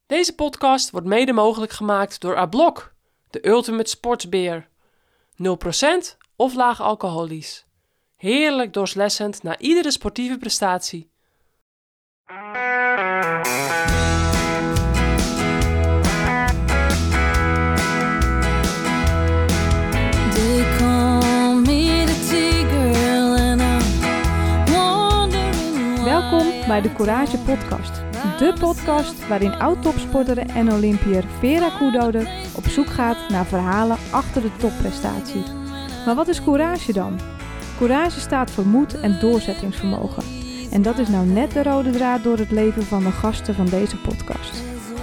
Deze podcast wordt mede mogelijk gemaakt door A-Blok, de Ultimate Sportsbeer. 0% of laag alcoholisch. Heerlijk doorslessend na iedere sportieve prestatie. Welkom bij de Courage Podcast. De podcast waarin oud-topsporter en Olympiër Vera Koedode op zoek gaat naar verhalen achter de topprestatie. Maar wat is courage dan? Courage staat voor moed en doorzettingsvermogen. En dat is nou net de rode draad door het leven van de gasten van deze podcast.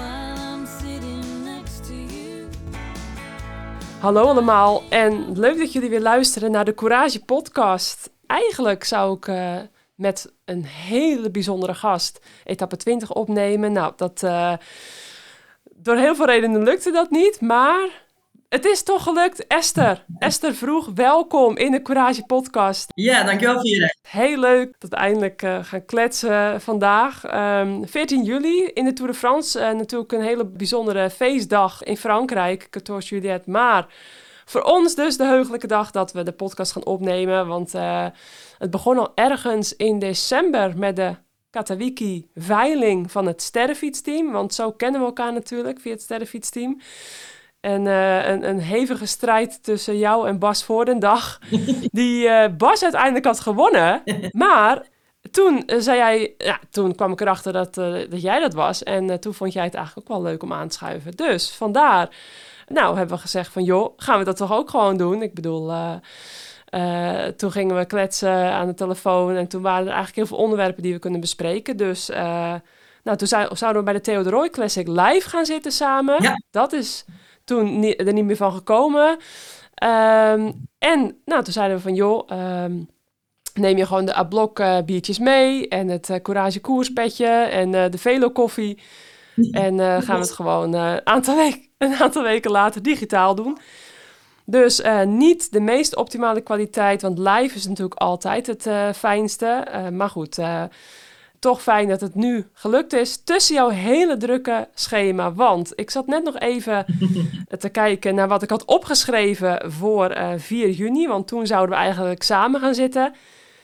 Hallo allemaal en leuk dat jullie weer luisteren naar de Courage Podcast. Eigenlijk zou ik met een hele bijzondere gast etappe 20 opnemen. Nou, door heel veel redenen lukte dat niet, maar het is toch gelukt. Esther Vroeg, welkom in de Courage Podcast. Ja, dankjewel Vera. Heel leuk dat we eindelijk gaan kletsen vandaag. 14 juli in de Tour de France. Natuurlijk een hele bijzondere feestdag in Frankrijk, 14 Juillet. Maar voor ons dus de heugelijke dag dat we de podcast gaan opnemen. Want het begon al ergens in december met de Katawiki-veiling van het sterrenfietsteam. Want zo kennen we elkaar natuurlijk via het sterrenfietsteam. En een hevige strijd tussen jou en Bas Voordendag. Die Bas uiteindelijk had gewonnen. Maar toen zei jij... Ja, toen kwam ik erachter dat jij dat was. En toen vond jij het eigenlijk ook wel leuk om aan te schuiven. Dus vandaar... Nou, hebben we gezegd van, joh, gaan we dat toch ook gewoon doen? Ik bedoel, toen gingen we kletsen aan de telefoon en toen waren er eigenlijk heel veel onderwerpen die we kunnen bespreken. Dus, toen zouden we bij de Theo de Rooij Classic live gaan zitten samen. Ja. Dat is toen er niet meer van gekomen. Toen zeiden we van, joh, neem je gewoon de A-Blok biertjes mee en het Courage koerspetje en de Velo koffie. En gaan we het gewoon een aantal weken later digitaal doen. Dus niet de meest optimale kwaliteit, want live is natuurlijk altijd het fijnste. Maar goed, toch fijn dat het nu gelukt is tussen jouw hele drukke schema. Want ik zat net nog even te kijken naar wat ik had opgeschreven voor 4 juni. Want toen zouden we eigenlijk samen gaan zitten.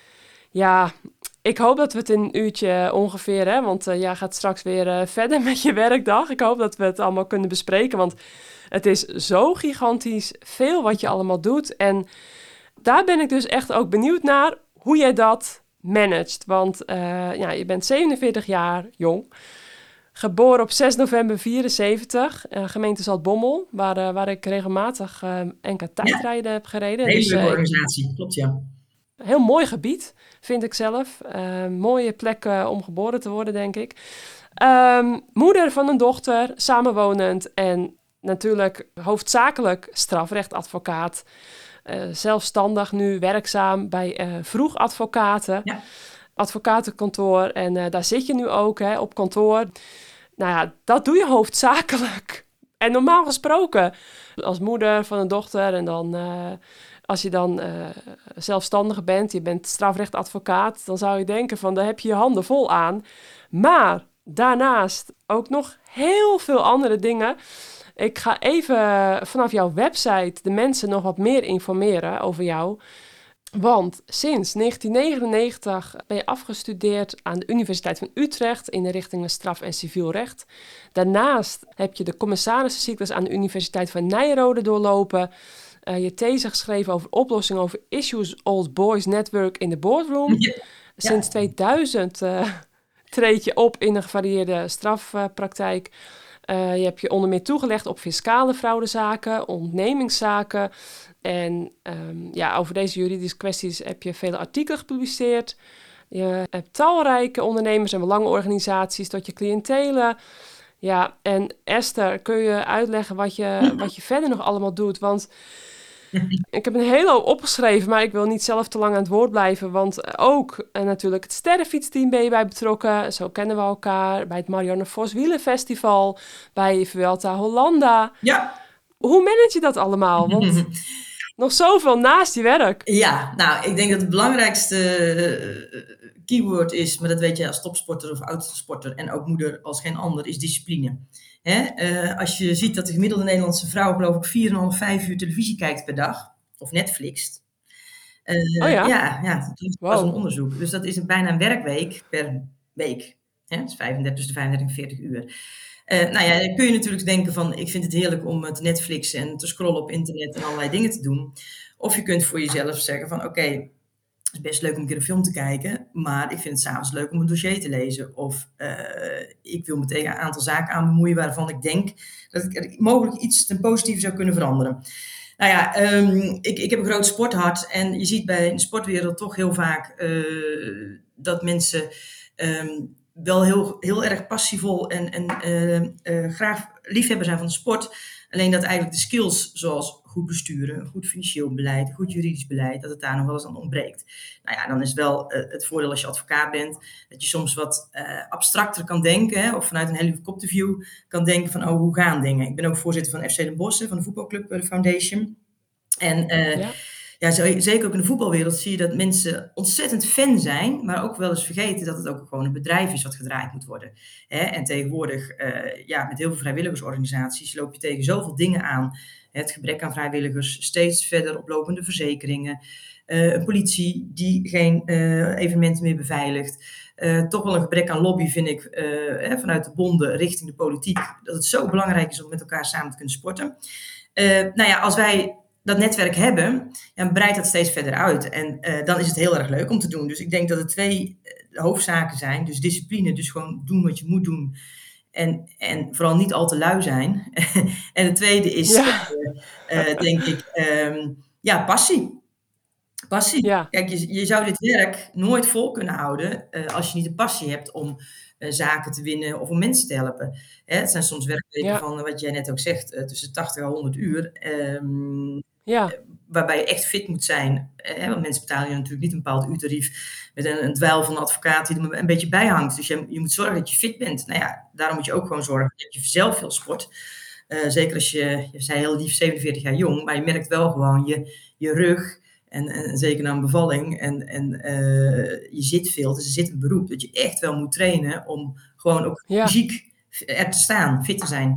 Ja... Ik hoop dat we het in een uurtje ongeveer, hè, want jij gaat straks weer verder met je werkdag. Ik hoop dat we het allemaal kunnen bespreken, want het is zo gigantisch veel wat je allemaal doet. En daar ben ik dus echt ook benieuwd naar hoe jij dat managt. Want je bent 47 jaar jong, geboren op 6 november 74, gemeente Zaltbommel, waar ik regelmatig NK tijdrijden heb gereden. Hele leuke organisatie, klopt ja. Heel mooi gebied, vind ik zelf. Mooie plek om geboren te worden, denk ik. Moeder van een dochter, samenwonend en natuurlijk hoofdzakelijk strafrechtadvocaat. Zelfstandig nu werkzaam bij Vroeg Advocaten, advocatenkantoor. En daar zit je nu ook op kantoor. Nou ja, dat doe je hoofdzakelijk. En normaal gesproken als moeder van een dochter en dan... Als je dan zelfstandige bent, je bent strafrechtadvocaat, dan zou je denken van, daar heb je je handen vol aan. Maar daarnaast ook nog heel veel andere dingen. Ik ga even vanaf jouw website de mensen nog wat meer informeren over jou. Want sinds 1999 ben je afgestudeerd aan de Universiteit van Utrecht in de richtingen straf- en civiel recht. Daarnaast heb je de commissarissencyclus aan de Universiteit van Nijrode doorlopen. Je these geschreven over oplossingen over issues old boys network in de boardroom. Ja. Sinds 2000 treed je op in een gevarieerde strafpraktijk. Je hebt je onder meer toegelegd op fiscale fraudezaken, ondernemingszaken. En over deze juridische kwesties heb je vele artikelen gepubliceerd. Je hebt talrijke ondernemers en belangenorganisaties tot je cliëntelen. Ja, en Esther, kun je uitleggen wat je verder nog allemaal doet? Want ik heb een hele hoop opgeschreven, maar ik wil niet zelf te lang aan het woord blijven. Want ook natuurlijk het sterrenfietsteam ben je bij betrokken. Zo kennen we elkaar. Bij het Marianne Vos Wielenfestival. Bij Vuelta Hollanda. Ja. Hoe manage je dat allemaal? Want nog zoveel naast je werk. Ja, nou, ik denk dat het belangrijkste keyword is, maar dat weet je als topsporter of oud-sporter en ook moeder als geen ander, is discipline. Als je ziet dat de gemiddelde Nederlandse vrouw geloof ik 4,5, 5 uur televisie kijkt per dag, of Netflixt. Oh ja? Ja, dat is Wow. een onderzoek. Dus dat is bijna een werkweek per week. Dat is 35 en 40 uur. Dan kun je natuurlijk denken van, ik vind het heerlijk om te Netflixen en te scrollen op internet en allerlei dingen te doen. Of je kunt voor jezelf zeggen van, oké, het is best leuk om een keer een film te kijken, maar ik vind het 's avonds leuk om een dossier te lezen. Of ik wil me tegen een aantal zaken aan bemoeien waarvan ik denk dat ik mogelijk iets ten positieve zou kunnen veranderen. Ik heb een groot sporthart en je ziet bij de sportwereld toch heel vaak dat mensen wel heel erg passievol en graag liefhebber zijn van de sport. Alleen dat eigenlijk de skills zoals goed besturen, goed financieel beleid, goed juridisch beleid, dat het daar nog wel eens aan ontbreekt. Dan is wel het voordeel als je advocaat bent, dat je soms wat abstracter kan denken, of vanuit een helikopterview kan denken van, hoe gaan dingen? Ik ben ook voorzitter van FC Den Bosch, van de voetbalclub Foundation. En zeker ook in de voetbalwereld zie je dat mensen ontzettend fan zijn, maar ook wel eens vergeten dat het ook gewoon een bedrijf is wat gedraaid moet worden. En tegenwoordig, met heel veel vrijwilligersorganisaties loop je tegen zoveel dingen aan. Het gebrek aan vrijwilligers, steeds verder oplopende verzekeringen, een politie die geen evenementen meer beveiligt. Toch wel een gebrek aan lobby vind ik vanuit de bonden richting de politiek, dat het zo belangrijk is om met elkaar samen te kunnen sporten. Als wij dat netwerk hebben, breidt dat steeds verder uit. En dan is het heel erg leuk om te doen. Dus ik denk dat er 2 hoofdzaken zijn. Dus discipline, dus gewoon doen wat je moet doen. En vooral niet al te lui zijn. En de tweede is, denk ik, passie. Passie. Ja. Kijk, je zou dit werk nooit vol kunnen houden als je niet de passie hebt om zaken te winnen of om mensen te helpen. Het zijn soms werkweken van, wat jij net ook zegt, tussen 80 en 100 uur. Waarbij je echt fit moet zijn. Want mensen betalen je natuurlijk niet een bepaald uurtarief met een dweil van een advocaat die er een beetje bij hangt. Dus je moet zorgen dat je fit bent. Daarom moet je ook gewoon zorgen dat je zelf veel sport. Zeker als je zei heel lief 47 jaar jong, maar je merkt wel gewoon je rug en zeker na een bevalling en je zit veel. Dus er zit een beroep dat je echt wel moet trainen om gewoon ook fysiek er te staan, fit te zijn.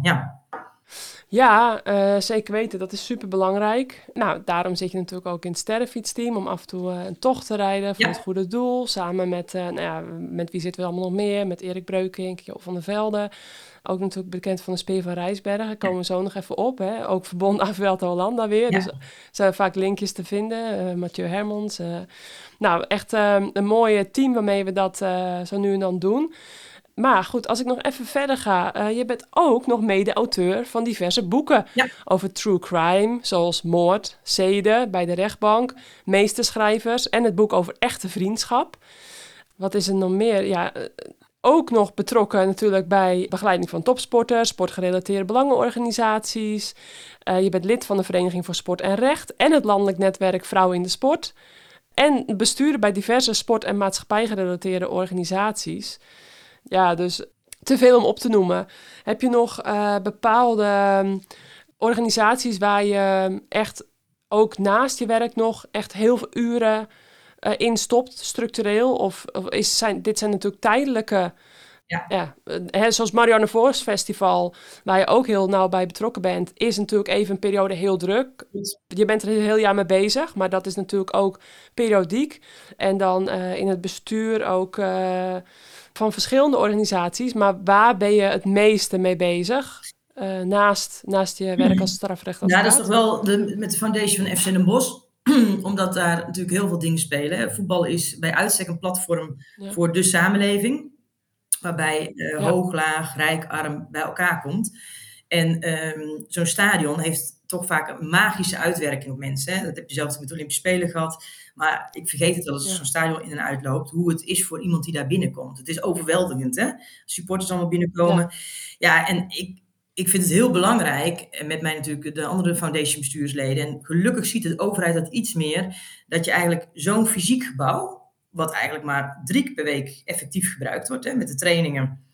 Ja, zeker weten. Dat is super belangrijk. Daarom zit je natuurlijk ook in het sterrenfietsteam om af en toe een tocht te rijden voor het goede doel. Samen met wie zitten we allemaal nog meer? Met Erik Breukink, Jo van der Velde. Ook natuurlijk bekend van de Speer van Rijsbergen. Daar komen we zo nog even op. Hè? Ook verbonden aan Vuelta Hollanda weer. Ja. Dus er zijn vaak linkjes te vinden. Mathieu Hermans. Echt een mooie team waarmee we dat zo nu en dan doen. Maar goed, als ik nog even verder ga. Je bent ook nog mede-auteur van diverse boeken over true crime. Zoals Moord, Zeden bij de rechtbank, Meesterschrijvers en het boek over echte vriendschap. Wat is er nog meer? Ook nog betrokken natuurlijk bij begeleiding van topsporters, sportgerelateerde belangenorganisaties. Je bent lid van de Vereniging voor Sport en Recht en het landelijk netwerk Vrouwen in de Sport. En bestuurder bij diverse sport- en maatschappijgerelateerde organisaties. Ja, dus te veel om op te noemen. Heb je nog bepaalde organisaties waar je echt ook naast je werk nog echt heel veel uren in stopt, structureel? Of dit zijn natuurlijk tijdelijke... zoals Marianne Vos Festival, waar je ook heel nauw bij betrokken bent, is natuurlijk even een periode heel druk. Je bent er een heel jaar mee bezig, maar dat is natuurlijk ook periodiek. En dan in het bestuur ook... van verschillende organisaties, maar waar ben je het meeste mee bezig? Naast je werk als strafrechtadvocaat? Dat is toch wel met de foundation van FC Den Bosch, omdat daar natuurlijk heel veel dingen spelen. Voetbal is bij uitstek een platform voor de samenleving, waarbij hoog, laag, rijk, arm bij elkaar komt. En zo'n stadion heeft toch vaak een magische uitwerking op mensen. Hè? Dat heb je zelf met de Olympische Spelen gehad. Maar ik vergeet het wel als zo'n stadion in en uit loopt, hoe het is voor iemand die daar binnenkomt. Het is overweldigend, hè? Supporters allemaal binnenkomen. En ik vind het heel belangrijk, en met mij natuurlijk de andere foundation bestuursleden, en gelukkig ziet de overheid dat iets meer, dat je eigenlijk zo'n fysiek gebouw, wat eigenlijk maar 3 keer per week effectief gebruikt wordt, hè, met de trainingen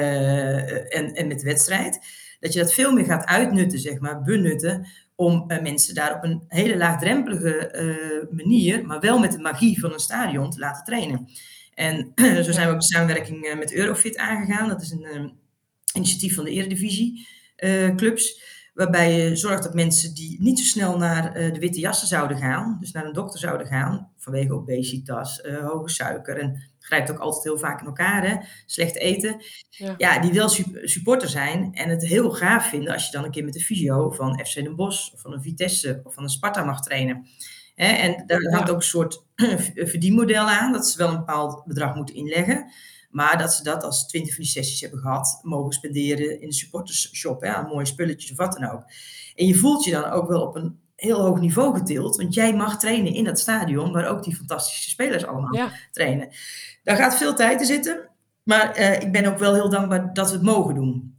en met de wedstrijd, dat je dat veel meer gaat uitnutten, zeg maar, benutten, om mensen daar op een hele laagdrempelige manier, maar wel met de magie van een stadion te laten trainen. En zo zijn we ook de samenwerking met Eurofit aangegaan. Dat is een initiatief van de Eredivisie clubs. Waarbij je zorgt dat mensen die niet zo snel naar de witte jassen zouden gaan, dus naar een dokter zouden gaan, vanwege obesitas, hoge suiker en grijpt ook altijd heel vaak in elkaar, hè? Slecht eten. Ja, die wel supporter zijn en het heel gaaf vinden als je dan een keer met de fysio van FC Den Bosch of van een Vitesse of van een Sparta mag trainen. En daar hangt ook een soort verdienmodel aan, dat ze wel een bepaald bedrag moeten inleggen. Maar dat ze dat als 20 van die sessies hebben gehad, mogen spenderen in de supportershop, aan mooie spulletjes of wat dan ook. En je voelt je dan ook wel op een heel hoog niveau getild, want jij mag trainen in dat stadion waar ook die fantastische spelers allemaal trainen. Daar gaat veel tijd in zitten, maar ik ben ook wel heel dankbaar dat we het mogen doen.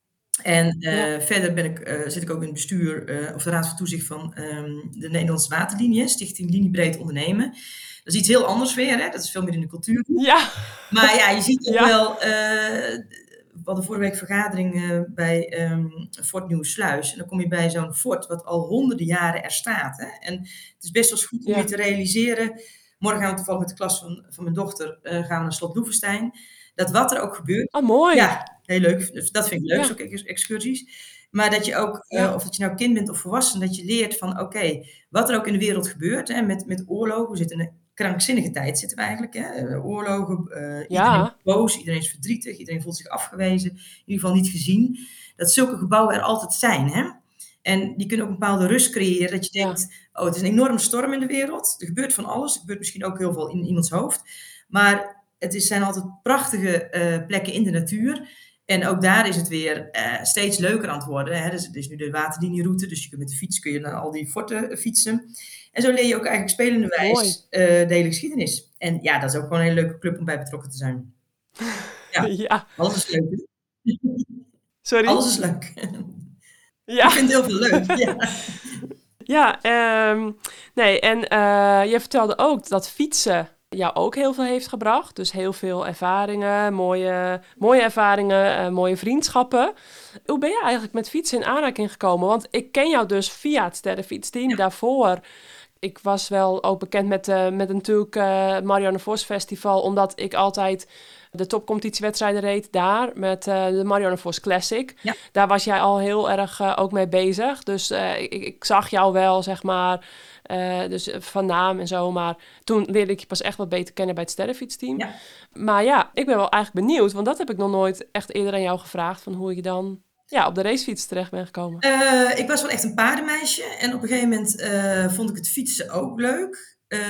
En verder zit ik ook in het bestuur of de Raad van Toezicht van de Nederlandse Waterlinie, Stichting Liniebreed Ondernemen. Dat is iets heel anders weer, hè? Dat is veel meer in de cultuur. Ja. Maar ja, je ziet ook wel, we hadden vorige week vergadering bij Fort Nieuwersluis. En dan kom je bij zo'n fort wat al honderden jaren er staat. Hè? En het is best wel eens goed om je te realiseren. Morgen gaan we toevallig met de klas van mijn dochter gaan we naar Slot Loevestein. Dat wat er ook gebeurt. Oh, mooi. Ja, heel leuk. Dus dat vind ik leuk, ook excursies. Maar dat je ook, of dat je nou kind bent of volwassen, dat je leert van oké, wat er ook in de wereld gebeurt. Hè, met oorlogen, we zitten in een krankzinnige tijd zitten we eigenlijk. Hè? Oorlogen, iedereen is boos, iedereen is verdrietig, iedereen voelt zich afgewezen, in ieder geval niet gezien. Dat zulke gebouwen er altijd zijn. Hè? En die kunnen ook een bepaalde rust creëren, dat je denkt, het is een enorme storm in de wereld, er gebeurt van alles, er gebeurt misschien ook heel veel in iemands hoofd, maar zijn altijd prachtige plekken in de natuur. En ook daar is het weer steeds leuker aan het worden. Hè? Dus, er is nu de waterlinieroute, dus je kunt met de fiets naar al die forten fietsen. En zo leer je ook eigenlijk spelenderwijs de hele geschiedenis. En ja, dat is ook gewoon een hele leuke club om bij betrokken te zijn. Ja. Alles is leuk. Sorry? Alles is leuk. Ik vind het heel veel leuk. Nee, en je vertelde ook dat fietsen jou ook heel veel heeft gebracht. Dus heel veel ervaringen, mooie ervaringen, mooie vriendschappen. Hoe ben je eigenlijk met fietsen in aanraking gekomen? Want ik ken jou dus via het Sterrenfietsteam. Daarvoor, ik was wel ook bekend met natuurlijk Marianne Vos Festival, omdat ik altijd de topcompetitiewedstrijden reed daar met de Marianne Vos Classic. Ja. Daar was jij al heel erg ook mee bezig. Dus ik zag jou wel, zeg maar, dus van naam en zo. Maar toen leerde ik je pas echt wat beter kennen bij het Sterrenfietsteam. Ja. Maar ja, ik ben wel eigenlijk benieuwd, want dat heb ik nog nooit echt eerder aan jou gevraagd, van hoe je dan op de racefiets terecht bent gekomen. Ik was wel echt een paardenmeisje en op een gegeven moment vond ik het fietsen ook leuk.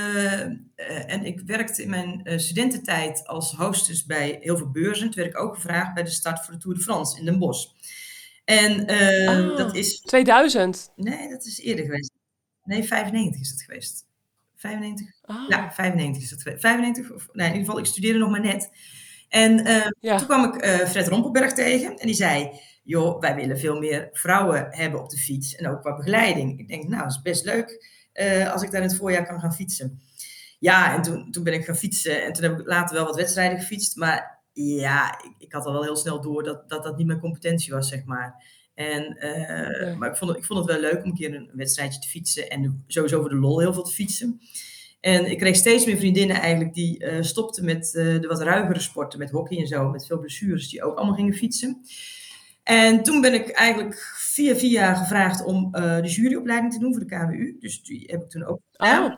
En ik werkte in mijn studententijd als hostess bij heel veel beurzen. Toen werd ik ook gevraagd bij de start voor de Tour de France in Den Bosch. En dat is 2000? Nee, dat is eerder geweest. Nee, 95 is dat geweest. 95? Ja, 95 is dat geweest. 95? In ieder geval, ik studeerde nog maar net. En toen kwam ik Fred Rompelberg tegen en die zei, joh, wij willen veel meer vrouwen hebben op de fiets en ook qua begeleiding. Ik denk, nou, dat is best leuk als ik daar in het voorjaar kan gaan fietsen. Ja, en toen ben ik gaan fietsen en toen heb ik later wel wat wedstrijden gefietst, maar ja, ik had al wel heel snel door dat niet mijn competentie was, zeg maar. Maar ik vond het wel leuk om een keer een wedstrijdje te fietsen en sowieso voor de lol heel veel te fietsen. En ik kreeg steeds meer vriendinnen eigenlijk die stopten met de wat ruigere sporten, met hockey en zo, met veel blessures, die ook allemaal gingen fietsen. En toen ben ik eigenlijk via gevraagd om de juryopleiding te doen voor de KWU. Dus die heb ik toen ook gedaan.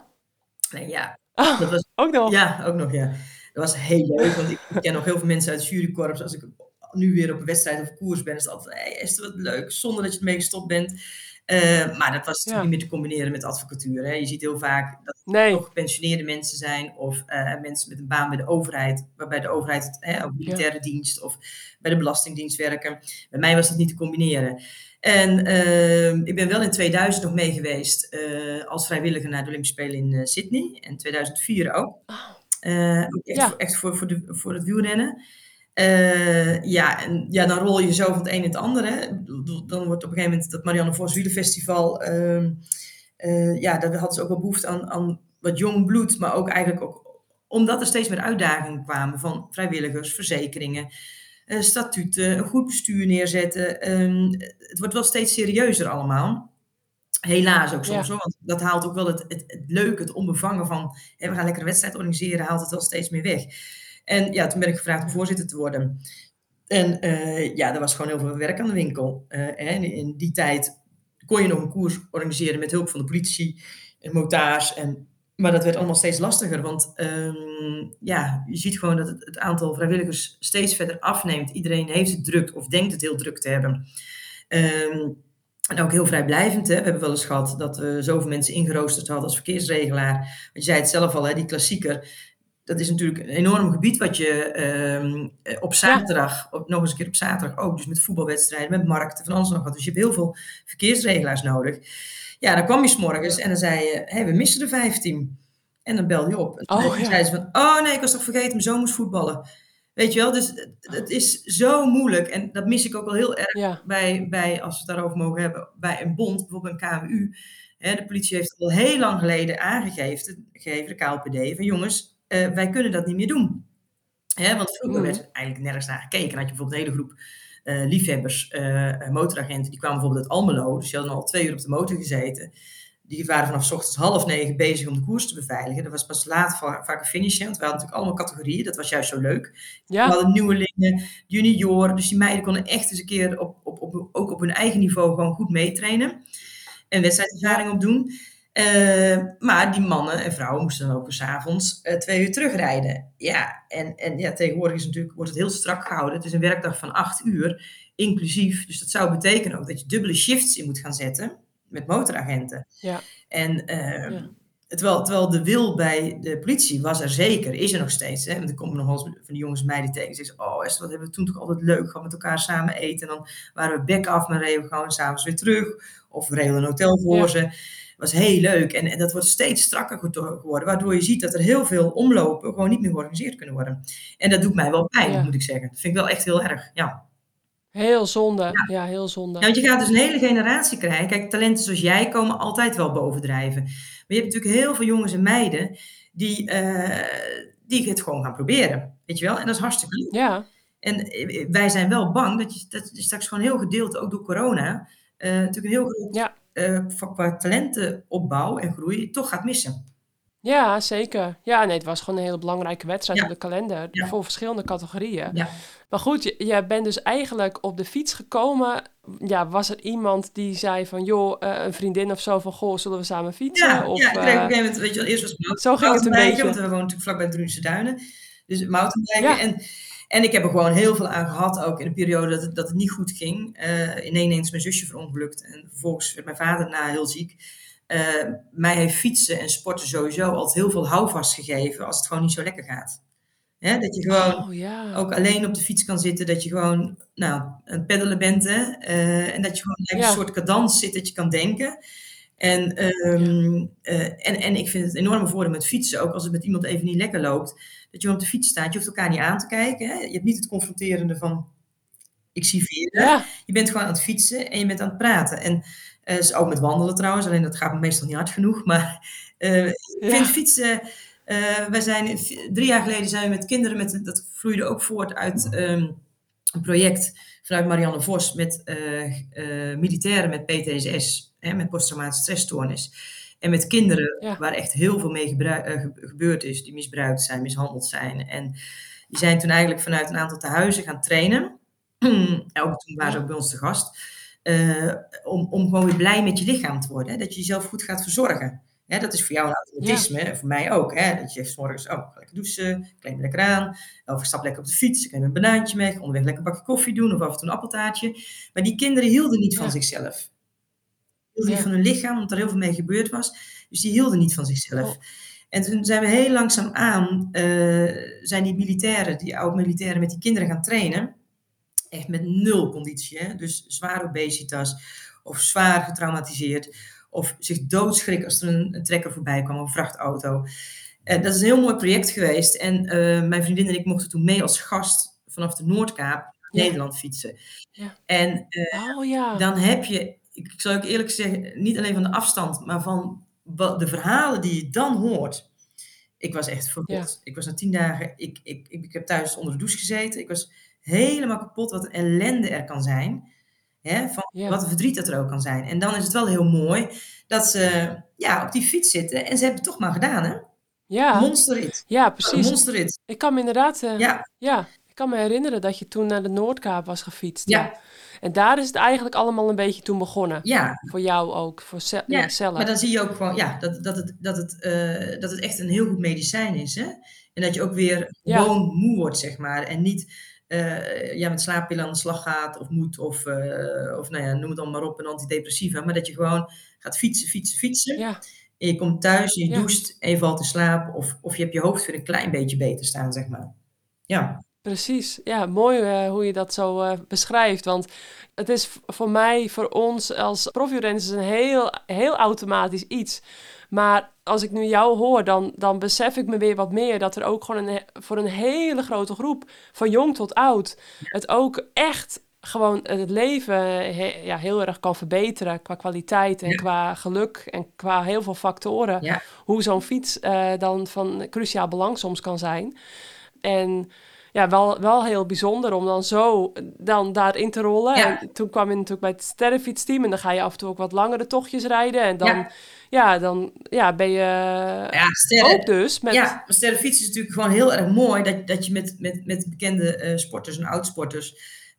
Dat was, ook nog? Ja, ook nog, ja. Dat was heel leuk, want ik ken nog heel veel mensen uit het jurykorps. Als ik nu weer op een wedstrijd of koers ben, is het altijd, hey, is het wat leuk, zonder dat je ermee gestopt bent. Maar dat was natuurlijk niet meer te combineren met advocatuur. Hè. Je ziet heel vaak dat het nog gepensioneerde mensen zijn of mensen met een baan bij de overheid, waarbij de overheid ook militaire dienst of bij de Belastingdienst werken. Bij mij was dat niet te combineren. En ik ben wel in 2000 nog mee geweest als vrijwilliger naar de Olympische Spelen in Sydney. En 2004 ook. Echt voor het wielrennen. Dan rol je zo van het een in het ander. Hè. Dan wordt op een gegeven moment dat Marianne Vos Wielerfestival. Daar hadden ze ook wel behoefte aan wat jong bloed. Maar ook eigenlijk ook omdat er steeds meer uitdagingen kwamen van vrijwilligers, verzekeringen, statuten, een goed bestuur neerzetten. Het wordt wel steeds serieuzer allemaal. Helaas ook soms hoor, want dat haalt ook wel het leuke, het onbevangen van we gaan lekker een wedstrijd organiseren, haalt het wel steeds meer weg. En ja, toen ben ik gevraagd om voorzitter te worden. En er was gewoon heel veel werk aan de winkel. En in die tijd kon je nog een koers organiseren met hulp van de politie en motaars. Maar dat werd allemaal steeds lastiger, want je ziet gewoon dat het aantal vrijwilligers steeds verder afneemt. Iedereen heeft het druk of denkt het heel druk te hebben. En ook heel vrijblijvend. Hè. We hebben wel eens gehad dat we zoveel mensen ingeroosterd hadden als verkeersregelaar. Want je zei het zelf al, hè, die klassieker. Dat is natuurlijk een enorm gebied wat je op zaterdag, nog eens een keer op zaterdag ook, dus met voetbalwedstrijden, met markten, van alles nog wat. Dus je hebt heel veel verkeersregelaars nodig. Ja, dan kwam je 's morgens en dan zei je, we missen er 15. En dan belde je op. En dan zei ze van, oh nee, ik was toch vergeten, mijn zoon moest voetballen. Weet je wel, dus het is zo moeilijk. En dat mis ik ook wel heel erg bij, als we het daarover mogen hebben, bij een bond, bijvoorbeeld een KMU. De politie heeft al heel lang geleden aangegeven, de KLPD, van jongens, wij kunnen dat niet meer doen. Want vroeger werd eigenlijk nergens naar gekeken. Dan had je bijvoorbeeld een hele groep liefhebbers, motoragenten, die kwamen bijvoorbeeld uit Almelo. Dus die hadden al 2 uur op de motor gezeten. Die waren vanaf 's ochtends 8:30 bezig om de koers te beveiligen. Dat was pas laat vaak een finish, want we hadden natuurlijk allemaal categorieën. Dat was juist zo leuk. Ja. We hadden nieuwelingen, junioren. Dus die meiden konden echt eens een keer ook op hun eigen niveau gewoon goed meetrainen. En wedstrijdervaring opdoen. Maar die mannen en vrouwen moesten dan ook 's avonds 2 uur terugrijden. Ja, en tegenwoordig wordt het heel strak gehouden. Het is een werkdag van 8 uur, inclusief. Dus dat zou betekenen ook dat je dubbele shifts in moet gaan zetten met motoragenten. Ja. En terwijl de wil bij de politie was er zeker, is er nog steeds. Hè? Want er komen nog wel eens van die jongens en meiden tegen. Ze zeggen, oh Esther, wat hebben we toen toch altijd leuk gehad met elkaar samen eten. En dan waren we back af, maar reden we gewoon 's avonds weer terug. Of we regelen een hotel voor ze. Was heel leuk. En dat wordt steeds strakker geworden. Waardoor je ziet dat er heel veel omlopen gewoon niet meer georganiseerd kunnen worden. En dat doet mij wel pijn, moet ik zeggen. Dat vind ik wel echt heel erg, Heel zonde. Ja, heel zonde. Ja, want je gaat dus een hele generatie krijgen. Kijk, talenten zoals jij komen altijd wel bovendrijven. Maar je hebt natuurlijk heel veel jongens en meiden die het gewoon gaan proberen. Weet je wel? En dat is hartstikke leuk. Ja. En wij zijn wel bang dat je straks gewoon heel gedeelte, ook door corona, natuurlijk een heel groot qua talentenopbouw en groei toch gaat missen. Ja, zeker. Ja, nee, het was gewoon een hele belangrijke wedstrijd op de kalender voor verschillende categorieën. Ja. Maar goed, je bent dus eigenlijk op de fiets gekomen. Ja, was er iemand die zei van, joh, een vriendin of zo van, goh, zullen we samen fietsen? Ja, ik kreeg op een gegeven moment, weet je wel, eerst was het zo ging het een beetje. Want we wonen natuurlijk vlakbij Drunense Duinen. Dus mountainbiken. En ik heb er gewoon heel veel aan gehad, ook in een periode dat het niet goed ging. Ineens is mijn zusje verongelukt en vervolgens werd mijn vader daarna heel ziek. Mij heeft fietsen en sporten sowieso altijd heel veel houvast gegeven als het gewoon niet zo lekker gaat. Dat je gewoon ook alleen op de fiets kan zitten, dat je gewoon aan het peddelen bent. En dat je gewoon een soort cadans zit dat je kan denken. En ik vind het een enorme voordeel met fietsen, ook als het met iemand even niet lekker loopt, dat je op de fiets staat. Je hoeft elkaar niet aan te kijken. Hè? Je hebt niet het confronterende van, ik zie veren. Ja. Je bent gewoon aan het fietsen en je bent aan het praten. En ook met wandelen trouwens, alleen dat gaat me meestal niet hard genoeg. Maar ik vind fietsen... wij zijn 3 jaar geleden zijn we met kinderen, dat vloeide ook voort uit een project vanuit Marianne Vos met militairen met PTSS, met posttraumatische stressstoornis. En met kinderen waar echt heel veel mee gebeurd is, die misbruikt zijn, mishandeld zijn. En die zijn toen eigenlijk vanuit een aantal tehuizen gaan trainen. Ook toen waren ze ook bij ons te gast. Om gewoon weer blij met je lichaam te worden. Hè? Dat je jezelf goed gaat verzorgen. Ja, dat is voor jou een automatisme, voor mij ook. Hè? Dat je zegt 's morgens, ga lekker douchen, kleed me lekker aan. Of ik stap lekker op de fiets, ik neem een banaantje mee, onderweg lekker een bakje koffie doen of af en toe een appeltaartje. Maar die kinderen hielden niet van zichzelf. Hielden niet van hun lichaam, omdat er heel veel mee gebeurd was. Dus die hielden niet van zichzelf. En toen zijn we heel langzaam aan, zijn die militairen, die oud-militairen met die kinderen gaan trainen. Echt met 0 conditie. Hè? Dus zware obesitas of zwaar getraumatiseerd. Of zich doodschrikken als er een trekker voorbij kwam, een vrachtauto. Dat is een heel mooi project geweest. En mijn vriendin en ik mochten toen mee als gast vanaf de Noordkaap Nederland fietsen. Ja. En dan heb je, ik zal ook eerlijk zeggen, niet alleen van de afstand, maar van de verhalen die je dan hoort. Ik was echt verrot. Ja. Ik was na 10 dagen, ik heb thuis onder de douche gezeten. Ik was helemaal kapot wat een ellende er kan zijn. Wat een verdriet dat er ook kan zijn. En dan is het wel heel mooi dat ze op die fiets zitten. En ze hebben het toch maar gedaan, hè? Ja, Monsterrit. ja, Een precies. monsterrit. Ik kan me inderdaad, Ja, ik kan me herinneren dat je toen naar de Noordkaap was gefietst. ja, En daar is het eigenlijk allemaal een beetje toen begonnen. ja. Voor jou ook, voor Ja, maar zelf. dan zie je ook gewoon dat het echt een heel goed medicijn is, hè. En dat je ook weer Ja, gewoon moe wordt, zeg maar. En niet met slaappillen aan de slag gaat of moet of nou ja, noem het dan maar op, een antidepressiva. Maar dat je gewoon gaat fietsen, fietsen, fietsen. ja, En je komt thuis, je ja. doucht en je valt in slaap. Of je hebt je hoofd weer een klein beetje beter staan, zeg maar. Ja, Precies, ja, mooi hoe je dat zo beschrijft. Want het is voor mij, voor ons als profwielrenners een heel, heel automatisch iets. Maar als ik nu jou hoor, dan besef ik me weer wat meer dat er ook gewoon voor een hele grote groep, van jong tot oud, het ook echt gewoon het leven heel erg kan verbeteren qua kwaliteit en ja, qua geluk en qua heel veel factoren. ja, Hoe zo'n fiets dan van cruciaal belang soms kan zijn. En ja, wel heel bijzonder om dan zo dan daarin te rollen. ja, En toen kwam je natuurlijk bij het sterrenfietsteam en dan ga je af en toe ook wat langere tochtjes rijden. En ja. dan ben je Ja, ook dus met... ja, maar sterrenfietsen is natuurlijk gewoon heel erg mooi dat je met bekende sporters en oudsporters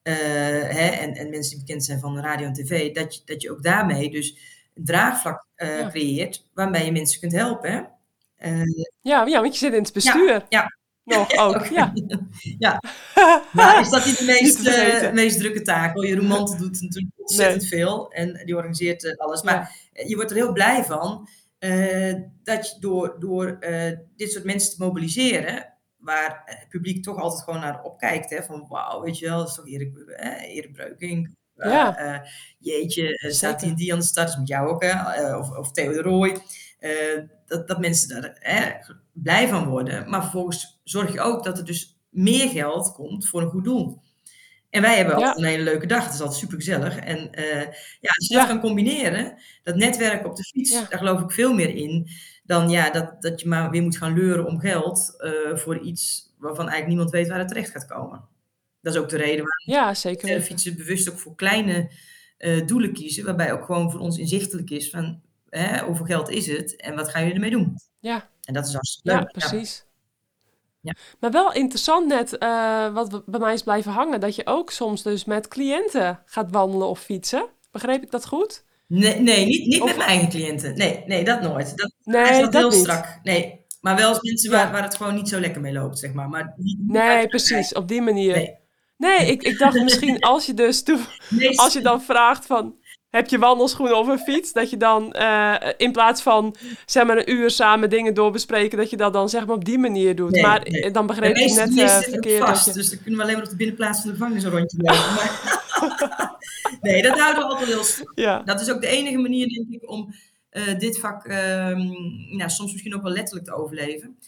en mensen die bekend zijn van de radio en tv, dat je ook daarmee dus een draagvlak Ja, creëert waarmee je mensen kunt helpen. Hè? Eh, ja, want je zit in het ja, bestuur ja, nog ook. ook. Ja. Ja. Nou, is dat niet de Niet te vergeten. meest drukke taak hoor. Jeroen Mantel doet natuurlijk ontzettend Nee, veel en die organiseert alles. ja, Maar je wordt er heel blij van dat je door dit soort mensen te mobiliseren, waar het publiek toch altijd gewoon naar opkijkt, hè, van wauw, weet je wel, dat is toch Erik Breukink. ja, Jeetje, staat die en zeker. die aan de start, dat is met jou ook, hè? Of Theo de Rooij. Dat mensen daar blij van worden. Maar vervolgens zorg je ook dat er dus meer geld komt voor een goed doel. En wij hebben altijd Ja, een hele leuke dag. Het is altijd supergezellig. En als je dat kan ja, combineren, dat netwerk op de fiets, ja, daar geloof ik veel meer in dan dat je maar weer moet gaan leuren om geld voor iets waarvan eigenlijk niemand weet waar het terecht gaat komen. Dat is ook de reden waarom ja, zeker weten. fietsen bewust ook voor kleine doelen kiezen, waarbij ook gewoon voor ons inzichtelijk is van hoeveel geld is het en wat gaan jullie ermee doen? Ja, En dat is hartstikke ja, leuk. Ja. precies. Ja. Maar wel interessant net, wat bij mij is blijven hangen, dat je ook soms dus met cliënten gaat wandelen of fietsen. Begreep ik dat goed? Nee, niet met Of, mijn eigen cliënten. Nee, dat nooit. Hij is nee, dat heel dat niet. strak. Nee, maar wel als mensen Ja, waar het gewoon niet zo lekker mee loopt, zeg maar. Maar niet uit nee, de praktijk. precies, op die manier. Nee. Nee, ik dacht misschien als je dus, als je Meest, dan vraagt van, heb je wandelschoenen of een fiets? Dat je dan in plaats van, zeg maar, een uur samen dingen doorbespreken, dat je dat dan zeg maar op die manier doet. Maar nee. dan De begreep ik meeste net dieren zitten ook verkeerd dat vast. je... Dus dan kunnen we alleen maar op de binnenplaats van de gevangenis een rondje lopen. Maar nee, dat houden we altijd heel strak. Ja, Dat is ook de enige manier, denk ik, om dit vak soms misschien ook wel letterlijk te overleven.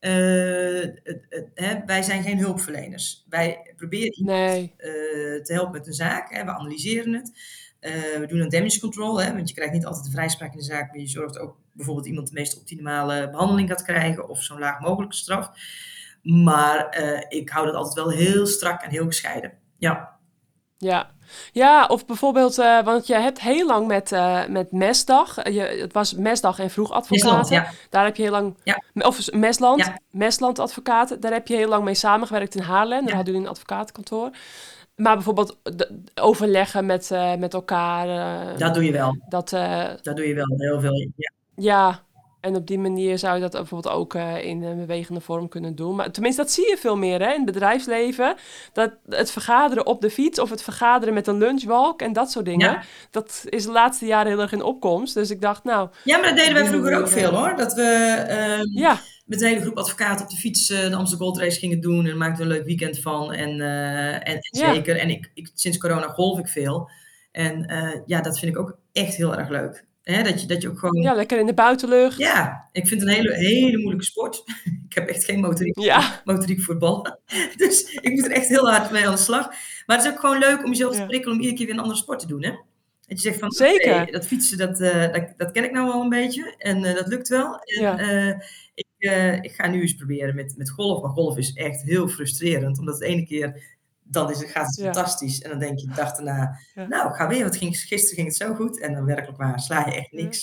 Wij zijn geen hulpverleners. Wij proberen iemand nee, te helpen met een zaak. Hè. We analyseren het. We doen een damage control, hè, want je krijgt niet altijd de vrijspraak in de zaak, maar je zorgt ook bijvoorbeeld iemand de meest optimale behandeling gaat krijgen of zo'n laag mogelijke straf. Maar ik hou dat altijd wel heel strak en heel gescheiden. Ja, ja. Ja, of bijvoorbeeld, want je hebt heel lang met Mesdag, het was Mesdag en Island, Vroegadvocaten, ja. daar heb je heel lang, Ja, of ja, Mesland Advocaten, daar heb je heel lang mee samengewerkt in Haarlem, daar ja. hadden jullie een advocatenkantoor. Maar bijvoorbeeld overleggen met elkaar, Dat doe je wel. dat, Dat doe je wel heel veel. Ja, ja, en op die manier zou je dat bijvoorbeeld ook in een bewegende vorm kunnen doen. Maar tenminste, dat zie je veel meer hè, in het bedrijfsleven. Dat het vergaderen op de fiets of het vergaderen met een lunchwalk en dat soort dingen. ja. Dat is de laatste jaren heel erg in opkomst. Dus ik dacht, nou, Ja, maar dat deden op wij die vroeger ook manier... veel hoor. Dat we ja, met een hele groep advocaten op de fiets de Amsterdam Gold Race gingen doen. En daar maakten we een leuk weekend van. En ja, zeker. En sinds corona golf ik veel. En dat vind ik ook echt heel erg leuk. Hè, dat je ook gewoon... ja, lekker in de buitenlucht. Ja, ik vind het een hele moeilijke sport. Ik heb echt geen Ja, motoriek voor ballen. Dus ik moet er echt heel hard mee aan de slag. Maar het is ook gewoon leuk om jezelf te ja, prikkelen om iedere keer weer een andere sport te doen. Hè? Dat je zegt van, zeker. oké, dat fietsen, dat ken ik nou wel een beetje. En dat lukt wel. En Ja, ik ga nu eens proberen met golf. Maar golf is echt heel frustrerend. Omdat de ene keer, gaat het ja, fantastisch. En dan denk je de dag daarna, ja, nou, ik ga weer. Gisteren ging het zo goed. En dan werkelijk waar, sla je echt ja. niks.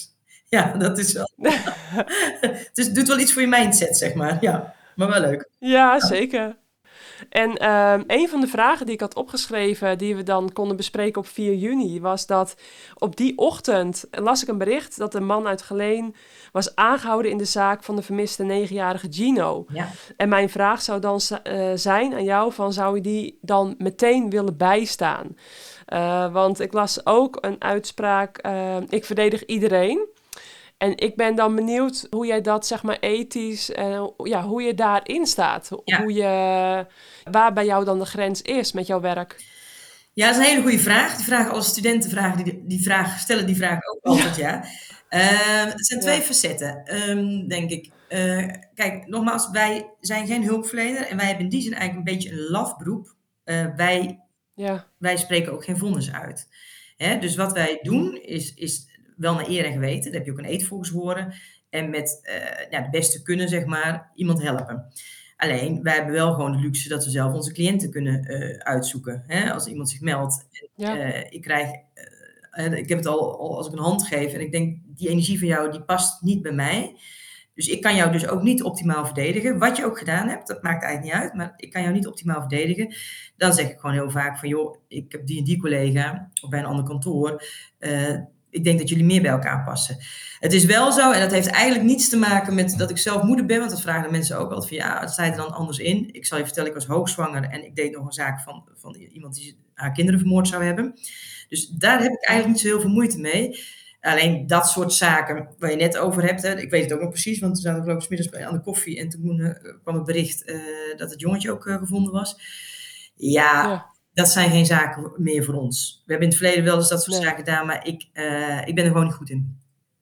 Ja, dat is wel. Het doet wel iets voor je mindset, zeg maar. Ja, maar wel leuk. Ja, zeker. En een van de vragen die ik had opgeschreven, die we dan konden bespreken op 4 juni, was dat op die ochtend las ik een bericht dat een man uit Geleen was aangehouden in de zaak van de vermiste 9-jarige Gino. Ja. En mijn vraag zou dan zijn aan jou, van zou je die dan meteen willen bijstaan? Want ik las ook een uitspraak, ik verdedig iedereen. En ik ben dan benieuwd hoe jij dat, zeg maar, ethisch, hoe je daarin staat. Ja. Waar bij jou dan de grens is met jouw werk. Ja, dat is een hele goede vraag. Die vragen alle studenten stellen die vraag ook altijd, ja. Het zijn twee facetten, denk ik. Kijk, nogmaals, wij zijn geen hulpverlener en wij hebben in die zin eigenlijk een beetje een lafberoep. Wij spreken ook geen vonnis uit. Hè? Dus wat wij doen is wel naar eer en geweten. Daar heb je ook een eed voor gezworen. En met de beste kunnen, zeg maar, iemand helpen. Alleen, wij hebben wel gewoon de luxe dat we zelf onze cliënten kunnen uitzoeken. Hè? Als iemand zich meldt. Ik heb het al als ik een hand geef en ik denk, die energie van jou, die past niet bij mij. Dus ik kan jou dus ook niet optimaal verdedigen. Wat je ook gedaan hebt, dat maakt eigenlijk niet uit. Maar ik kan jou niet optimaal verdedigen. Dan zeg ik gewoon heel vaak van, joh, ik heb die en die collega, of bij een ander kantoor. Ik denk dat jullie meer bij elkaar passen. Het is wel zo, en dat heeft eigenlijk niets te maken met dat ik zelf moeder ben. Want dat vragen de mensen ook altijd van, ja, sta je er dan anders in? Ik zal je vertellen, ik was hoogzwanger en ik deed nog een zaak van iemand die haar kinderen vermoord zou hebben. Dus daar heb ik eigenlijk niet zo heel veel moeite mee. Alleen dat soort zaken waar je net over hebt, hè, ik weet het ook nog precies, want toen zaten we geloof ik 's middags aan de koffie en toen kwam het bericht dat het jongetje ook gevonden was. Ja, dat zijn geen zaken meer voor ons. We hebben in het verleden wel eens dat soort zaken gedaan, maar ik ben er gewoon niet goed in.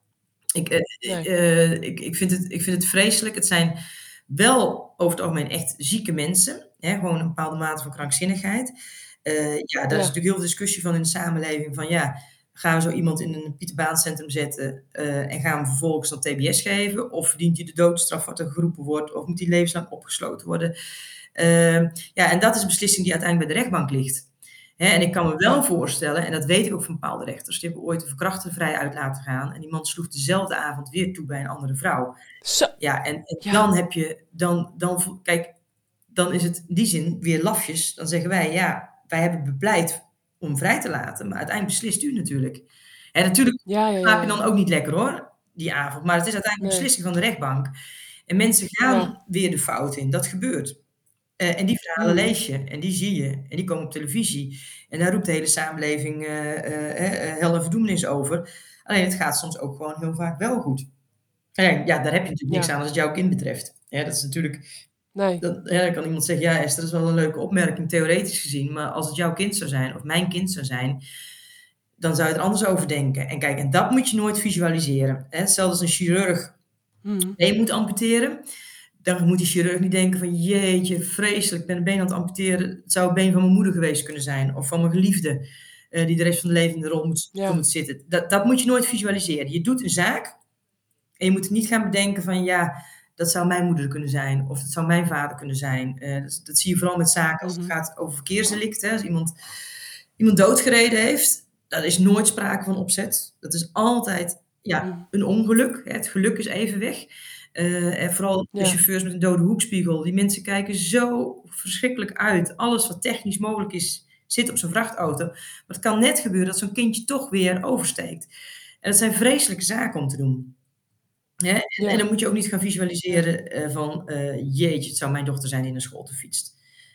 Ik vind het vreselijk. Het zijn wel over het algemeen echt zieke mensen. Hè, gewoon een bepaalde mate van krankzinnigheid. Daar is natuurlijk heel veel discussie van in de samenleving van gaan we zo iemand in een Pieterbaancentrum zetten en gaan we vervolgens dan TBS geven? Of verdient hij de doodstraf wat er geroepen wordt? Of moet hij levenslang opgesloten worden? En dat is een beslissing die uiteindelijk bij de rechtbank ligt. Hè, en ik kan me wel voorstellen, en dat weet ik ook van bepaalde rechters, die hebben ooit een verkrachter vrij uit laten gaan en die man sloeg dezelfde avond weer toe bij een andere vrouw. Zo. Dan heb je, kijk, dan is het in die zin weer lafjes. Dan zeggen wij, wij hebben bepleit om vrij te laten, maar uiteindelijk beslist u natuurlijk. En natuurlijk slaap je dan ook niet lekker hoor, die avond, maar het is uiteindelijk een beslissing van de rechtbank. En mensen gaan weer de fout in, dat gebeurt. En die verhalen lees je en die zie je en die komen op televisie. En daar roept de hele samenleving hel en verdoemenis over. Alleen het gaat soms ook gewoon heel vaak wel goed. En daar heb je natuurlijk niks aan als het jouw kind betreft. Ja, dat is natuurlijk... Nee. Dan kan iemand zeggen, Esther, dat is wel een leuke opmerking, theoretisch gezien. Maar als het jouw kind zou zijn, of mijn kind zou zijn, dan zou je er anders over denken. En kijk, en dat moet je nooit visualiseren. Hetzelfde als een chirurg been moet amputeren. Dan moet die chirurg niet denken van, jeetje, vreselijk, ik ben een been aan het amputeren. Het zou het been van mijn moeder geweest kunnen zijn. Of van mijn geliefde, die de rest van de leven in de rol moet zitten. Dat moet je nooit visualiseren. Je doet een zaak en je moet niet gaan bedenken van, dat zou mijn moeder kunnen zijn. Of dat zou mijn vader kunnen zijn. Dat zie je vooral met zaken als het gaat over verkeersdelicten. Als iemand doodgereden heeft, daar is nooit sprake van opzet. Dat is altijd een ongeluk. Het geluk is even weg. En vooral de chauffeurs met een dode hoekspiegel. Die mensen kijken zo verschrikkelijk uit. Alles wat technisch mogelijk is, zit op zo'n vrachtauto. Maar het kan net gebeuren dat zo'n kindje toch weer oversteekt. En dat zijn vreselijke zaken om te doen. En dan moet je ook niet gaan visualiseren van... jeetje, het zou mijn dochter zijn die naar school te fietst.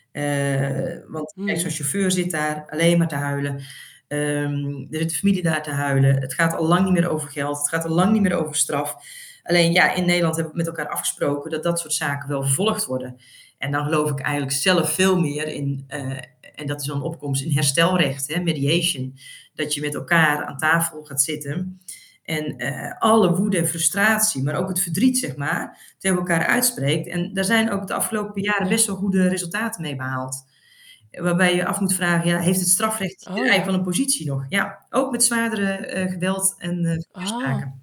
Want kijk, zo'n chauffeur zit daar alleen maar te huilen. Er zit de familie daar te huilen. Het gaat al lang niet meer over geld. Het gaat al lang niet meer over straf. Alleen in Nederland hebben we met elkaar afgesproken dat dat soort zaken wel vervolgd worden. En dan geloof ik eigenlijk zelf veel meer in, en dat is dan een opkomst, in herstelrecht, mediation. Dat je met elkaar aan tafel gaat zitten en alle woede en frustratie, maar ook het verdriet, zeg maar, tegen elkaar uitspreekt. En daar zijn ook de afgelopen jaren best wel goede resultaten mee behaald. Waarbij je af moet vragen, heeft het strafrecht eigenlijk wel een positie nog? Ja, ook met zwaardere geweld en zaken.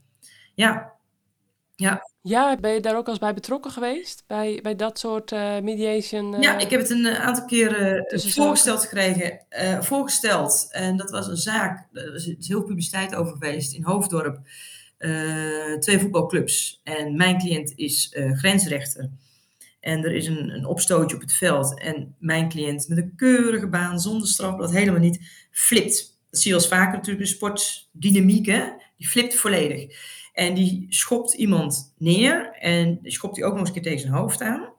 Ja, ben je daar ook al eens bij betrokken geweest? Bij dat soort mediation? Ja, ik heb het een aantal keren voorgesteld gekregen. En dat was een zaak, er is heel veel publiciteit over geweest in Hoofddorp. 2 voetbalclubs. En mijn cliënt is grensrechter. En er is een opstootje op het veld. En mijn cliënt met een keurige baan, zonder strafblad, helemaal niet, flipt. Dat zie je als vaker natuurlijk in sportdynamiek, hè? Die flipt volledig. En die schopt iemand neer. En die schopt hij ook nog eens een keer tegen zijn hoofd aan.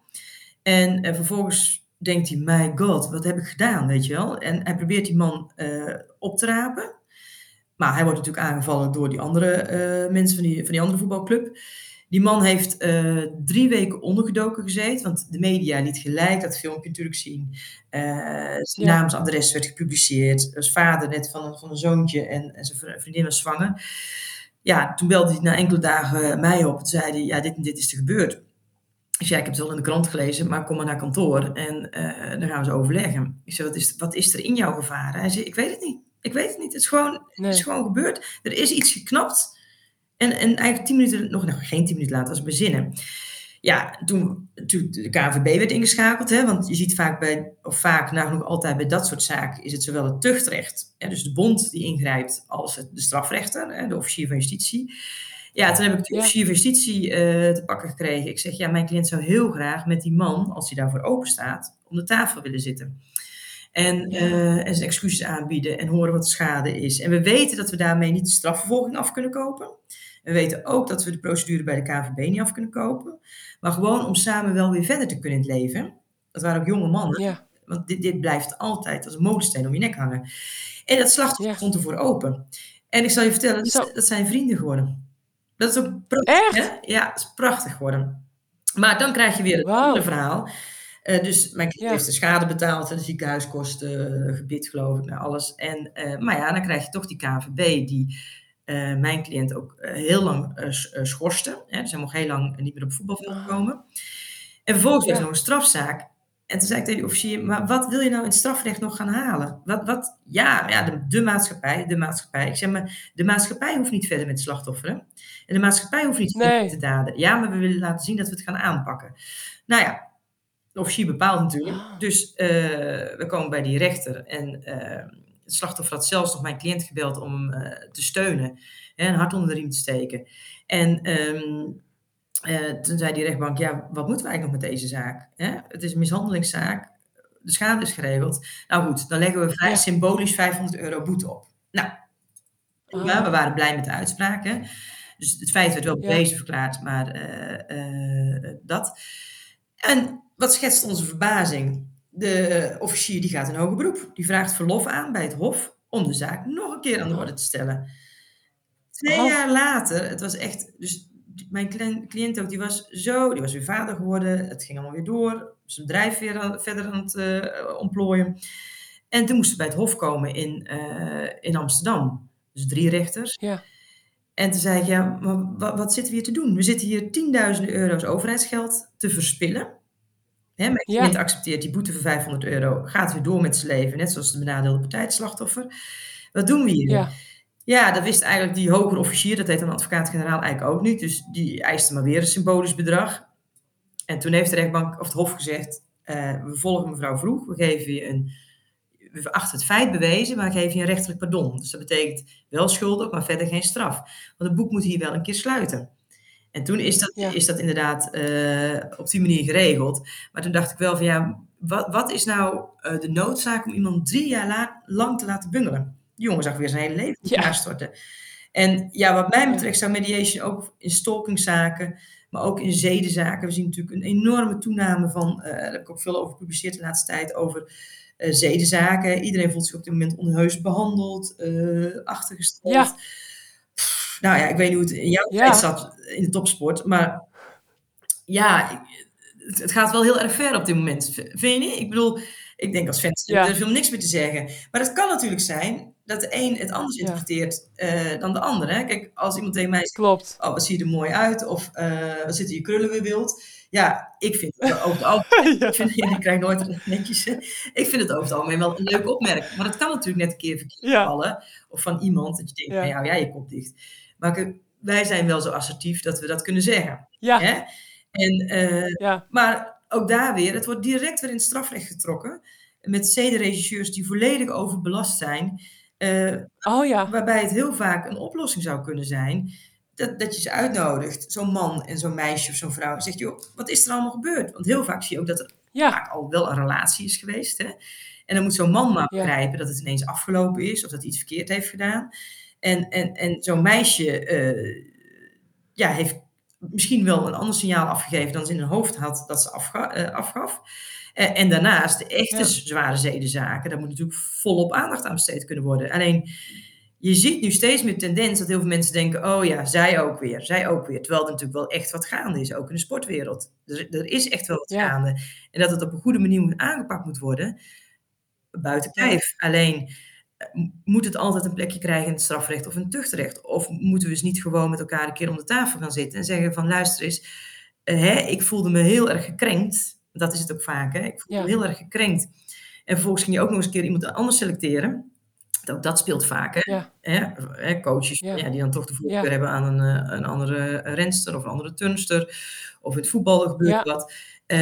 En vervolgens denkt hij, my god, wat heb ik gedaan, weet je wel? En hij probeert die man op te rapen. Maar hij wordt natuurlijk aangevallen door die andere mensen van die andere voetbalclub. Die man heeft 3 weken ondergedoken gezeten, want de media liet gelijk dat filmpje natuurlijk zien. Zijn naam, zijn adres werd gepubliceerd. Als vader net van een zoontje en zijn vriendin was zwanger. Ja, toen belde hij na enkele dagen mij op en zei hij, ja, dit en dit is er gebeurd. Ik zei, ik heb het wel in de krant gelezen, maar kom maar naar kantoor en dan gaan we eens overleggen. Ik zei, wat is er in jou gevaren? Hij zei, ik weet het niet. Ik weet het niet. Het is gewoon gebeurd. Er is iets geknapt. En eigenlijk 10 minuten, nog geen 10 minuten later, was ik bezinnen. Ja, toen natuurlijk de KNVB werd ingeschakeld. Hè, want je ziet vaak, nog altijd bij dat soort zaken, is het zowel het tuchtrecht, dus de bond die ingrijpt, als de strafrechter, de officier van justitie. Ja, toen heb ik de officier van justitie te pakken gekregen. Ik zeg, ja, mijn cliënt zou heel graag met die man, als hij daarvoor open staat, om de tafel willen zitten. En zijn excuses aanbieden en horen wat de schade is. En we weten dat we daarmee niet de strafvervolging af kunnen kopen. We weten ook dat we de procedure bij de KNVB niet af kunnen kopen. Maar gewoon om samen wel weer verder te kunnen in het leven. Dat waren ook jonge mannen. Ja. Want dit blijft altijd als een molensteen om je nek hangen. En dat slachtoffer stond ervoor open. En ik zal je vertellen, dat zijn vrienden geworden. Dat is ook prachtig. Echt? Hè? Ja, dat is prachtig geworden. Maar dan krijg je weer het andere verhaal. Dus mijn kind heeft de schade betaald, de ziekenhuiskosten, gebit geloof ik, alles. Maar ja, dan krijg je toch die KNVB die mijn cliënt ook heel lang schorste. Dus hij mocht heel lang niet meer op het voetbalveld komen. En vervolgens werd er nog een strafzaak. En toen zei ik tegen die officier, maar wat wil je nou in het strafrecht nog gaan halen? De maatschappij. Ik zeg, maar de maatschappij hoeft niet verder met het slachtoffer. Hè? En de maatschappij hoeft niet verder te daden. Ja, maar we willen laten zien dat we het gaan aanpakken. Nou ja, de officier bepaalt natuurlijk. Dus we komen bij die rechter. En het slachtoffer had zelfs nog mijn cliënt gebeld om hem te steunen. Een hart onder de riem te steken. En toen zei die rechtbank, ja, wat moeten we eigenlijk nog met deze zaak? Het is een mishandelingszaak. De schade is geregeld. Nou goed, dan leggen we vrij symbolisch €500 boete op. Nou, we waren blij met de uitspraak. Hè? Dus het feit werd wel bewezen verklaard, maar dat. En wat schetst onze verbazing? De officier die gaat in hoger beroep. Die vraagt verlof aan bij het hof om de zaak nog een keer aan de orde te stellen. 2 jaar later, het was echt, dus mijn cliënt ook, die was weer vader geworden. Het ging allemaal weer door. Zijn bedrijf weer verder aan het ontplooien. En toen moesten we bij het hof komen in Amsterdam. Dus 3 rechters. Ja. En toen zei ik, ja, maar wat zitten we hier te doen? We zitten hier tienduizenden euro's overheidsgeld te verspillen. Mijn cliënt accepteert die boete van €500, gaat weer door met zijn leven, net zoals de benadeelde partij, het slachtoffer. Wat doen we hier? Ja, dat wist eigenlijk die hogere officier, dat deed een advocaat-generaal eigenlijk ook niet. Dus die eiste maar weer een symbolisch bedrag. En toen heeft de rechtbank of het hof gezegd, we volgen mevrouw Vroeg, we geven je we achten het feit bewezen, maar we geven je een rechterlijk pardon. Dus dat betekent wel schuldig, maar verder geen straf. Want het boek moet hier wel een keer sluiten. En toen is dat inderdaad op die manier geregeld. Maar toen dacht ik wel van ja, wat is nou de noodzaak om iemand 3 jaar lang te laten bungelen? Die jongen zag weer zijn hele leven in elkaar storten. En ja, wat mij betreft zou mediation ook in stalkingzaken, maar ook in zedenzaken. We zien natuurlijk een enorme toename van, daar heb ik ook veel over gepubliceerd de laatste tijd, over zedenzaken. Iedereen voelt zich op dit moment onheus behandeld, achtergesteld. Ja. Nou ja, ik weet niet hoe het in jouw tijd zat in de topsport, maar ja, het gaat wel heel erg ver op dit moment. Vind je niet? Ik bedoel, ik denk als fans er veel niks meer te zeggen. Maar het kan natuurlijk zijn dat de een het anders interpreteert dan de ander. Hè? Kijk, als iemand tegen mij zegt, klopt. Oh, wat zie je er mooi uit, of wat zitten je krullen weer wild. Ja, ik vind het over het algemeen, ik krijg nooit netjes. Ik vind het over het algemeen wel een leuke opmerking. Maar het kan natuurlijk net een keer verkeerd vallen. Of van iemand dat je denkt, van jou, je kop dicht. Maar wij zijn wel zo assertief dat we dat kunnen zeggen. Ja. Hè? Maar ook daar weer, het wordt direct weer in het strafrecht getrokken. Met zedenregisseurs die volledig overbelast zijn. Waarbij het heel vaak een oplossing zou kunnen zijn. dat je ze uitnodigt, zo'n man en zo'n meisje of zo'n vrouw, en zegt, joh, wat is er allemaal gebeurd? Want heel vaak zie je ook dat er vaak al wel een relatie is geweest. Hè? En dan moet zo'n man maar begrijpen dat het ineens afgelopen is, of dat hij iets verkeerd heeft gedaan. En zo'n meisje heeft misschien wel een ander signaal afgegeven dan ze in hun hoofd had dat ze afgaf. En daarnaast, de echte zware zedenzaken, daar moet natuurlijk volop aandacht aan besteed kunnen worden. Alleen, je ziet nu steeds meer tendens dat heel veel mensen denken, oh ja, zij ook weer. Terwijl er natuurlijk wel echt wat gaande is, ook in de sportwereld. Er is echt wel wat gaande. En dat het op een goede manier aangepakt moet worden, buiten kijf. Alleen, moet het altijd een plekje krijgen in het strafrecht of in het tuchtrecht? Of moeten we eens niet gewoon met elkaar een keer om de tafel gaan zitten en zeggen van, luister eens, ik voelde me heel erg gekrenkt. Dat is het ook vaak, hè? Ik voelde me heel erg gekrenkt. En vervolgens ging je ook nog eens een keer iemand anders selecteren. Ook dat speelt vaak, hè? Coaches die dan toch de voorkeur hebben aan een andere renster of een andere turnster. Of in het voetbal gebeurt wat.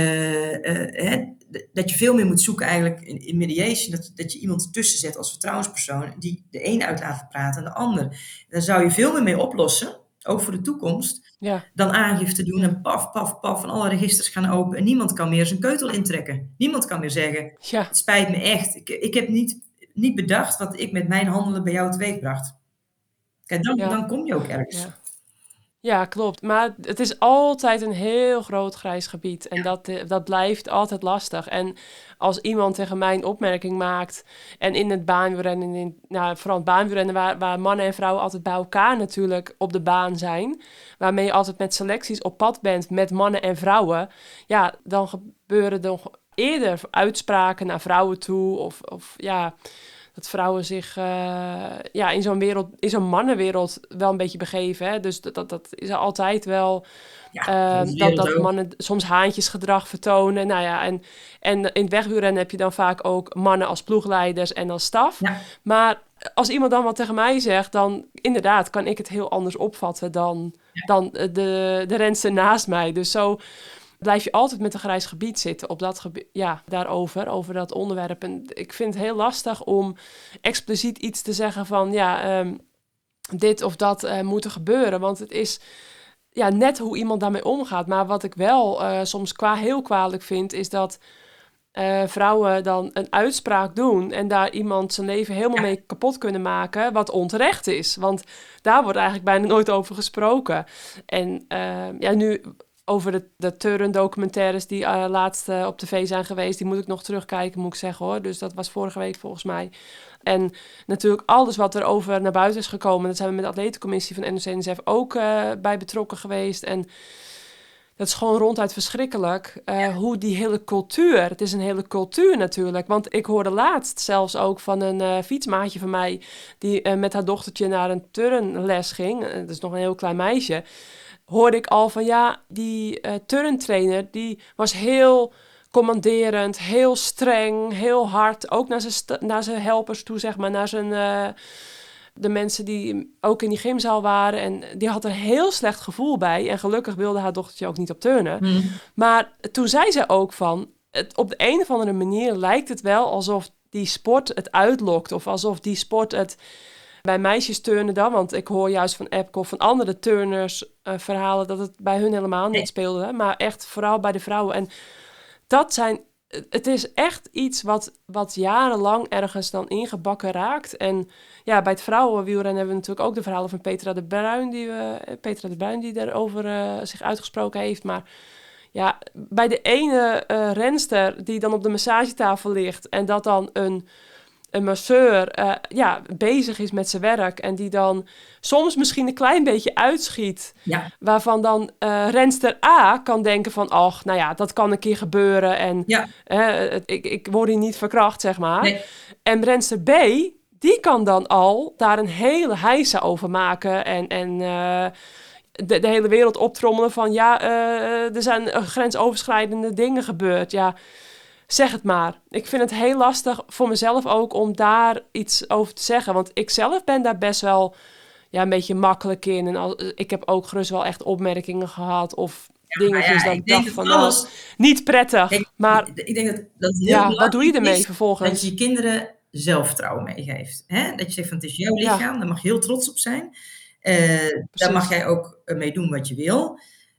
Dat je veel meer moet zoeken eigenlijk in mediation. Dat je iemand tussen zet als vertrouwenspersoon die de een uit laat praten en de ander. Daar zou je veel meer mee oplossen, ook voor de toekomst, dan aangifte doen en paf, paf, paf, van alle registers gaan open. En niemand kan meer zijn keutel intrekken. Niemand kan meer zeggen, het spijt me echt. Ik heb niet bedacht wat ik met mijn handelen bij jou teweegbracht. Kijk, dan kom je ook ergens. Ja, klopt. Maar het is altijd een heel groot grijs gebied. En dat blijft altijd lastig. En als iemand tegen mij een opmerking maakt, en in het baanwielrennen, vooral het baanwielrennen, waar mannen en vrouwen altijd bij elkaar natuurlijk op de baan zijn, waarmee je altijd met selecties op pad bent met mannen en vrouwen, dan gebeuren er eerder uitspraken naar vrouwen toe, of dat vrouwen zich in zo'n wereld, in zo'n mannenwereld wel een beetje begeven. Hè? Dus dat is er altijd wel. Dat mannen soms haantjesgedrag vertonen. Nou ja, en in het wegwielrennen heb je dan vaak ook mannen als ploegleiders en als staf. Ja. Maar als iemand dan wat tegen mij zegt, dan inderdaad kan ik het heel anders opvatten dan de renster naast mij. Dus zo blijf je altijd met een grijs gebied zitten op dat gebied, over dat onderwerp. En ik vind het heel lastig om expliciet iets te zeggen van, dit of dat moet er gebeuren. Want het is net hoe iemand daarmee omgaat. Maar wat ik wel soms heel kwalijk vind, is dat vrouwen dan een uitspraak doen en daar iemand zijn leven helemaal mee kapot kunnen maken, wat onterecht is. Want daar wordt eigenlijk bijna nooit over gesproken. En nu over de turndocumentaires die laatst op tv zijn geweest, die moet ik nog terugkijken, moet ik zeggen hoor. Dus dat was vorige week volgens mij. En natuurlijk alles wat er over naar buiten is gekomen, dat zijn we met de atletencommissie van NOC-NSF ook bij betrokken geweest. En dat is gewoon ronduit verschrikkelijk. Hoe die hele cultuur, het is een hele cultuur natuurlijk. Want ik hoorde laatst zelfs ook van een fietsmaatje van mij, die met haar dochtertje naar een turnles ging. Dat is nog een heel klein meisje. Hoorde ik al van die turntrainer, die was heel commanderend, heel streng, heel hard. Ook naar zijn helpers toe, zeg maar, naar de mensen die ook in die gymzaal waren. En die had er heel slecht gevoel bij. En gelukkig wilde haar dochtertje ook niet op turnen. Maar toen zei ze ook van, op de een of andere manier lijkt het wel alsof die sport het uitlokt. Of alsof die sport het bij meisjes turnen dan. Want ik hoor juist van Epke of van andere turners verhalen dat het bij hun helemaal niet speelde. Maar echt vooral bij de vrouwen. En het is echt iets wat jarenlang ergens dan ingebakken raakt. En bij het vrouwenwielrennen hebben we natuurlijk ook de verhalen van Petra de Bruin die daarover zich uitgesproken heeft. Maar bij de ene renster die dan op de massagetafel ligt en dat dan een masseur bezig is met zijn werk en die dan soms misschien een klein beetje uitschiet, waarvan dan renster A kan denken van, dat kan een keer gebeuren en ik word hier niet verkracht, zeg maar. Nee. En renster B, die kan dan al daar een hele heisa over maken en de hele wereld optrommelen van, er zijn grensoverschrijdende dingen gebeurd, zeg het maar. Ik vind het heel lastig voor mezelf ook om daar iets over te zeggen. Want ik zelf ben daar best wel een beetje makkelijk in. En ik heb ook gerust wel echt opmerkingen gehad. Of dingetjes dat ik dacht van, niet prettig. Ik denk dat heel belangrijk wat doe je ermee vervolgens? Dat je je kinderen zelfvertrouwen meegeeft. Hè? Dat je zegt van, het is jouw lichaam, daar mag je heel trots op zijn. Daar mag precies. jij ook mee doen wat je wil.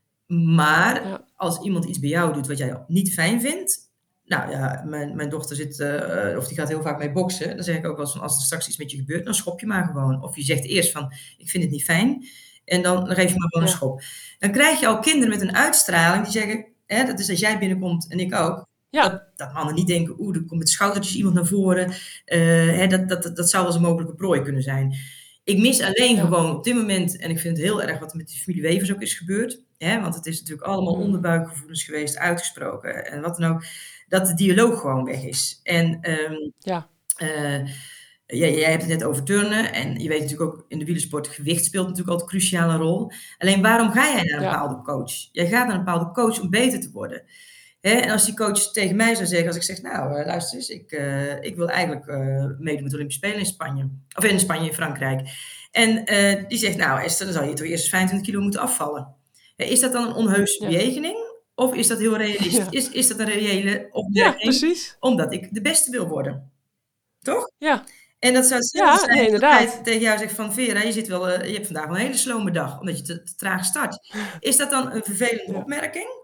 Maar Ja, als iemand iets bij jou doet wat jij niet fijn vindt. Nou ja, mijn dochter zit, of die gaat heel vaak mee boksen. Dan zeg ik ook wel eens van, als er straks iets met je gebeurt, dan schop je maar gewoon. Of je zegt eerst van, ik vind het niet fijn. En dan geef je maar gewoon een ja, schop. Dan krijg je al kinderen met een uitstraling die zeggen, hè, dat is als jij binnenkomt en ik ook. ja, Dat mannen niet denken, er komt met schoudertjes iemand naar voren. Hè, dat zou wel eens een mogelijke prooi kunnen zijn. Ik mis alleen ja. gewoon op dit moment, en ik vind het heel erg wat er met die familie Wevers ook is gebeurd. Hè, want het is natuurlijk allemaal Mm, onderbuikgevoelens geweest, uitgesproken en wat dan ook. Dat de dialoog gewoon weg is. En ja, eh, jij hebt het net over turnen. En je weet natuurlijk ook in de wielersport, gewicht speelt natuurlijk altijd een cruciale rol. Alleen waarom ga jij naar een ja, bepaalde coach? Jij gaat naar een bepaalde coach om beter te worden. Hè? En als die coach tegen mij zou zeggen, als ik zeg, nou luister eens, ik wil eigenlijk meedoen met de Olympische Spelen in Spanje. Of in Spanje, in Frankrijk. En die zegt, nou Esther, dan zou je toch eerst 25 kilo moeten afvallen. Is dat dan een onheuse ja, bejeging? Of is dat heel realistisch? ja, Is dat een reële ja, opmerking? precies. Omdat ik de beste wil worden. Toch? Ja, En dat zou hetzelfde ja, zijn nee, als dat hij inderdaad. tegen jou zegt van Vera, je hebt vandaag wel een hele slome dag, omdat je te traag start. Is dat dan een vervelende Ja, opmerking?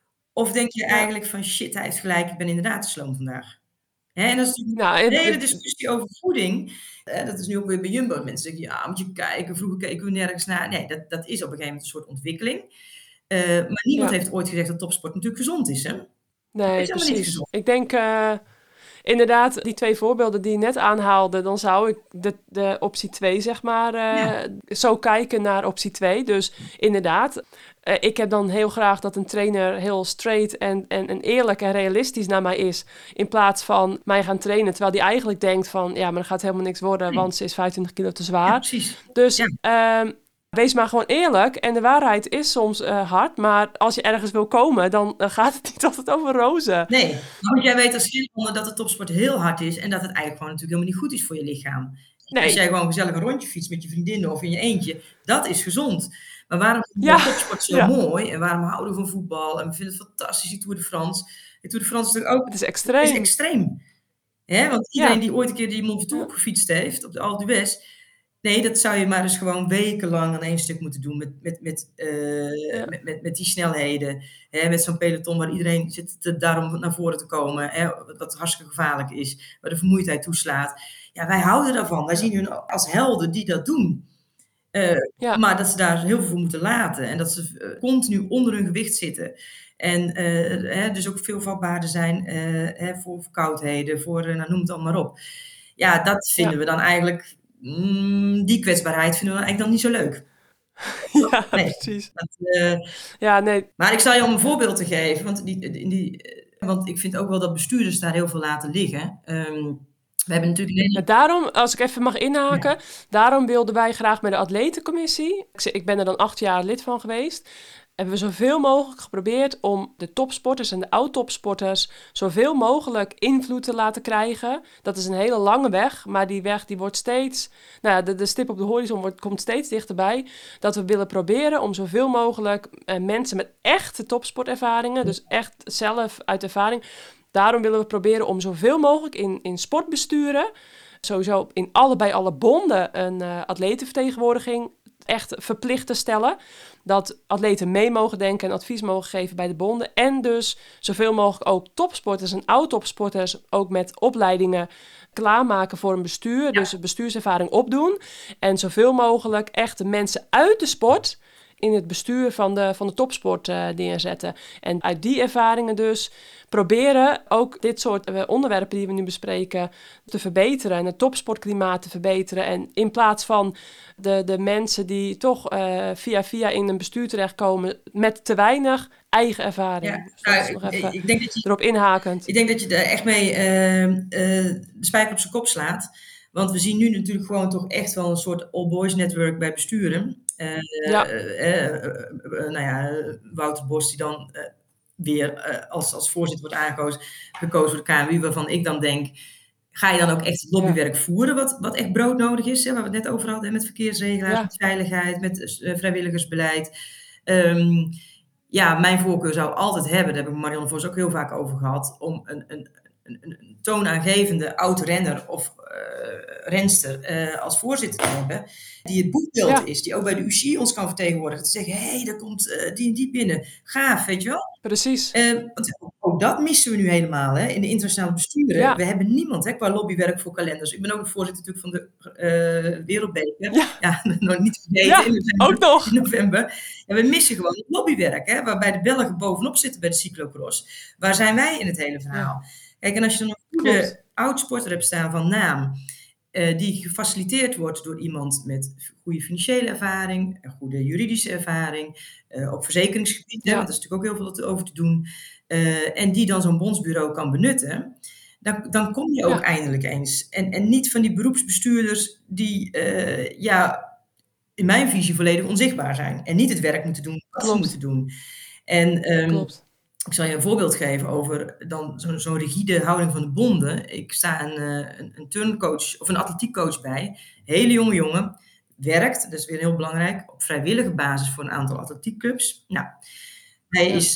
Of denk je ja. eigenlijk van shit, hij heeft gelijk, ik ben inderdaad te sloom vandaag. Hè, en dat is natuurlijk Nou, een hele discussie over voeding. Dat is nu ook weer bij Jumbo. Mensen zeggen, ja, moet je kijken, vroeger keken we nergens naar. Nee, dat is op een gegeven moment een soort ontwikkeling. Maar niemand ja, heeft ooit gezegd dat topsport natuurlijk gezond is, hè? Dat is nee, helemaal niet precies. gezond. Ik denk inderdaad, die 2 voorbeelden die je net aanhaalde, dan zou ik de optie 2 zeg maar, Ja, zo kijken naar optie 2. Dus inderdaad, ik heb dan heel graag dat een trainer heel straight en eerlijk en realistisch naar mij is, in plaats van mij gaan trainen, terwijl die eigenlijk denkt van, ja, maar er gaat helemaal niks worden, nee. want ze is 25 kilo te Ja, zwaar. precies. Ja. Dus wees maar gewoon eerlijk. En de waarheid is soms hard. Maar als je ergens wil komen, dan gaat het niet altijd over rozen. Nee, want jij weet als scheikunde dat de topsport heel hard is en dat het eigenlijk gewoon natuurlijk helemaal niet goed is voor je lichaam. Als jij Nee. gewoon gezellig een rondje fietst met je vriendinnen of in je eentje, dat is gezond. Maar waarom vinden Ja, we topsport zo ja. mooi en waarom houden we van voetbal en we vinden het fantastisch, die Tour de France. De Tour de France is natuurlijk ook Het is is extreem. extreem. Hè? Want iedereen Ja. die ooit een keer die Mont Ventoux Ja. opgefietst heeft, op de Alpe d'Huez, nee, dat zou je maar eens gewoon wekenlang aan één stuk moeten doen Ja. met die snelheden. Hè, met zo'n peloton waar iedereen zit daarom naar voren te komen. Hè, wat hartstikke gevaarlijk is. Waar de vermoeidheid toeslaat. Ja, wij houden daarvan. Wij Ja. zien hun als helden die dat doen. Eh, Ja. maar dat ze daar heel veel voor moeten laten. En dat ze continu onder hun gewicht zitten. En dus ook veel vatbaarder zijn voor verkoudheden. Nou, noem het allemaal maar op. Ja, dat vinden Ja. we dan eigenlijk. Die kwetsbaarheid vinden we eigenlijk dan niet zo leuk. Ja, Nee. precies. Dat, Ja, nee. maar ik zal je om een Ja. voorbeeld te geven, want ik vind ook wel dat bestuurders daar heel veel laten liggen. We hebben natuurlijk een Ja, hele. daarom, als ik even mag inhaken, Ja, daarom wilden wij graag met de atletencommissie, ik ben er dan 8 jaar lid van geweest, hebben we zoveel mogelijk geprobeerd om de topsporters en de oud-topsporters zoveel mogelijk invloed te laten krijgen. Dat is een hele lange weg, maar die weg die wordt steeds, nou ja, de stip op de horizon komt steeds dichterbij. Dat we willen proberen om zoveel mogelijk mensen met echte topsportervaringen, dus echt zelf uit ervaring. Daarom willen we proberen om zoveel mogelijk in sportbesturen, sowieso bij alle bonden, een atletenvertegenwoordiging echt verplicht te stellen. Dat atleten mee mogen denken en advies mogen geven bij de bonden. En dus zoveel mogelijk ook topsporters en oud-topsporters ook met opleidingen klaarmaken voor een bestuur. Dus bestuurservaring opdoen. En zoveel mogelijk echt de mensen uit de sport in het bestuur van de topsport neerzetten. En uit die ervaringen dus proberen ook dit soort onderwerpen die we nu bespreken te verbeteren en het topsportklimaat te verbeteren. En in plaats van de mensen die toch via in een bestuur terechtkomen met te weinig eigen ervaring. ja. Dus dat is Nou, nog even ik denk dat je, erop inhakend. ik denk dat je er echt mee de spijker op zijn kop slaat. Want we zien nu natuurlijk gewoon toch echt wel een soort all-boys network bij besturen. Ja, Nou ja, Wouter Bos die dan weer als voorzitter wordt gekozen voor de KMU, waarvan ik dan denk, ga je dan ook echt het ja, lobbywerk voeren, wat echt broodnodig is, hè, waar we het net over hadden, hè, met verkeersregelaars, met ja, veiligheid, met vrijwilligersbeleid. Ja, mijn voorkeur zou altijd hebben, daar heb ik Marianne Vos ook heel vaak over gehad, om een een toonaangevende oud-renner of renster als voorzitter te hebben, die het boekbeeld is, die ook bij de UCI ons kan vertegenwoordigen. Te zeggen, hé, daar komt die en die binnen. Gaaf, weet je wel? Precies. Want ook dat missen we nu helemaal in de internationale besturen. Ja. We hebben niemand qua lobbywerk voor kalenders. Ik ben ook nog voorzitter natuurlijk van de Wereldbeker. Ja, nog niet vergeten. Ja, ook nog. In november. En we missen gewoon het lobbywerk, waarbij de Belgen bovenop zitten bij de cyclocross. Waar zijn wij in het hele verhaal? Kijk, en als je dan een goede oud-sporter hebt staan van naam, die gefaciliteerd wordt door iemand met goede financiële ervaring, een goede juridische ervaring, op verzekeringsgebied, want er is natuurlijk ook heel veel over te doen, en die dan zo'n bondsbureau kan benutten, dan kom je ook eindelijk eens. En niet van die beroepsbestuurders die, in mijn visie volledig onzichtbaar zijn en niet het werk moeten doen wat ze moeten doen. En ik zal je een voorbeeld geven over dan zo'n rigide houding van de bonden. Ik sta een turncoach of een atletiekcoach bij. Hele jonge jongen. Werkt, dat is weer heel belangrijk, op vrijwillige basis voor een aantal atletiekclubs. Nou, hij is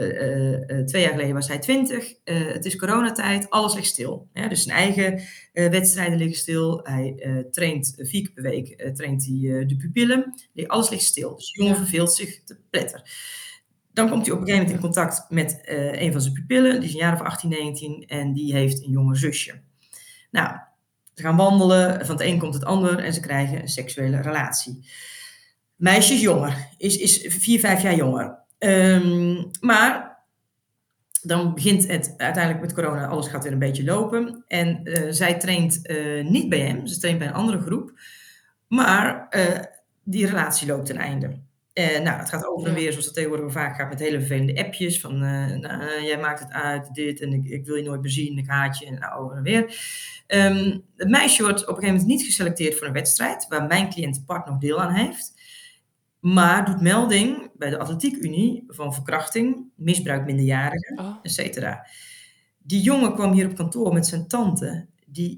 2 jaar geleden was hij 20. Het is coronatijd, alles ligt stil. Dus zijn eigen wedstrijden liggen stil. Hij traint 4 keer per week traint hij de pupillen. Alles ligt stil. Dus de jongen verveelt zich te pletter. Dan komt hij op een gegeven moment in contact met een van zijn pupillen. Die is een jaar of 18, 19 en die heeft een jonger zusje. Nou, ze gaan wandelen, van het een komt het ander en ze krijgen een seksuele relatie. Meisje is jonger, is 4, 5 jaar jonger. Maar dan begint het uiteindelijk met corona, alles gaat weer een beetje lopen. En zij traint niet bij hem, ze traint bij een andere groep. Maar die relatie loopt ten einde. Het gaat over en weer, zoals dat tegenwoordig vaak gaat, met hele vervelende appjes. Van, jij maakt het uit, dit, en ik wil je nooit meer zien, ik haat je, en over en weer. Het meisje wordt op een gegeven moment niet geselecteerd voor een wedstrijd, waar mijn cliënt part nog deel aan heeft. Maar doet melding bij de Atletiekunie van verkrachting, misbruik minderjarigen, et cetera. Die jongen kwam hier op kantoor met zijn tante,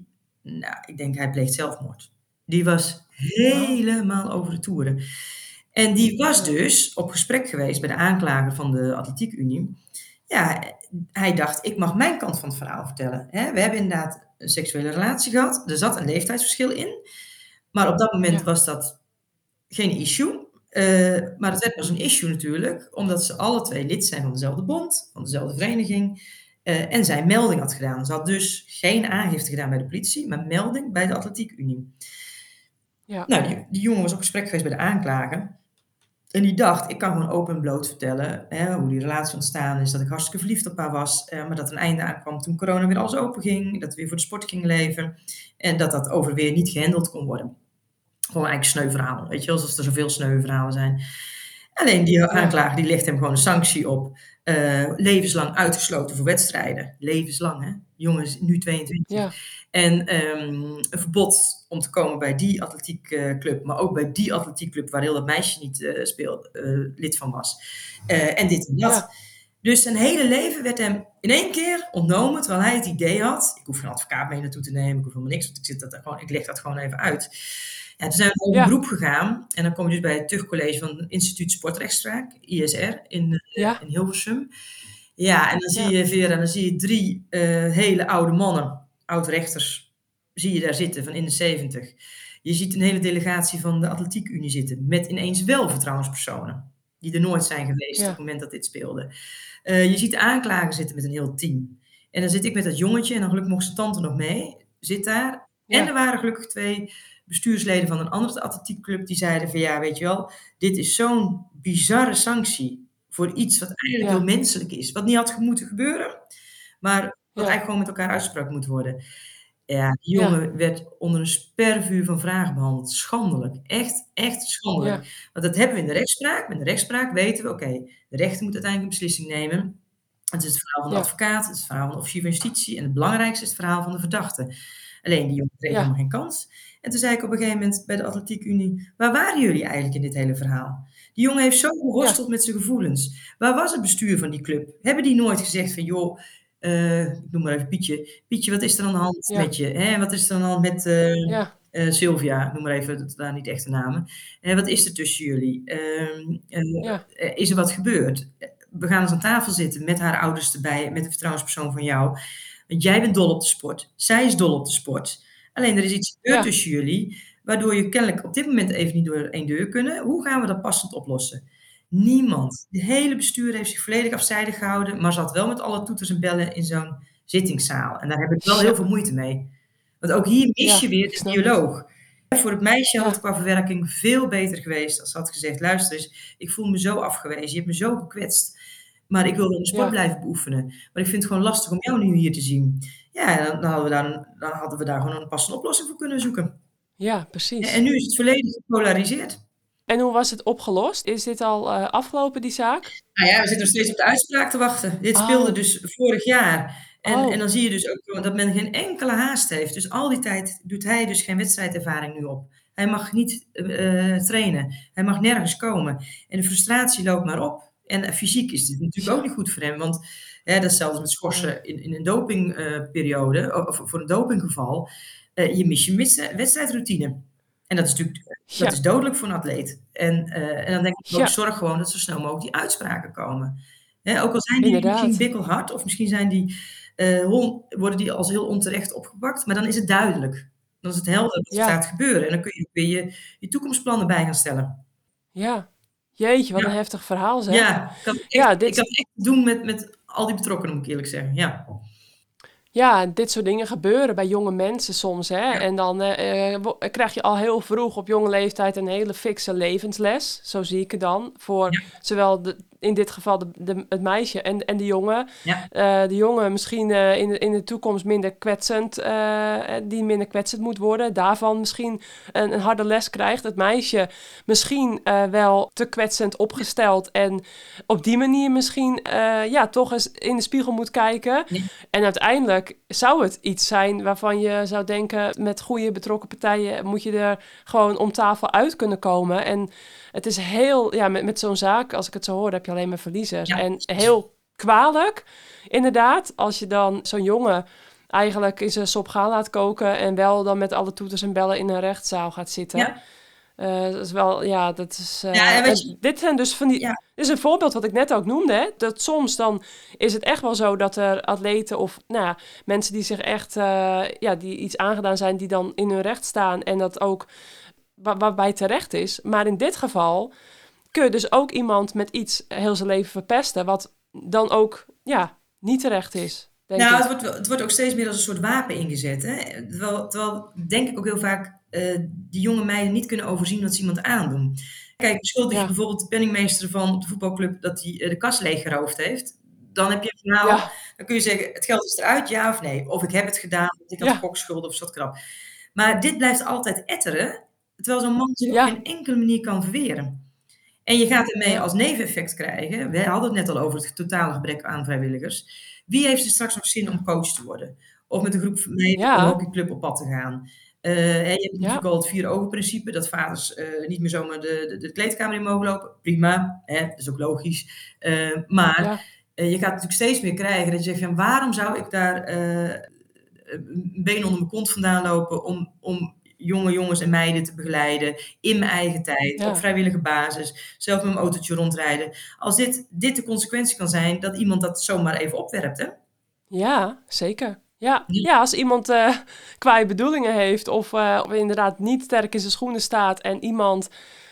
ik denk hij pleegt zelfmoord. Die was helemaal over de toeren. En die was dus op gesprek geweest bij de aanklager van de Atletiekunie. Ja, hij dacht, ik mag mijn kant van het verhaal vertellen. We hebben inderdaad een seksuele relatie gehad. Er zat een leeftijdsverschil in. Maar op dat moment was dat geen issue. Maar het werd pas een issue natuurlijk, omdat ze alle 2 lid zijn van dezelfde bond, van dezelfde vereniging. En zij melding had gedaan. Ze had dus geen aangifte gedaan bij de politie, maar melding bij de Atletiekunie. Ja. Nou, die jongen was op gesprek geweest bij de aanklager. En die dacht, ik kan gewoon open en bloot vertellen hoe die relatie ontstaan is. Dat ik hartstikke verliefd op haar was. Maar dat er een einde aankwam toen corona weer alles open ging. Dat we weer voor de sport gingen leven. En dat over weer niet gehandeld kon worden. Gewoon eigenlijk sneu verhaal. Weet je wel, zoals er zoveel sneu verhalen zijn. Alleen die aanklager die legt hem gewoon een sanctie op. Levenslang uitgesloten voor wedstrijden. Levenslang, hè. De jongen is nu 22. Ja. En een verbod om te komen bij die atletiekclub, maar ook bij die atletiekclub waar heel dat meisje niet lid van was. En dit en dat. Ja. Dus zijn hele leven werd hem in 1 keer ontnomen, terwijl hij het idee had, ik hoef geen advocaat mee naartoe te nemen, ik hoef helemaal niks, want ik leg dat gewoon even uit. Ja, toen zijn we op een beroep gegaan en dan kom je dus bij het tuchtcollege van het Instituut Sportrechtspraak, ISR, in Hilversum. Ja, en dan zie je Vera, dan zie je 3 hele oude mannen, oud-rechters, zie je daar zitten van in de 70. Je ziet een hele delegatie van de Atletiekunie zitten, met ineens wel vertrouwenspersonen, die er nooit zijn geweest op het moment dat dit speelde. Je ziet de aanklager zitten met een heel team. En dan zit ik met dat jongetje, en dan gelukkig mocht zijn tante nog mee, zit daar. Ja. En er waren gelukkig 2 bestuursleden van een andere atletiekclub die zeiden van ja, weet je wel, dit is zo'n bizarre sanctie voor iets wat eigenlijk heel menselijk is. Wat niet had moeten gebeuren, maar wat eigenlijk gewoon met elkaar uitgesproken moet worden. Ja, die jongen werd onder een spervuur van vragen behandeld. Schandelijk. Echt schandelijk. Ja. Want dat hebben we in de rechtspraak. Met de rechtspraak weten we, oké, de rechter moet uiteindelijk een beslissing nemen. Het is het verhaal van de advocaat, het is het verhaal van de officier van justitie en het belangrijkste is het verhaal van de verdachte. Alleen die jongen kreeg helemaal geen kans. En toen zei ik op een gegeven moment bij de Atletiekunie, waar waren jullie eigenlijk in dit hele verhaal? Die jongen heeft zo geworsteld met zijn gevoelens. Waar was het bestuur van die club? Hebben die nooit gezegd van, joh, ik noem maar even Pietje. Pietje, wat is er aan de hand met je? Hè? Wat is er aan de hand met Sylvia? Noem maar even, dat waren niet echte namen. Wat is er tussen jullie? Is er wat gebeurd? We gaan eens aan tafel zitten met haar ouders erbij, met de vertrouwenspersoon van jou. Want jij bent dol op de sport. Zij is dol op de sport. Alleen er is iets gebeurd tussen jullie, waardoor je kennelijk op dit moment even niet door één deur kunnen. Hoe gaan we dat passend oplossen? Niemand. De hele bestuur heeft zich volledig afzijdig gehouden, maar zat wel met alle toeters en bellen in zo'n zittingszaal. En daar heb ik wel heel veel moeite mee. Want ook hier mis je weer de bioloog. Voor het meisje had het qua verwerking veel beter geweest als ze had gezegd, luister eens, ik voel me zo afgewezen, je hebt me zo gekwetst. Maar ik wil wel de sport blijven beoefenen. Maar ik vind het gewoon lastig om jou nu hier te zien. Ja, dan hadden we daar gewoon een passende oplossing voor kunnen zoeken. Ja, precies. En nu is het volledig gepolariseerd. En hoe was het opgelost? Is dit al afgelopen, die zaak? Nou ja, we zitten nog steeds op de uitspraak te wachten. Dit speelde dus vorig jaar. En dan zie je dus ook dat men geen enkele haast heeft. Dus al die tijd doet hij dus geen wedstrijdervaring nu op. Hij mag niet trainen. Hij mag nergens komen. En de frustratie loopt maar op. En fysiek is dit natuurlijk ook niet goed voor hem. Want dat is zelfs met schorsen in een dopingperiode, of voor een dopinggeval. Je mist je wedstrijdroutine. En dat is natuurlijk dat is dodelijk voor een atleet. En dan denk ik ook, zorg gewoon dat zo snel mogelijk die uitspraken komen. Ook al zijn die misschien bikkelhard, of misschien worden die als heel onterecht opgepakt, maar dan is het duidelijk. Dan is het helder dat het gaat gebeuren. En dan kun je weer je toekomstplannen bij gaan stellen. Ja, jeetje, wat een heftig verhaal zeg. Ja, ik had echt te doen met al die betrokkenen, moet ik eerlijk zeggen. Ja, dit soort dingen gebeuren bij jonge mensen soms. Hè? Ja. En dan krijg je al heel vroeg op jonge leeftijd een hele fikse levensles. Zo zie ik het dan. Voor zowel in dit geval het meisje en de jongen. Ja. De jongen misschien in de toekomst minder kwetsend, die minder kwetsend moet worden. Daarvan misschien een harde les krijgt. Het meisje misschien wel te kwetsend opgesteld. En op die manier misschien toch eens in de spiegel moet kijken. Ja. En uiteindelijk zou het iets zijn waarvan je zou denken, met goede betrokken partijen moet je er gewoon om tafel uit kunnen komen. En het is heel, met zo'n zaak, als ik het zo hoor, heb je alleen maar verliezers. Ja. En heel kwalijk, inderdaad, als je dan zo'n jongen eigenlijk in zijn sop gaan laat koken en wel dan met alle toeters en bellen in een rechtszaal gaat zitten. Ja. Dat is wel, dat is... dit zijn dus van die... Ja. Dit is een voorbeeld wat ik net ook noemde, hè? Dat soms dan is het echt wel zo dat er atleten of mensen die zich echt... die iets aangedaan zijn, die dan in hun recht staan en dat ook waarbij terecht is. Maar in dit geval kun je dus ook iemand met iets heel zijn leven verpesten, wat dan ook niet terecht is. Het wordt ook steeds meer als een soort wapen ingezet. Hè? Terwijl denk ik ook heel vaak die jonge meiden niet kunnen overzien wat ze iemand aandoen. Kijk, beschuldig je bijvoorbeeld de penningmeester van de voetbalclub dat hij de kas leeggeroofd heeft. Dan heb je een verhaal, dan kun je zeggen, het geld is eruit, ja of nee. Of ik heb het gedaan, want ik had gokschulden of zat krap. Maar dit blijft altijd etteren, terwijl zo'n man zich op geen enkele manier kan verweren. En je gaat ermee als neveneffect krijgen, we hadden het net al over het totale gebrek aan vrijwilligers. Wie heeft er straks nog zin om coach te worden? Of met een groep meiden een hockeyclub op pad te gaan? Je hebt natuurlijk al het 4-ogen-principe, dat vaders niet meer zomaar de kleedkamer in mogen lopen. Prima, dat is ook logisch. Maar je gaat natuurlijk steeds meer krijgen dat je zegt, waarom zou ik daar een been onder mijn kont vandaan lopen om jonge jongens en meiden te begeleiden in mijn eigen tijd, op vrijwillige basis, zelf met mijn autootje rondrijden. Als dit de consequentie kan zijn, dat iemand dat zomaar even opwerpt, hè? Ja, zeker. Ja, als iemand kwaaie bedoelingen heeft of inderdaad niet sterk in zijn schoenen staat en iemand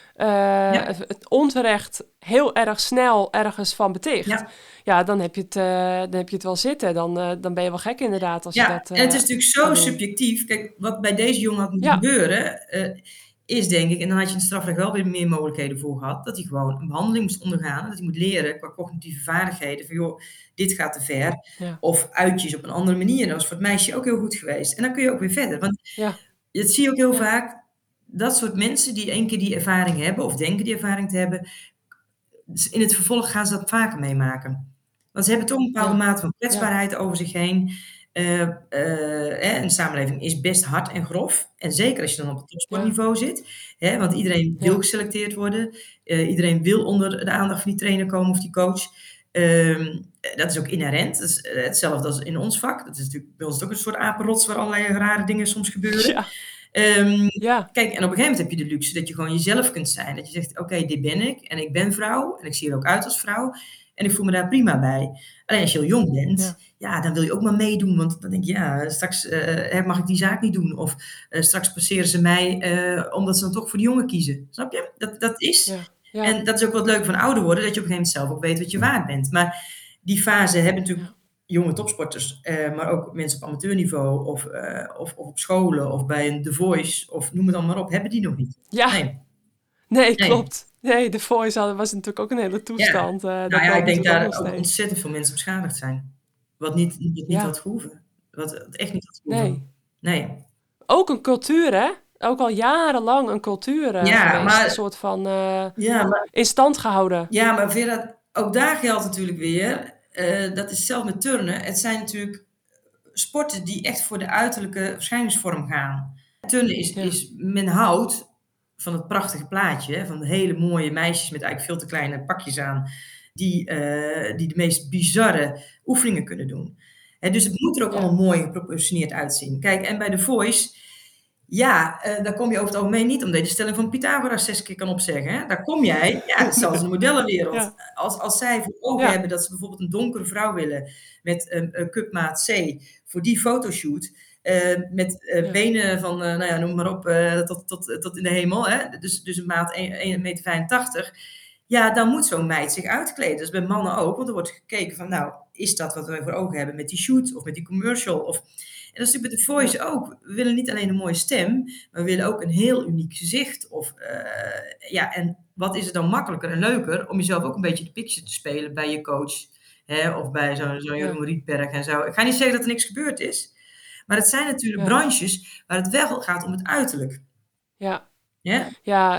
het onterecht heel erg snel ergens van beticht. Ja, dan heb je het wel zitten. Dan ben je wel gek inderdaad. Als je dat, en het is natuurlijk zo subjectief. Kijk, wat bij deze jongen had moeten gebeuren, is denk ik, en dan had je in het strafrecht wel weer meer mogelijkheden voor gehad, dat hij gewoon een behandeling moest ondergaan. Dat hij moet leren qua cognitieve vaardigheden. Van joh, dit gaat te ver. Ja. Of uitjes op een andere manier. Dat was voor het meisje ook heel goed geweest. En dan kun je ook weer verder. Want dat zie je ook heel vaak. Dat soort mensen die 1 keer die ervaring hebben, of denken die ervaring te hebben, in het vervolg gaan ze dat vaker meemaken. Want ze hebben toch een bepaalde mate van kwetsbaarheid over zich heen. Een samenleving is best hard en grof. En zeker als je dan op het topsportniveau zit. Want iedereen wil geselecteerd worden. Iedereen wil onder de aandacht van die trainer komen of die coach. Dat is ook inherent. Dat is hetzelfde als in ons vak. Dat is natuurlijk bij ons ook een soort apenrots waar allerlei rare dingen soms gebeuren. Kijk, en op een gegeven moment heb je de luxe dat je gewoon jezelf kunt zijn. Dat je zegt, oké, dit ben ik en ik ben vrouw en ik zie er ook uit als vrouw. En ik voel me daar prima bij. Alleen als je heel jong bent, dan wil je ook maar meedoen. Want dan denk je, straks mag ik die zaak niet doen. Of straks passeren ze mij omdat ze dan toch voor die jongen kiezen. Snap je? Dat is. Ja. En dat is ook wat leuk van ouder worden. Dat je op een gegeven moment zelf ook weet wat je waard bent. Maar die fase hebben natuurlijk jonge topsporters. Maar ook mensen op amateurniveau. Of op scholen. Of bij een The Voice. Of noem het allemaal maar op. Hebben die nog niet. Ja. Nee, klopt. Nee, The Voice was natuurlijk ook een hele toestand. Ik denk daar ook ontzettend veel mensen beschadigd zijn. Wat niet had gehoeven. Wat echt niet had gehoeven. Nee. Ook een cultuur, hè? Ook al jarenlang een cultuur geweest. Maar, een soort van in stand gehouden. Ja, maar Vera, ook daar geldt natuurlijk weer. Dat is zelfs met turnen. Het zijn natuurlijk sporten die echt voor de uiterlijke verschijningsvorm gaan. Turnen is men houdt van het prachtige plaatje. Van de hele mooie meisjes met eigenlijk veel te kleine pakjes aan. Die de meest bizarre oefeningen kunnen doen. Dus het moet er ook allemaal mooi geproportioneerd uitzien. Kijk, en bij The Voice, daar kom je over het algemeen niet omdat je de stelling van Pythagoras 6 keer kan opzeggen. Hè? Daar kom jij, zelfs in de modellenwereld. Ja. Als zij voor ogen hebben dat ze bijvoorbeeld een donkere vrouw willen met een cupmaat C voor die fotoshoot. Met benen van, noem maar op, tot in de hemel. Hè? Dus een maat 1,85 meter. Ja, dan moet zo'n meid zich uitkleden. Dus bij mannen ook, want er wordt gekeken van, is dat wat wij voor ogen hebben met die shoot of met die commercial? En dat is natuurlijk met de Voice ook. We willen niet alleen een mooie stem, maar we willen ook een heel uniek gezicht. En wat is het dan makkelijker en leuker om jezelf ook een beetje de picture te spelen bij je coach. Of bij zo'n Jeroen Rietberg en zo. Ik ga niet zeggen dat er niks gebeurd is. Maar het zijn natuurlijk branches waar het wel gaat om het uiterlijk. Ja. Ja?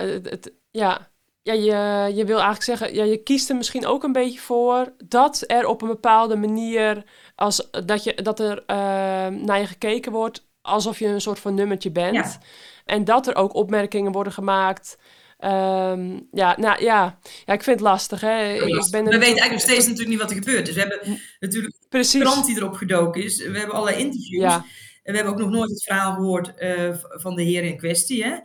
Je wil eigenlijk zeggen, je kiest er misschien ook een beetje voor dat er op een bepaalde manier, dat er naar je gekeken wordt alsof je een soort van nummertje bent. Ja. En dat er ook opmerkingen worden gemaakt. Ik vind het lastig. Hè? We weten eigenlijk nog steeds natuurlijk niet wat er gebeurd is. We hebben natuurlijk een krant die erop gedoken is. We hebben allerlei interviews. Ja. En we hebben ook nog nooit het verhaal gehoord van de heer in kwestie. Hè?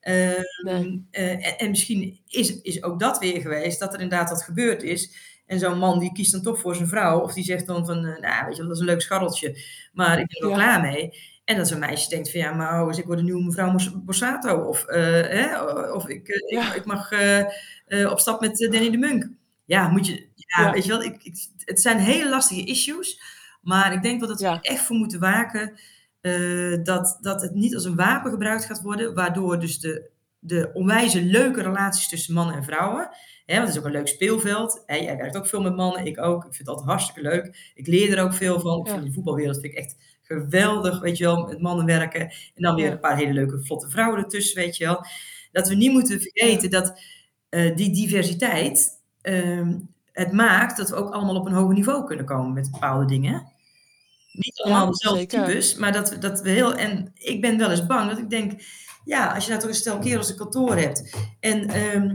En misschien is ook dat weer geweest, dat er inderdaad wat gebeurd is. En zo'n man die kiest dan toch voor zijn vrouw. Of die zegt dan van, weet je, dat is een leuk scharreltje. Maar ik ben er wel klaar mee. En dan zo'n meisje denkt van, maar ik word een nieuwe mevrouw Borsato. Of ik mag op stap met Danny de Munk. Weet je wel. Het zijn hele lastige issues. Maar ik denk wel dat we er echt voor moeten waken. Dat het niet als een wapen gebruikt gaat worden, waardoor dus de onwijze leuke relaties tussen mannen en vrouwen, want het is ook een leuk speelveld. Jij werkt ook veel met mannen, ik ook. Ik vind het altijd hartstikke leuk. Ik leer er ook veel van. Ik vind de voetbalwereld echt geweldig, weet je wel, met mannen werken. En dan weer een paar hele leuke, vlotte vrouwen ertussen, weet je wel. Dat we niet moeten vergeten dat die diversiteit het maakt dat we ook allemaal op een hoger niveau kunnen komen met bepaalde dingen. Niet allemaal dezelfde types, maar dat we heel... En ik ben wel eens bang dat ik denk, als je nou toch een stel kerels een kantoor hebt en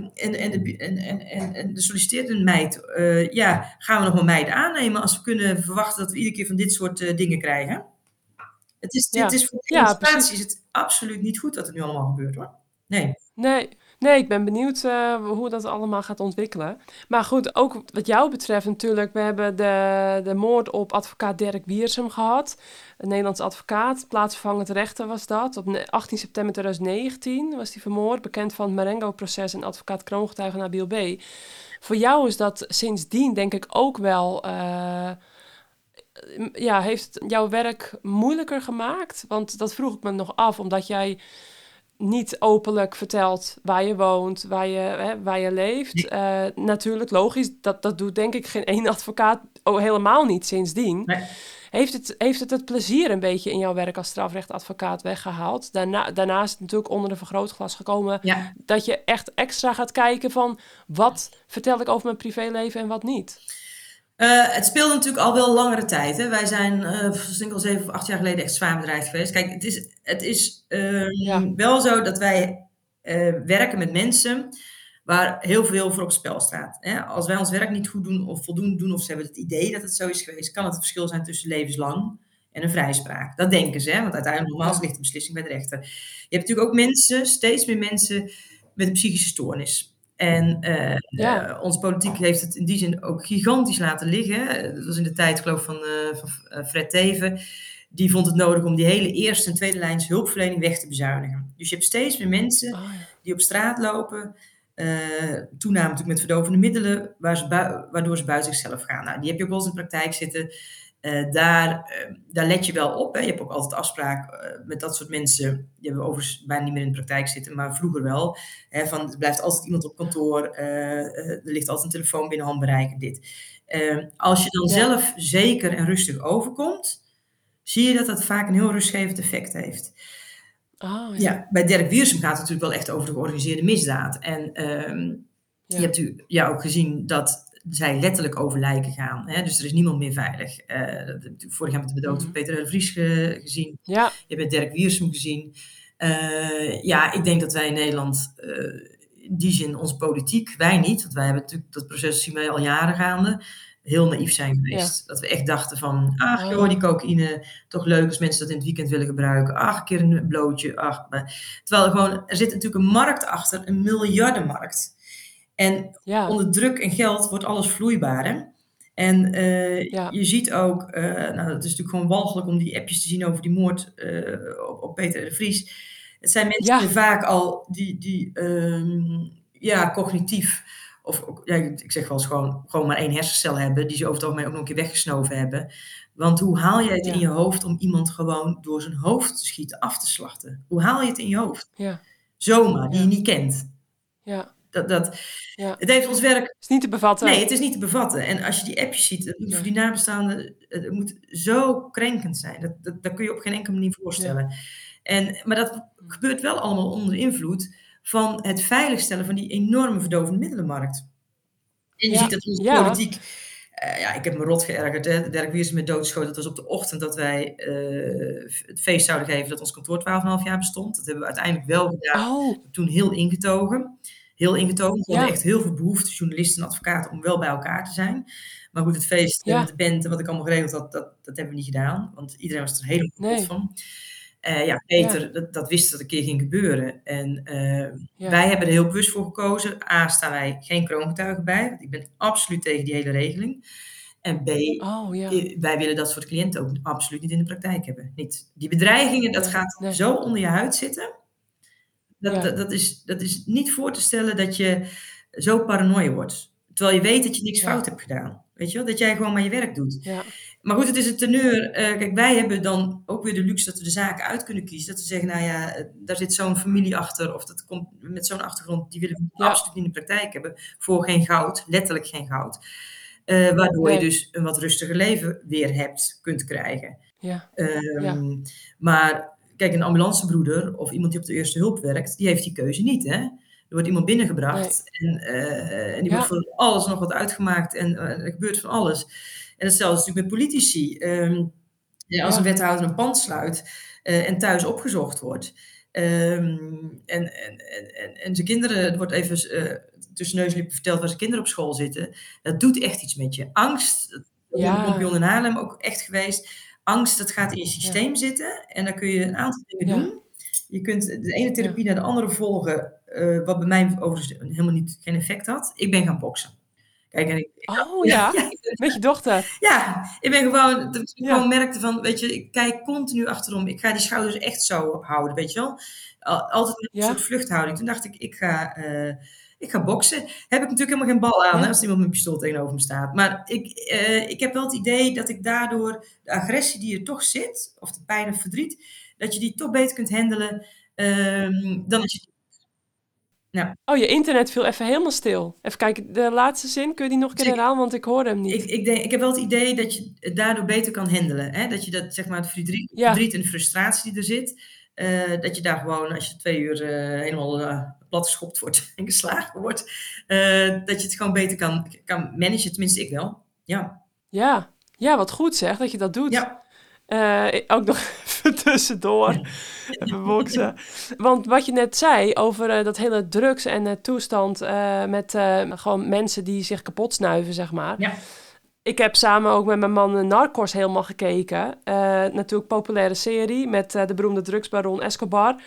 de solliciteerde meid, gaan we nog maar meiden aannemen als we kunnen verwachten dat we iedere keer van dit soort dingen krijgen. Het is voor de organisatie is het absoluut niet goed wat er nu allemaal gebeurt, hoor. Nee, ik ben benieuwd hoe dat allemaal gaat ontwikkelen. Maar goed, ook wat jou betreft natuurlijk. We hebben de moord op advocaat Dirk Wiersum gehad. Een Nederlands advocaat, plaatsvervangend rechter was dat. Op 18 september 2019 was hij vermoord. Bekend van het Marengo-proces en advocaat kroongetuige Nabil B. Voor jou is dat sindsdien denk ik ook wel... heeft het jouw werk moeilijker gemaakt? Want dat vroeg ik me nog af, omdat jij... niet openlijk vertelt waar je woont, waar je leeft. Natuurlijk, logisch, dat doet denk ik geen één advocaat helemaal niet sindsdien. Nee. Heeft het plezier een beetje in jouw werk als strafrechtadvocaat weggehaald? Daarna is het natuurlijk onder de vergrootglas gekomen... dat je echt extra gaat kijken van... wat vertel ik over mijn privéleven en wat niet? Het speelde natuurlijk al wel langere tijd. Hè. Wij zijn, denk ik al 7 of 8 jaar geleden echt zwaar bedrijf geweest. Kijk, het is wel zo dat wij werken met mensen waar heel veel voor op spel staat. Hè. Als wij ons werk niet goed doen of voldoende doen, of ze hebben het idee dat het zo is geweest, kan het een verschil zijn tussen levenslang en een vrijspraak. Dat denken ze, hè, want uiteindelijk nogmaals ligt de beslissing bij de rechter. Je hebt natuurlijk ook mensen, steeds meer mensen met een psychische stoornis. En Ja. onze politiek heeft het in die zin ook gigantisch laten liggen. Dat was in de tijd, geloof ik, van Fred Teeven. Die vond het nodig om die hele eerste en tweede lijns hulpverlening weg te bezuinigen. Dus je hebt steeds meer mensen Oh, ja. die op straat lopen. Toename natuurlijk met verdovende middelen, waardoor ze buiten zichzelf gaan. Nou, die heb je ook wel eens in de praktijk zitten. Daar let je wel op. Hè. Je hebt ook altijd afspraak met dat soort mensen. Die hebben we overigens bijna niet meer in de praktijk zitten, maar vroeger wel. Hè, van, er blijft altijd iemand op kantoor. Er ligt altijd een telefoon binnen handbereik. Dit. Als je dan zelf zeker en rustig overkomt, zie je dat vaak een heel rustgevend effect heeft. Oh, Ja, bij Dirk Wiersum gaat het natuurlijk wel echt over de georganiseerde misdaad. En je hebt ook gezien dat zij letterlijk over lijken gaan. Hè? Dus er is niemand meer veilig. Vorig jaar met de bedoogd van Peter R. de Vries gezien. Ja. Je hebt Dirk Wiersum gezien. Ik denk dat wij in Nederland, in die zin onze politiek, wij niet, want wij hebben natuurlijk dat proces zien wij al jaren gaande, heel naïef zijn geweest. Dat we echt dachten van, die cocaïne, toch leuk als mensen dat in het weekend willen gebruiken. Een keer een blootje. Terwijl er zit natuurlijk een markt achter, een miljardenmarkt. En onder druk en geld wordt alles vloeibaarder. En je ziet ook, het is natuurlijk gewoon walgelijk om die appjes te zien over die moord op Peter R. de Vries. Het zijn mensen die vaak al cognitief, ik zeg wel eens gewoon maar 1 hersencel hebben, die ze over het algemeen ook nog een keer weggesnoven hebben. Want hoe haal je het in je hoofd om iemand gewoon door zijn hoofd te schieten, af te slachten? Hoe haal je het in je hoofd? Zomaar, die je niet kent. Ja. Het heeft ons werk... Het is niet te bevatten. Nee, het is niet te bevatten. En als je die appjes ziet, voor die nabestaanden, het moet zo krenkend zijn. Dat kun je op geen enkele manier voorstellen. Maar dat gebeurt wel allemaal onder invloed van het veiligstellen van die enorme verdovende middelenmarkt. En je ziet dat in de politiek... ik heb me rot geërgerd. Hè. Dirk Wiersum met doodschoten. Dat was op de ochtend dat wij het feest zouden geven dat ons kantoor 12,5 jaar bestond. Dat hebben we uiteindelijk wel gedaan. Toen heel ingetogen. We hadden echt heel veel behoefte, journalisten en advocaten, om wel bij elkaar te zijn. Maar goed, het feest met de band en wat ik allemaal geregeld had, dat hebben we niet gedaan. Want iedereen was er helemaal kapot van. Peter, dat wist dat een keer ging gebeuren. En wij hebben er heel bewust voor gekozen. A, staan wij geen kroongetuigen bij. Want ik ben absoluut tegen die hele regeling. En B, wij willen dat voor de cliënten ook absoluut niet in de praktijk hebben. Niet. Die bedreigingen, dat gaat zo onder je huid zitten. Dat is niet voor te stellen dat je zo paranoia wordt. Terwijl je weet dat je niks fout hebt gedaan. Weet je wel? Dat jij gewoon maar je werk doet. Ja. Maar goed, het is een teneur. Kijk, wij hebben dan ook weer de luxe dat we de zaken uit kunnen kiezen. Dat we zeggen, daar zit zo'n familie achter. Of dat komt met zo'n achtergrond. Die willen we absoluut niet in de praktijk hebben. Voor geen goud. Letterlijk geen goud. Waardoor je dus een wat rustiger leven weer kunt krijgen. Ja. Maar kijk, een ambulancebroeder of iemand die op de eerste hulp werkt, die heeft die keuze niet, hè? Er wordt iemand binnengebracht en die wordt voor alles nog wat uitgemaakt en er gebeurt van alles. En hetzelfde is natuurlijk met politici. Als een wethouder een pand sluit en thuis opgezocht wordt en zijn kinderen, er wordt even tussen neus en lippen verteld waar zijn kinderen op school zitten, dat doet echt iets met je. Angst, dat is een kampioen in Haarlem ook echt geweest. Angst, dat gaat in je systeem zitten en dan kun je een aantal dingen doen. Je kunt de ene therapie naar de andere volgen, wat bij mij overigens helemaal geen effect had. Ik ben gaan boksen. Kijk, en met je dochter. Ja, ik ben gewoon merkte van, weet je, ik kijk continu achterom. Ik ga die schouders echt zo houden, weet je wel. Altijd een soort vluchthouding. Toen dacht ik, ik ga boksen. Heb ik natuurlijk helemaal geen bal aan, hè, als iemand met een pistool tegenover me staat. Maar ik heb wel het idee dat ik daardoor de agressie die er toch zit, of de pijn of verdriet, dat je die toch beter kunt handelen dan als je... Ja. Oh, je internet viel even helemaal stil. Even kijken, de laatste zin, kun je die nog een keer herhalen? Want ik hoorde hem niet. Ik heb wel het idee dat je het daardoor beter kan handelen. Hè? Dat je dat, zeg maar, het verdriet en de frustratie die er zit, dat je daar gewoon, als je 2 uur helemaal platgeschopt wordt en geslagen wordt, dat je het gewoon beter kan managen. Tenminste, ik wel. Ja, wat goed zeg, dat je dat doet. Ja. Ook nog even tussendoor. Even boksen. Want wat je net zei over dat hele drugs en toestand met gewoon mensen die zich kapot snuiven, zeg maar. Ja. Ik heb samen ook met mijn man Narcos helemaal gekeken. Natuurlijk populaire serie met de beroemde drugsbaron Escobar.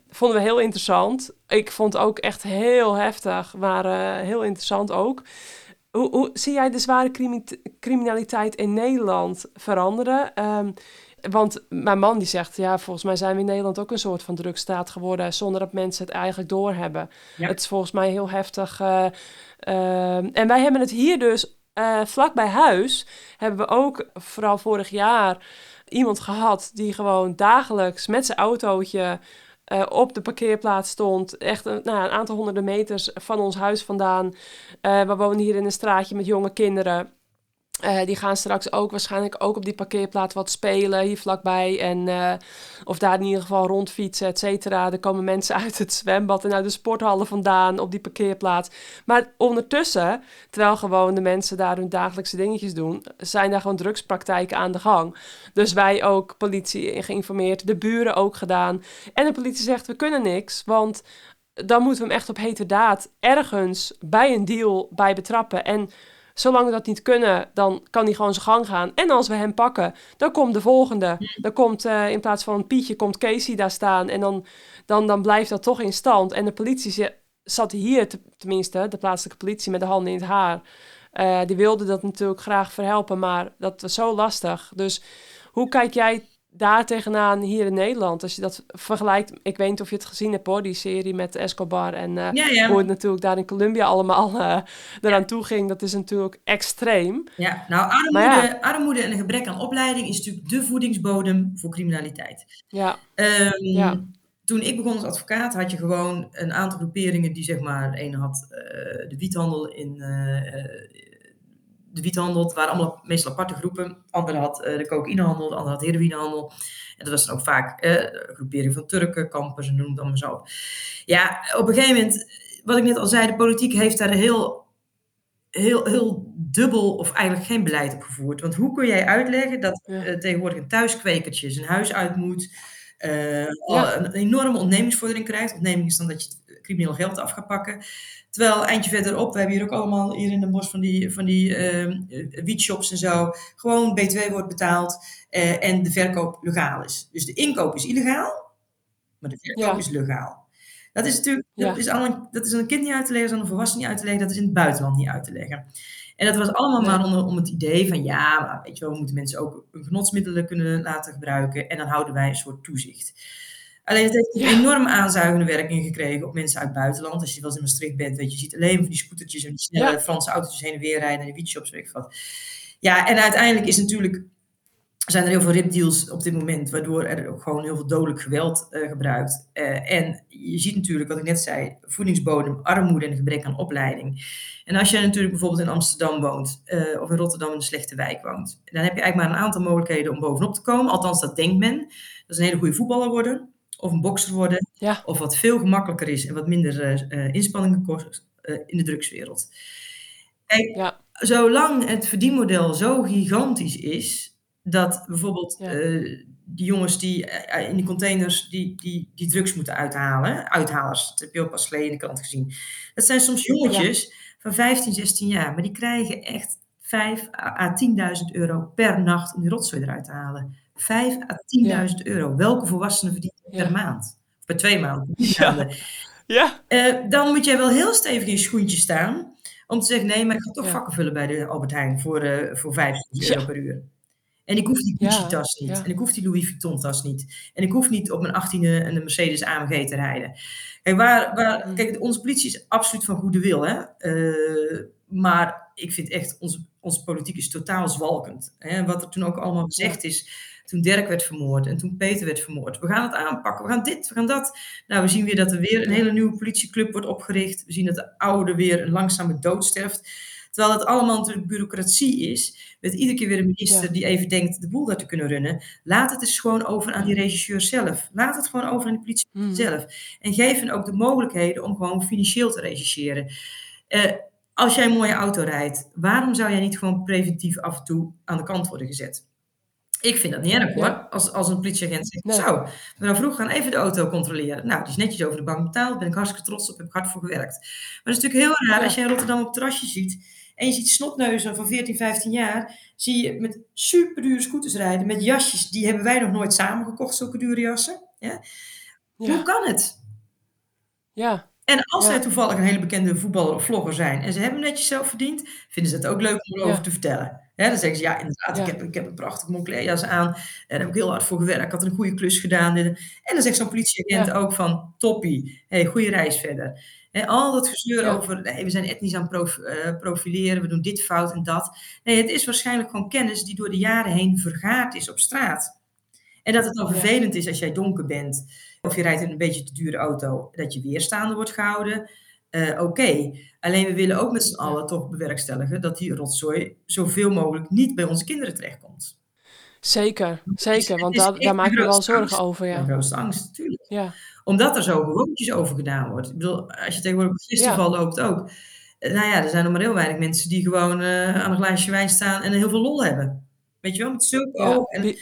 vonden we heel interessant. Ik vond het ook echt heel heftig, maar heel interessant ook. Hoe zie jij de zware criminaliteit in Nederland veranderen? Want mijn man die zegt, ja, volgens mij zijn we in Nederland ook een soort van drugsstaat geworden, zonder dat mensen het eigenlijk doorhebben. Ja. Het is volgens mij heel heftig. En wij hebben het hier dus vlak bij huis, hebben we ook vooral vorig jaar iemand gehad die gewoon dagelijks met zijn autootje op de parkeerplaats stond. Echt een aantal honderden meters van ons huis vandaan. We wonen hier in een straatje met jonge kinderen. Die gaan straks ook waarschijnlijk ook op die parkeerplaats wat spelen hier vlakbij. En of daar in ieder geval rondfietsen, et cetera. Er komen mensen uit het zwembad en uit de sporthallen vandaan op die parkeerplaats. Maar ondertussen, terwijl gewoon de mensen daar hun dagelijkse dingetjes doen, zijn daar gewoon drugspraktijken aan de gang. Dus wij ook, politie geïnformeerd, de buren ook gedaan. En de politie zegt, we kunnen niks, want dan moeten we hem echt op heterdaad ergens bij een deal bij betrappen. En zolang we dat niet kunnen, dan kan hij gewoon zijn gang gaan. En als we hem pakken, dan komt de volgende. Dan komt in plaats van Pietje, komt Casey daar staan. En dan blijft dat toch in stand. En de politie zat hier, tenminste, de plaatselijke politie met de handen in het haar. Die wilde dat natuurlijk graag verhelpen, maar dat was zo lastig. Dus hoe kijk jij daar tegenaan hier in Nederland? Als je dat vergelijkt, ik weet niet of je het gezien hebt hoor, die serie met Escobar en hoe het natuurlijk daar in Colombia allemaal eraan toe ging, dat is natuurlijk extreem. Ja, nou armoede en een gebrek aan opleiding is natuurlijk de voedingsbodem voor criminaliteit. Ja. Toen ik begon als advocaat had je gewoon een aantal groeperingen die zeg maar, een had de wiethandel de wiethandel, het waren allemaal meestal aparte groepen. Andere had de cocaïnehandel, de andere had heroïnehandel. En dat was dan ook vaak groepering van Turken, kampers en noem het allemaal zo op. Ja, op een gegeven moment, wat ik net al zei, de politiek heeft daar heel dubbel of eigenlijk geen beleid op gevoerd. Want hoe kun jij uitleggen dat tegenwoordig een thuiskwekertje zijn huis uit moet, een enorme ondernemingsvordering krijgt. Ontneming is dan dat je het crimineel geld af gaat pakken. Terwijl eindje verderop, we hebben hier ook allemaal hier in de bos van die wietshops en zo, gewoon BTW wordt betaald en de verkoop legaal is. Dus de inkoop is illegaal, maar de verkoop is legaal. Dat is natuurlijk, dat is aan een kind niet uit te leggen, dat is aan een volwassene niet uit te leggen, dat is in het buitenland niet uit te leggen. En dat was allemaal maar om het idee van, ja, maar weet je wel, we moeten mensen ook hun genotsmiddelen kunnen laten gebruiken en dan houden wij een soort toezicht. Alleen het heeft een enorm aanzuigende werking gekregen op mensen uit het buitenland. Als je wel eens in Maastricht bent, weet je, ziet alleen van die scootertjes en die snelle Franse autootjes heen en weer rijden en die wietshops, weet ik wat. Ja, en uiteindelijk zijn er heel veel ripdeals op dit moment, waardoor er ook gewoon heel veel dodelijk geweld gebruikt. En je ziet natuurlijk, wat ik net zei, voedingsbodem, armoede en gebrek aan opleiding. En als jij natuurlijk bijvoorbeeld in Amsterdam woont, of in Rotterdam in een slechte wijk woont, dan heb je eigenlijk maar een aantal mogelijkheden om bovenop te komen. Althans, dat denkt men. Dat is een hele goede voetballer worden, of een bokser worden, of wat veel gemakkelijker is en wat minder inspanningen kost in de drugswereld. Kijk, zolang het verdienmodel zo gigantisch is, dat bijvoorbeeld die jongens die in die containers die drugs moeten uithalen, uithalers, dat heb je ook pas geleden in de krant gezien. Dat zijn soms jongetjes van 15, 16 jaar, maar die krijgen echt 5 à 10.000 euro per nacht om die rotzooi eruit te halen. 5 à 10.000 euro. Welke volwassenen verdient per maand? Of per 2 maanden? Dan moet jij wel heel stevig in je schoentje staan om te zeggen, nee, maar ik ga toch vakken vullen bij de Albert Heijn voor 15 euro per uur. En ik hoef die Gucci-tas niet. En ik hoef die Louis Vuitton-tas niet. En ik hoef niet op mijn 18e een Mercedes AMG te rijden. Kijk, onze politie is absoluut van goede wil. Hè? Maar ik vind echt, onze politiek is totaal zwalkend. Hè? Wat er toen ook allemaal gezegd is, toen Dirk werd vermoord en toen Peter werd vermoord. We gaan het aanpakken, we gaan dit, we gaan dat. Nou, we zien weer dat er weer een hele nieuwe politieclub wordt opgericht. We zien dat de oude weer een langzame dood sterft. Terwijl het allemaal natuurlijk bureaucratie is, met iedere keer weer een minister die even denkt de boel daar te kunnen runnen. Laat het eens gewoon over aan die regisseur zelf. Laat het gewoon over aan de politie zelf. En geef hen ook de mogelijkheden om gewoon financieel te rechercheren. Als jij een mooie auto rijdt, waarom zou jij niet gewoon preventief af en toe aan de kant worden gezet? Ik vind dat niet erg hoor, als een politieagent zegt, zo, mevrouw Vroeg, gaan even de auto controleren. Nou, die is netjes over de bank betaald, daar ben ik hartstikke trots op, heb ik hard voor gewerkt. Maar het is natuurlijk heel raar als jij in Rotterdam op het terrasje ziet en je ziet snotneuzen van 14, 15 jaar, zie je met superdure scooters rijden, met jasjes, die hebben wij nog nooit samen gekocht, zulke dure jassen. Ja? Hoe kan het? Ja. En als zij Ja. toevallig een hele bekende voetballer of vlogger zijn en ze hebben hem netjes zelf verdiend, vinden ze het ook leuk om erover Ja. te vertellen. Hè, dan zeggen ze, ja inderdaad, Ja. ik heb een prachtige Moncler jas aan en daar heb ik heel hard voor gewerkt, ik had een goede klus gedaan. En dan zegt zo'n politieagent Ja. ook van, toppie, hey, goede reis verder. Hè, al dat gezeur Ja. over, nee, we zijn etnisch aan het profileren, we doen dit fout en dat. Nee, het is waarschijnlijk gewoon kennis die door de jaren heen vergaard is op straat. En dat het dan Ja. vervelend is als jij donker bent of je rijdt in een beetje te dure auto, dat je weer staande wordt gehouden. Oké. Alleen we willen ook met z'n Ja. allen toch bewerkstelligen dat die rotzooi zoveel mogelijk niet bij onze kinderen terechtkomt. Zeker, Het zeker, want is daar echt maak ik me wel zorgen angst. over, Mijn ja. grootste angst, natuurlijk. Ja. Omdat er zo gewoontjes over gedaan wordt. Ik bedoel, als je tegenwoordig op een festival Ja. loopt ook. Nou ja, er zijn nog maar heel weinig mensen die gewoon aan een glaasje wijn staan en heel veel lol hebben. Weet je wel, met zulke Ja. ogen. En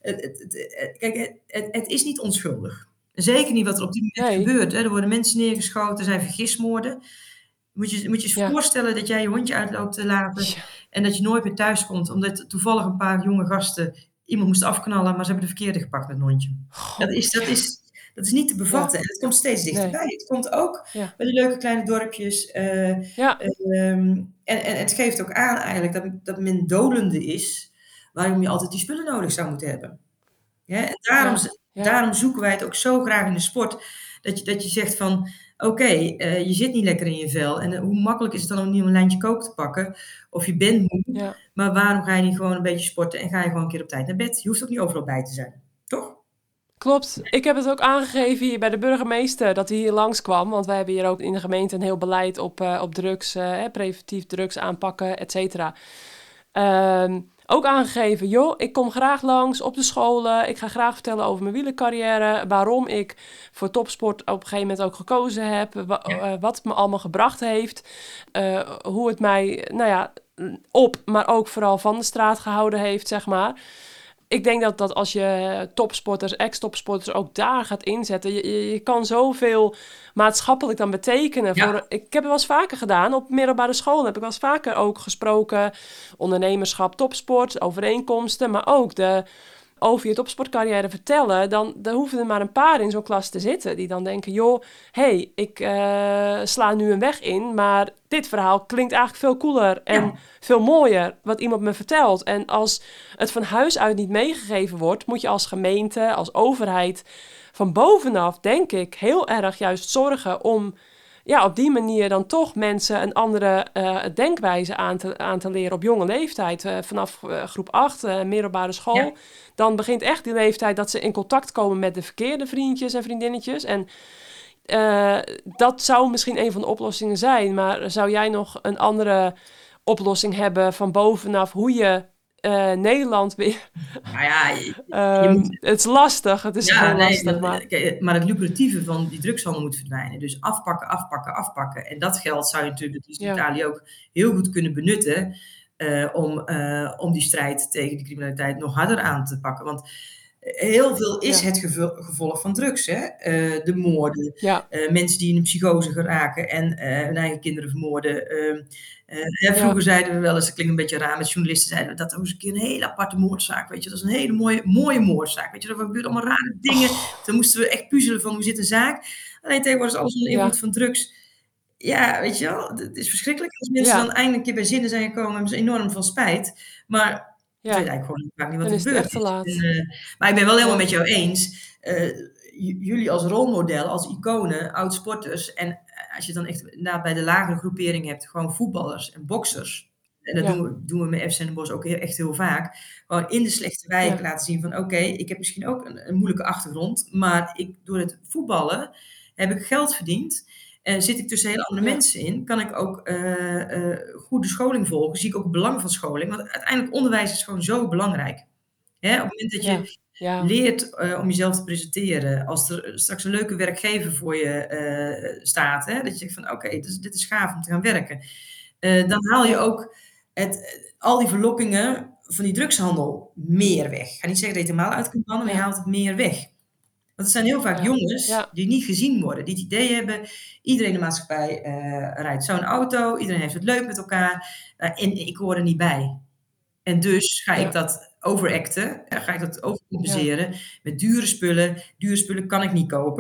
kijk, het is niet onschuldig. Zeker niet wat er op dit moment Nee. gebeurt. Hè. Er worden mensen neergeschoten, er zijn vergismoorden. Moet je eens Ja. voorstellen dat jij je hondje uitloopt te laten Ja. en dat je nooit meer thuis komt, omdat toevallig een paar jonge gasten iemand moesten afknallen, maar ze hebben de verkeerde gepakt met een hondje. God, Dat is niet te bevatten. Ja. En het komt steeds dichterbij. Nee. Het komt ook Ja. bij die leuke kleine dorpjes. Ja. En het geeft ook aan eigenlijk dat men dolende is waarom je altijd die spullen nodig zou moeten hebben. Ja, en Ja. daarom zoeken wij het ook zo graag in de sport. Dat je zegt van, oké, je zit niet lekker in je vel. En hoe makkelijk is het dan om niet om een lijntje kook te pakken? Of je bent moe. Ja. Maar waarom ga je niet gewoon een beetje sporten en ga je gewoon een keer op tijd naar bed? Je hoeft ook niet overal bij te zijn. Toch? Klopt. Ik heb het ook aangegeven hier bij de burgemeester dat hij hier langskwam. Want wij hebben hier ook in de gemeente een heel beleid op drugs, preventief drugs aanpakken, et cetera. Ook aangegeven, joh, ik kom graag langs op de scholen. Ik ga graag vertellen over mijn wielercarrière. Waarom ik voor topsport op een gegeven moment ook gekozen heb. Wat het me allemaal gebracht heeft. Hoe het mij, op, maar ook vooral van de straat gehouden heeft, zeg maar. Ik denk dat als je topsporters, ex-topsporters ook daar gaat inzetten, je kan zoveel maatschappelijk dan betekenen. Ja. Ik heb het wel eens vaker gedaan. Op middelbare school heb ik wel eens vaker ook gesproken. Ondernemerschap, topsport, overeenkomsten, maar ook over je topsportcarrière vertellen. Dan hoeven er maar een paar in zo'n klas te zitten die dan denken, joh, ik sla nu een weg in, maar dit verhaal klinkt eigenlijk veel cooler en veel mooier wat iemand me vertelt. En als het van huis uit niet meegegeven wordt, moet je als gemeente, als overheid van bovenaf, denk ik, heel erg juist zorgen om op die manier dan toch mensen een andere denkwijze aan te leren op jonge leeftijd. Vanaf groep 8, middelbare school. Ja. Dan begint echt die leeftijd dat ze in contact komen met de verkeerde vriendjes en vriendinnetjes. En dat zou misschien een van de oplossingen zijn. Maar zou jij nog een andere oplossing hebben van bovenaf hoe je Nederland weer... Nou ja, je moet... Het is lastig, het is heel lastig. Maar het lucratieve van die drugshandel moet verdwijnen. Dus afpakken. En dat geld zou je natuurlijk in Italië ook heel goed kunnen benutten om die strijd tegen de criminaliteit nog harder aan te pakken. Want heel veel is het gevolg van drugs. Hè? De moorden, mensen die in een psychose geraken en hun eigen kinderen vermoorden. Vroeger zeiden we wel eens, dat klinkt een beetje raar, met journalisten zeiden we dat was een keer een hele aparte moordzaak. Weet je, dat is een hele mooie moordzaak. Weet je, er gebeuren allemaal rare dingen. Dan moesten we echt puzzelen van hoe zit een zaak. Alleen tegenwoordig is alles onder invloed van drugs. Ja, weet je wel, het is verschrikkelijk. Als mensen dan eindelijk een keer bij zinnen zijn gekomen, hebben ze enorm veel spijt. Maar ik weet eigenlijk gewoon vaak niet wat er gebeurt. Echt te laat. Maar ik ben wel helemaal met jou eens. Jullie als rolmodel, als iconen, oud-sporters. En als je dan echt bij de lagere groepering hebt, gewoon voetballers en boksers. En dat doen we met FC Den Bosch ook echt heel vaak. Gewoon in de slechte wijk laten zien van oké, ik heb misschien ook een moeilijke achtergrond. Maar door het voetballen heb ik geld verdiend. Zit ik tussen hele andere mensen in, kan ik ook goede scholing volgen. Zie ik ook het belang van scholing. Want uiteindelijk onderwijs is gewoon zo belangrijk. Hè? Op het moment dat je leert om jezelf te presenteren. Als er straks een leuke werkgever voor je staat. Hè? Dat je zegt van oké, dit is gaaf om te gaan werken. Dan haal je ook al die verlokkingen van die drugshandel meer weg. Ik ga niet zeggen dat je het helemaal uit kunt bannen, maar je haalt het meer weg. Want het zijn heel vaak jongens die niet gezien worden. Die het idee hebben, iedereen in de maatschappij rijdt zo'n auto. Iedereen heeft het leuk met elkaar. En ik hoor er niet bij. En dus ga ik dat overacten. Ga ik dat overcompenseren met dure spullen. Dure spullen kan ik niet kopen.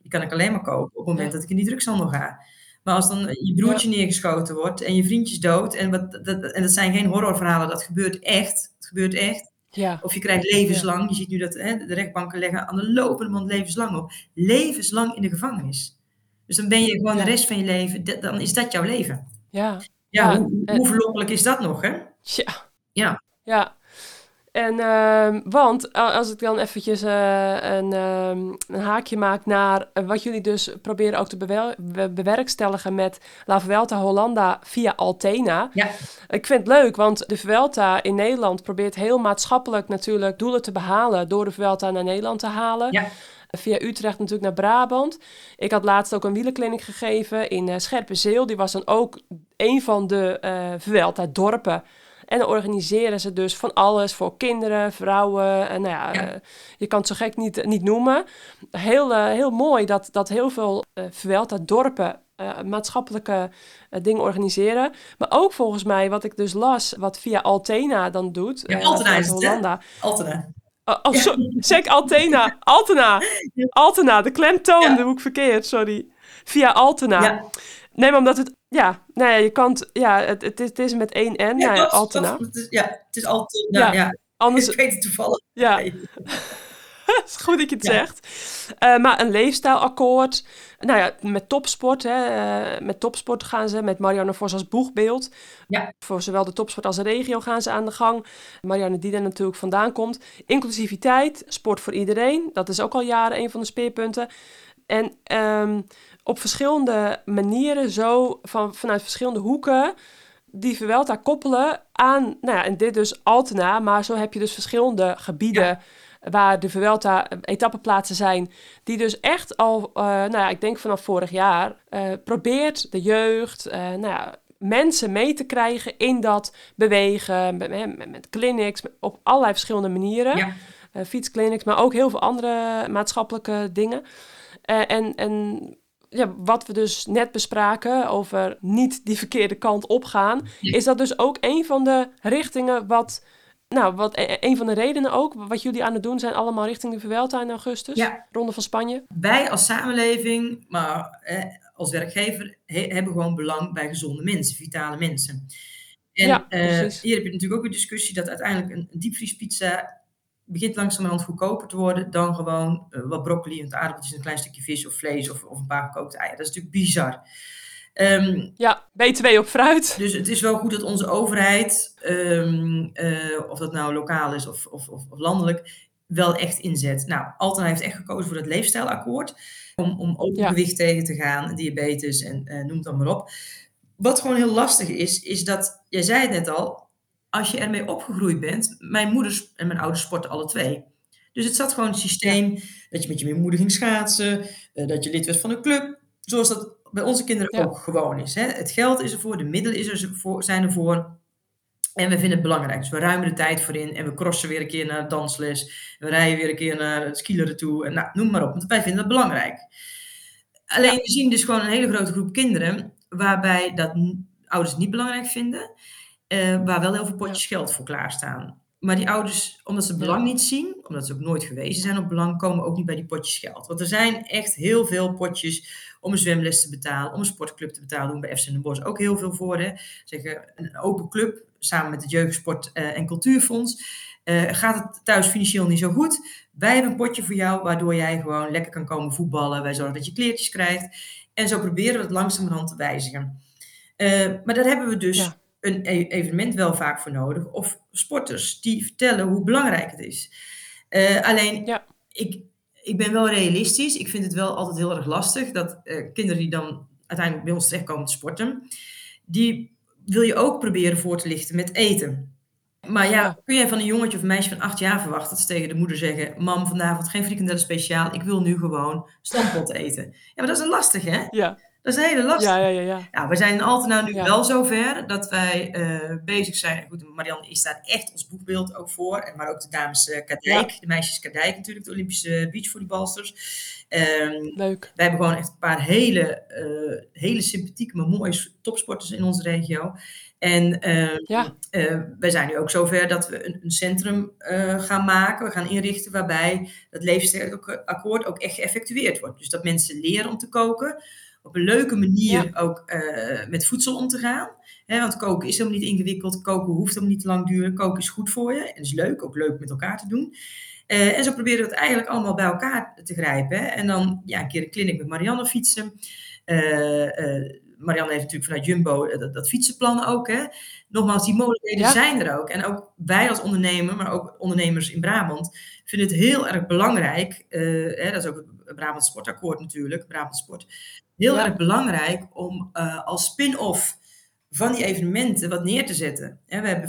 kan ik alleen maar kopen op het moment Ja. dat ik in die drugshandel ga. Maar als dan je broertje neergeschoten wordt en je vriendje is dood... en dat zijn geen horrorverhalen, dat gebeurt echt. Het gebeurt echt. Ja. Of je krijgt levenslang. Je ziet nu dat de rechtbanken leggen aan de lopende band levenslang op. Levenslang in de gevangenis. Dus dan ben je gewoon de rest van je leven... dan is dat jouw leven. Ja. Ja, hoe verlokkelijk is dat nog, hè? Ja. Ja. En, want als ik dan eventjes een haakje maak naar wat jullie dus proberen ook te bewerkstelligen met La Vuelta Hollanda via Altena. Ja. Ik vind het leuk, want de Vuelta in Nederland probeert heel maatschappelijk natuurlijk doelen te behalen door de Vuelta naar Nederland te halen. Ja. Via Utrecht natuurlijk naar Brabant. Ik had laatst ook een wielerkliniek gegeven in Scherpenzeel. Die was dan ook een van de Vuelta-dorpen. En dan organiseren ze dus van alles voor kinderen, vrouwen. En je kan het zo gek niet noemen. Heel mooi dat heel veel Vuelta-dorpen maatschappelijke dingen organiseren. Maar ook volgens mij, wat ik dus las, wat via Altena dan doet. Ja, Altena is het, Hollanda. Altena. Zeg Altena. Altena, de klemtoon doe ik verkeerd, sorry. Via Altena. Ja. Nee, maar omdat het... je kan het is met 1 N. Ja, Altena. Het is Altena, ja. Anders... Ik weet het toevallig. Ja. Het is goed dat je het zegt. Maar een leefstijlakkoord. Met topsport. Met topsport gaan ze met Marianne Vos als boegbeeld. Ja. Voor zowel de topsport als de regio gaan ze aan de gang. Marianne die er natuurlijk vandaan komt. Inclusiviteit, sport voor iedereen. Dat is ook al jaren een van de speerpunten. En op verschillende manieren vanuit verschillende hoeken die Vuelta koppelen aan, en dit dus Altena, maar zo heb je dus verschillende gebieden waar de Vuelta etappeplaatsen zijn, die dus echt al, ik denk vanaf vorig jaar, probeert de jeugd, mensen mee te krijgen in dat bewegen, met clinics, op allerlei verschillende manieren. Ja. Fietsclinics, maar ook heel veel andere maatschappelijke dingen. Wat we dus net bespraken over niet die verkeerde kant opgaan, is dat dus ook een van de richtingen een van de redenen ook, wat jullie aan het doen zijn, allemaal richting de Vuelta in augustus, Ronde van Spanje. Wij als samenleving, maar als werkgever, hebben gewoon belang bij gezonde mensen, vitale mensen. En hier heb je natuurlijk ook een discussie dat uiteindelijk een diepvriespizza begint langzamerhand goedkoper te worden dan gewoon wat broccoli en aardappeltjes en een klein stukje vis of vlees of een paar gekookte eieren. Dat is natuurlijk bizar. BTW op fruit. Dus het is wel goed dat onze overheid, of dat nou lokaal is of landelijk, wel echt inzet. Nou, Altena heeft echt gekozen voor dat leefstijlakkoord om overgewicht tegen te gaan, diabetes en noem het dan maar op. Wat gewoon heel lastig is dat, jij zei het net al, als je ermee opgegroeid bent, mijn moeders en mijn ouders sporten alle twee. Dus het zat gewoon in het systeem dat je met je moeder ging schaatsen, dat je lid werd van een club, zoals dat bij onze kinderen ook gewoon is. Hè? Het geld is ervoor, de middelen zijn ervoor en we vinden het belangrijk. Dus we ruimen de tijd voor in en we crossen weer een keer naar dansles, we rijden weer een keer naar het skileren toe en noem maar op, want wij vinden dat belangrijk. Alleen we zien dus gewoon een hele grote groep kinderen waarbij dat ouders het niet belangrijk vinden, waar wel heel veel potjes geld voor klaarstaan. Maar die ouders, omdat ze het belang niet zien, omdat ze ook nooit gewezen zijn op belang, komen ook niet bij die potjes geld. Want er zijn echt heel veel potjes om een zwemles te betalen, om een sportclub te betalen. Doen bij FC Den Bosch ook heel veel voor. Hè. Zeggen, een open club, samen met het Jeugdsport en Cultuurfonds. Gaat het thuis financieel niet zo goed? Wij hebben een potje voor jou, waardoor jij gewoon lekker kan komen voetballen. Wij zorgen dat je kleertjes krijgt. En zo proberen we het langzamerhand te wijzigen. Maar daar hebben we dus een evenement wel vaak voor nodig. Of sporters die vertellen hoe belangrijk het is. Alleen, ik ben wel realistisch. Ik vind het wel altijd heel erg lastig dat kinderen die dan uiteindelijk bij ons terechtkomen te sporten, die wil je ook proberen voor te lichten met eten. Maar kun jij van een jongetje of een meisje van 8 jaar verwachten dat ze tegen de moeder zeggen, vanavond geen frikandellen speciaal, ik wil nu gewoon stampot eten. Ja, maar dat is een lastig, hè? Ja. Dat is een hele lastige. Ja. Ja, we zijn in Altena nu Ja. wel zover dat wij bezig zijn. Goed, Marianne is daar echt ons boegbeeld ook voor. Maar ook de dames Kadijk, de meisjes Kadijk natuurlijk, de Olympische beachvolleybalsters. Leuk. Wij hebben gewoon echt een paar hele sympathieke, maar mooie topsporters in onze regio. En wij zijn nu ook zover dat we een centrum gaan maken. We gaan inrichten waarbij dat leefstijlakkoord ook echt geëffectueerd wordt. Dus dat mensen leren om te koken. Op een leuke manier ook met voedsel om te gaan. Want koken is helemaal niet ingewikkeld. Koken hoeft helemaal niet te lang duren. Koken is goed voor je. En is leuk. Ook leuk met elkaar te doen. En zo proberen we het eigenlijk allemaal bij elkaar te grijpen. Hè. En dan een keer een clinic met Marianne fietsen. Marianne heeft natuurlijk vanuit Jumbo dat fietsenplan ook. Hè. Nogmaals, die mogelijkheden zijn er ook. En ook wij als ondernemer, maar ook ondernemers in Brabant, vinden het heel erg belangrijk. Dat is ook het Brabant Sportakkoord natuurlijk, Brabant Sport. Heel erg belangrijk om als spin-off van die evenementen wat neer te zetten. We hebben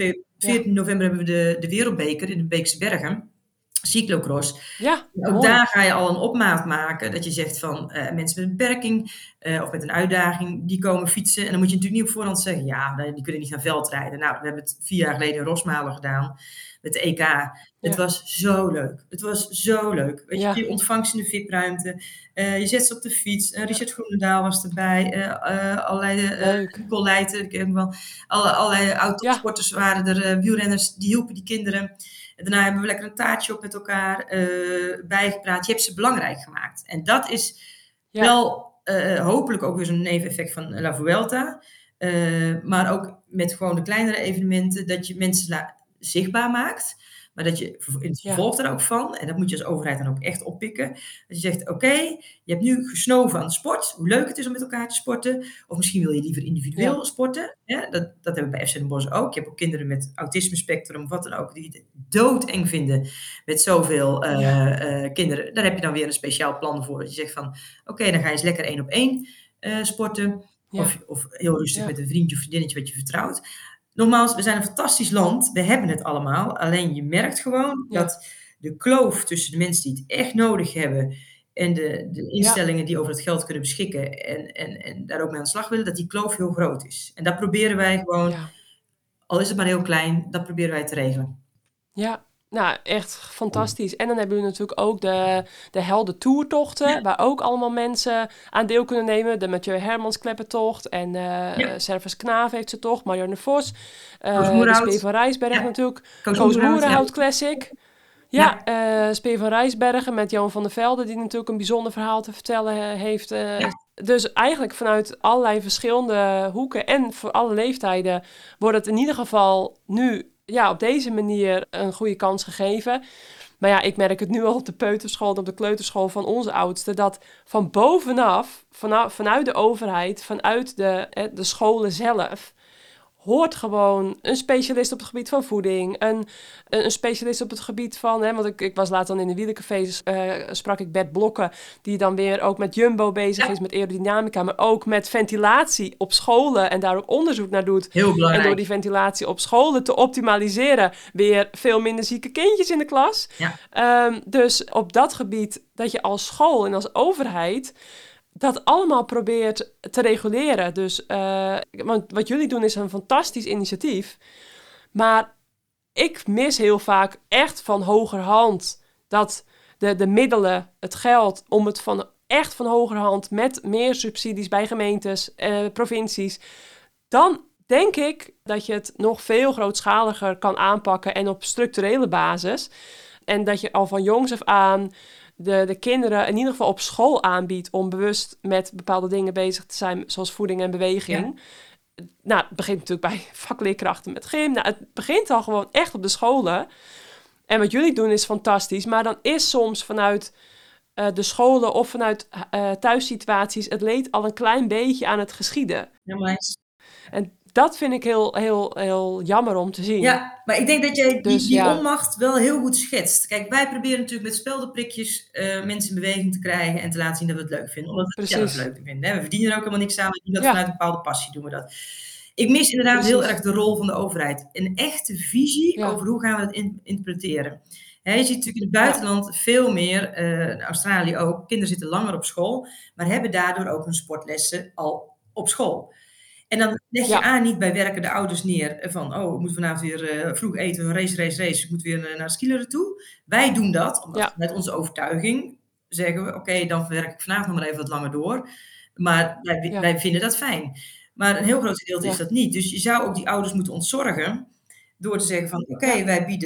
14 november hebben we de Wereldbeker in de Beekse Bergen. Cyclocross. Ja, ook daar ga je al een opmaat maken. Dat je zegt van mensen met een beperking of met een uitdaging, die komen fietsen. En dan moet je natuurlijk niet op voorhand zeggen, die kunnen niet naar veldrijden. Nou, we hebben het 4 jaar geleden in Rosmalen gedaan. Met de EK. Het was zo leuk. Het was zo leuk. Weet je ontvangst in de VIP-ruimte. Je zet ze op de fiets. Richard Groenendaal was erbij. Allerlei colleiten. Allerlei oud-sporters waren er. Wielrenners, die hielpen die kinderen. En daarna hebben we lekker een taartje op met elkaar bijgepraat. Je hebt ze belangrijk gemaakt. En dat is wel hopelijk ook weer zo'n neveneffect van La Vuelta. Maar ook met gewoon de kleinere evenementen. Dat je mensen zichtbaar maakt. Maar dat je in het vervolg er ook van, en dat moet je als overheid dan ook echt oppikken, dat je zegt, oké, je hebt nu gesnoven aan de sport, hoe leuk het is om met elkaar te sporten, of misschien wil je liever individueel sporten. Ja, dat hebben we bij FC Den Bosch ook. Je hebt ook kinderen met autisme-spectrum, of wat dan ook, die het doodeng vinden met zoveel kinderen. Daar heb je dan weer een speciaal plan voor. Dat je zegt van, oké, dan ga je eens lekker 1-op-1 sporten, of heel rustig met een vriendje of vriendinnetje wat je vertrouwt. Nogmaals, we zijn een fantastisch land. We hebben het allemaal. Alleen je merkt gewoon dat de kloof tussen de mensen die het echt nodig hebben en de instellingen die over het geld kunnen beschikken en daar ook mee aan de slag willen, dat die kloof heel groot is. En dat proberen wij gewoon, al is het maar heel klein, dat proberen wij te regelen. Ja, nou echt fantastisch. En dan hebben we natuurlijk ook de Helden Tourtochten, waar ook allemaal mensen aan deel kunnen nemen. De Mathieu Hermans Kleppentocht en Servus Knaaf heeft ze toch, Marianne Vos, de Speer van Rijsbergen natuurlijk, Koos Moerenhout Classic. Speer van Rijsbergen met Johan van der Velde, die natuurlijk een bijzonder verhaal te vertellen heeft. Dus eigenlijk vanuit allerlei verschillende hoeken en voor alle leeftijden wordt het in ieder geval nu op deze manier een goede kans gegeven. Maar ik merk het nu al op de peuterschool en op de kleuterschool van onze oudsten, dat van bovenaf, vanuit de overheid, vanuit de scholen zelf, hoort gewoon een specialist op het gebied van voeding, een specialist op het gebied van, want ik was laatst dan in de wielercafés, sprak ik Bert Blokken, die dan weer ook met Jumbo bezig is, met aerodynamica, maar ook met ventilatie op scholen en daar ook onderzoek naar doet. Heel belangrijk. En door die ventilatie op scholen te optimaliseren, weer veel minder zieke kindjes in de klas. Ja. Dus op dat gebied, dat je als school en als overheid dat allemaal probeert te reguleren. Dus want wat jullie doen is een fantastisch initiatief. Maar ik mis heel vaak echt van hogerhand dat de middelen, het geld, om het echt van hogerhand met meer subsidies bij gemeentes, provincies, dan denk ik dat je het nog veel grootschaliger kan aanpakken en op structurele basis. En dat je al van jongs af aan de kinderen in ieder geval op school aanbiedt om bewust met bepaalde dingen bezig te zijn, zoals voeding en beweging. Ja. Nou, het begint natuurlijk bij vakleerkrachten met gym. Nou, het begint al gewoon echt op de scholen. En wat jullie doen is fantastisch, maar dan is soms vanuit de scholen of vanuit thuissituaties het leed al een klein beetje aan het geschieden. Ja, maar en dat vind ik heel, heel, heel jammer om te zien. Ja, maar ik denk dat jij die onmacht wel heel goed schetst. Kijk, wij proberen natuurlijk met speldenprikjes mensen in beweging te krijgen en te laten zien dat we het leuk vinden. Omdat we het zelf leuk vinden. Hè? We verdienen er ook helemaal niks aan. We doen dat vanuit een bepaalde passie doen we dat. Ik mis inderdaad heel erg de rol van de overheid. Een echte visie over hoe gaan we het interpreteren. Hè, je ziet natuurlijk in het buitenland veel meer, in Australië ook, kinderen zitten langer op school, maar hebben daardoor ook hun sportlessen al op school. En dan leg je Ja, niet bij werken de ouders neer van, oh, ik moet vanavond weer vroeg eten, race, ik moet weer naar skileren toe. Wij doen dat, omdat ja, met onze overtuiging zeggen we, oké, dan werk ik vanavond nog maar even wat langer door. Maar ja, wij vinden dat fijn. Maar een heel groot gedeelte is ja, dat niet. Dus je zou ook die ouders moeten ontzorgen door te zeggen van, oké, ja,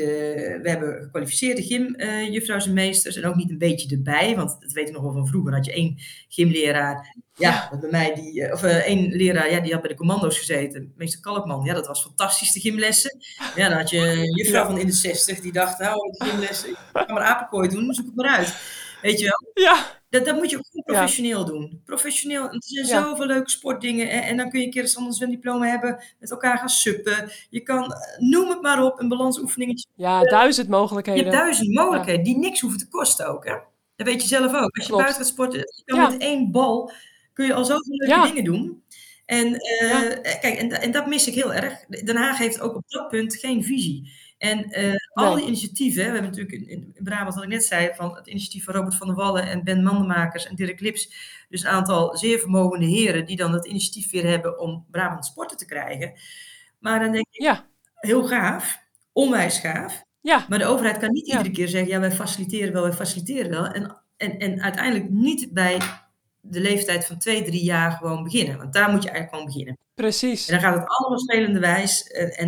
we hebben gekwalificeerde gymjuffrouws en meesters en ook niet een beetje erbij, want dat weet ik nog wel van vroeger, had je één gymleraar, ja, ja, bij mij één leraar, ja, die had bij de commando's gezeten, meester Kalkman, ja, dat was fantastisch, de gymlessen. Ja, dan had je een juffrouw ja, van in de 60 die dacht, nou, de gymlessen, ik ga maar apenkooi doen, zoek het maar uit. Weet je wel? ja, Dat moet je ook gewoon ja, professioneel doen. Professioneel, er zijn ja. zoveel leuke sportdingen en dan kun je een keer een Sander zwemdiploma hebben, met elkaar gaan suppen. Je kan, noem het maar op, een balansoefeningetje. Ja, 1000 Je hebt mogelijkheden. 1000 Ja, mogelijkheden die niks hoeven te kosten ook, hè. Dat weet je zelf ook. Als je buiten klopt. gaat sporten, je kan met Ja, één bal kun je al zoveel leuke ja, dingen doen. En ja, kijk, en dat mis ik heel erg. Den Haag heeft ook op dat punt geen visie. En al die nee, initiatieven, we hebben natuurlijk in Brabant, wat ik net zei, van het initiatief van Robert van der Wallen en Ben Mandenmakers en Dirk Lips, dus een aantal zeer vermogende heren die dan dat initiatief weer hebben om Brabant sporten te krijgen. Maar dan denk ik, ja, heel gaaf, onwijs gaaf. ja, Maar de overheid kan niet iedere ja, keer zeggen, ja, wij faciliteren wel. En uiteindelijk niet bij de leeftijd van 2, 3 jaar gewoon beginnen. Want daar moet je eigenlijk gewoon beginnen. En precies. dan gaat het allemaal spelenderwijs. En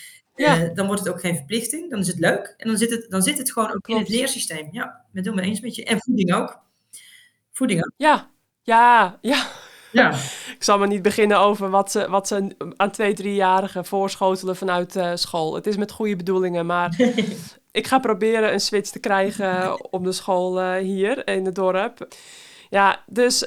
Ja, dan wordt het ook geen verplichting. Dan is het leuk. En dan zit het gewoon ook in het klopt. leersysteem. Ja, ik ben het helemaal eens met je. En voeding ook. Voeding ook. Ja, ja, ja. Ja. Ik zal maar niet beginnen over wat ze aan 2-3-jarigen voorschotelen vanuit school. Het is met goede bedoelingen, maar ik ga proberen een switch te krijgen op de school hier in het dorp. Ja, dus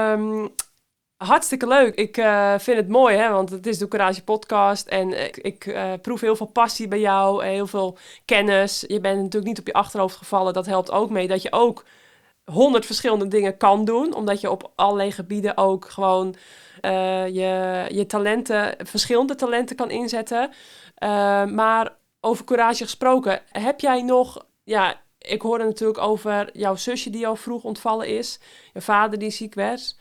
hartstikke leuk. Ik vind het mooi, hè, want het is de Courage podcast en ik proef heel veel passie bij jou, heel veel kennis. Je bent natuurlijk niet op je achterhoofd gevallen. Dat helpt ook mee dat je ook 100 verschillende dingen kan doen, omdat je op allerlei gebieden ook gewoon je talenten, verschillende talenten kan inzetten. Maar over courage gesproken, heb jij nog, ja, ik hoorde natuurlijk over jouw zusje die al vroeg ontvallen is, je vader die ziek werd.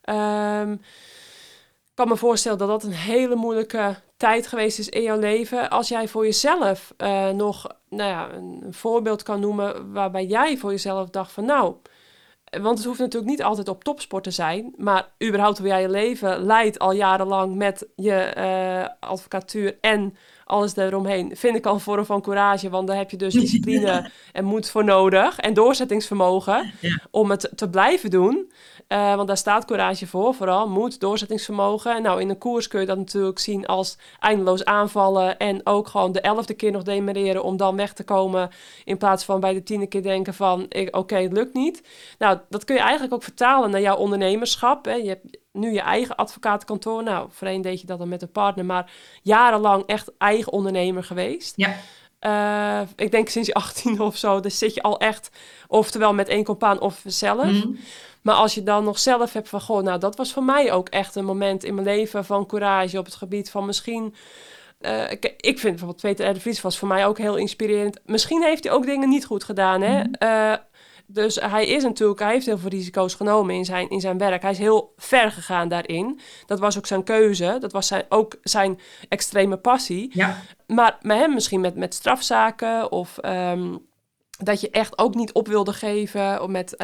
Ik kan me voorstellen dat dat een hele moeilijke tijd geweest is in jouw leven. Als jij voor jezelf nog nou ja, een voorbeeld kan noemen waarbij jij voor jezelf dacht van nou, want het hoeft natuurlijk niet altijd op topsport te zijn, maar überhaupt hoe jij je leven leidt al jarenlang met je advocatuur en alles eromheen, vind ik al een vorm van courage, want daar heb je dus discipline en moed voor nodig en doorzettingsvermogen Ja. om het te blijven doen. Want daar staat courage voor, vooral moed, doorzettingsvermogen. Nou, in een koers kun je dat natuurlijk zien als eindeloos aanvallen en ook gewoon de 11e keer nog demereren om dan weg te komen, in plaats van bij de 10e keer denken van, oké, het lukt niet. Nou, dat kun je eigenlijk ook vertalen naar jouw ondernemerschap. Hè. Je hebt nu je eigen advocatenkantoor. Nou, voorheen deed je dat dan met een partner, maar jarenlang echt eigen ondernemer geweest. Ja. Ik denk sinds je 18 of zo, dus zit je al echt, oftewel met één compaan of zelf. Mhm. Maar als je dan nog zelf hebt van, goh, nou, dat was voor mij ook echt een moment in mijn leven van courage op het gebied van misschien. Ik vind bijvoorbeeld Peter R. de Vries was voor mij ook heel inspirerend. Misschien heeft hij ook dingen niet goed gedaan, hè. Dus hij heeft heel veel risico's genomen in zijn werk. Hij is heel ver gegaan daarin. Dat was ook zijn keuze. Dat was ook zijn extreme passie. Ja. Maar met hem misschien met strafzaken of dat je echt ook niet op wilde geven.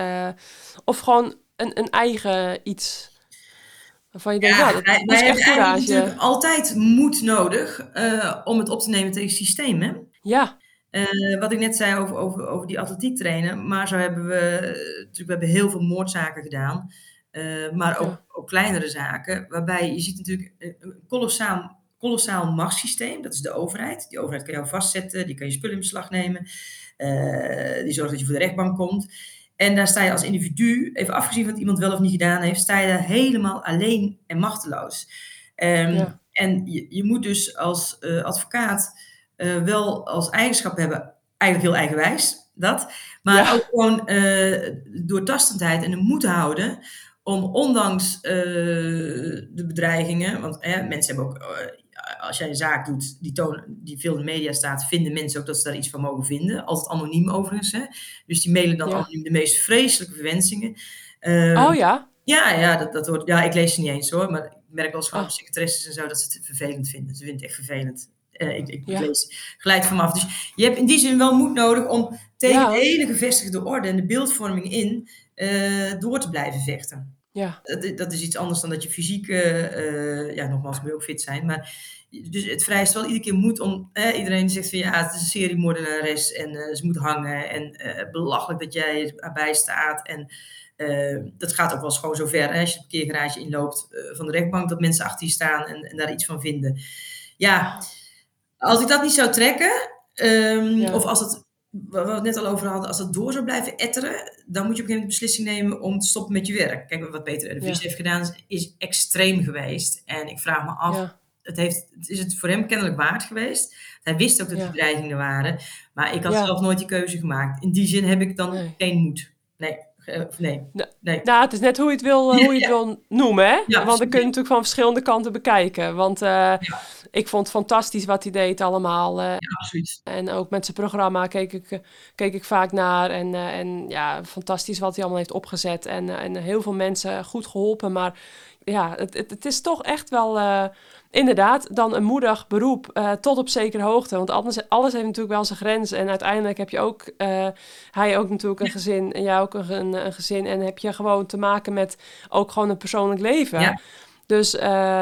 Of gewoon een eigen iets waarvan je denkt, Ja, nou, dat wij is hebben echt eigenlijk courage. natuurlijk altijd moed nodig om het op te nemen tegen het systeem, hè? Ja, Wat ik net zei over die atletiek trainen, maar zo hebben we hebben heel veel moordzaken gedaan, maar ja, ook kleinere zaken, waarbij je ziet natuurlijk een kolossaal machtssysteem, dat is de overheid. Die overheid kan jou vastzetten, die kan je spullen in beslag nemen, die zorgt dat je voor de rechtbank komt. En daar sta je als individu, even afgezien van wat iemand wel of niet gedaan heeft, sta je daar helemaal alleen en machteloos. ja, En je moet dus als advocaat wel als eigenschap hebben, eigenlijk heel eigenwijs, dat. Maar ja, ook gewoon doortastendheid en de moed houden om ondanks de bedreigingen, want mensen hebben ook als jij een zaak doet die veel in de media staat, vinden mensen ook dat ze daar iets van mogen vinden. Altijd anoniem overigens. Hè? Dus die mailen dan anoniem de meest vreselijke verwensingen. Oh ja? Ja, dat hoort. Ja, ik lees ze niet eens hoor. Maar ik merk wel eens gewoon secretaresses en zo dat ze het vervelend vinden. Ze vinden het echt vervelend. Ik lees geleid van me af. Dus je hebt in die zin wel moed nodig om tegen de hele gevestigde orde en de beeldvorming in door te blijven vechten. Ja. Dat is iets anders dan dat je fysiek, nogmaals, moet je ook fit zijn. Maar dus het vereist wel iedere keer moed om, iedereen zegt van ja, het is een seriemoordenares en ze moet hangen. En belachelijk dat jij erbij staat. En dat gaat ook wel eens gewoon zo ver. Hè, als je het parkeergarage inloopt van de rechtbank, dat mensen achter je staan en daar iets van vinden. Ja, als ik dat niet zou trekken, of als het, wat we het net al over hadden, als het door zou blijven etteren, dan moet je op een gegeven moment beslissing nemen om te stoppen met je werk. Kijk, wat Peter R. de Vries heeft gedaan is extreem geweest. En ik vraag me af, is het voor hem kennelijk waard geweest? Hij wist ook dat er dreigingen waren, maar ik had zelf nooit die keuze gemaakt. In die zin heb ik dan geen moed. Nee. Nou, het is net hoe je het wil noemen, hè? Want dan kun je natuurlijk van verschillende kanten bekijken. Want ik vond het fantastisch wat hij deed allemaal. Absoluut. En ook met zijn programma keek ik vaak naar. En fantastisch wat hij allemaal heeft opgezet. En heel veel mensen goed geholpen. Maar ja, het is toch echt wel inderdaad dan een moedig beroep tot op zekere hoogte. Want alles heeft natuurlijk wel zijn grens. En uiteindelijk heb je ook, hij ook natuurlijk een gezin en jij ook een gezin. En heb je gewoon te maken met ook gewoon een persoonlijk leven. Ja. Dus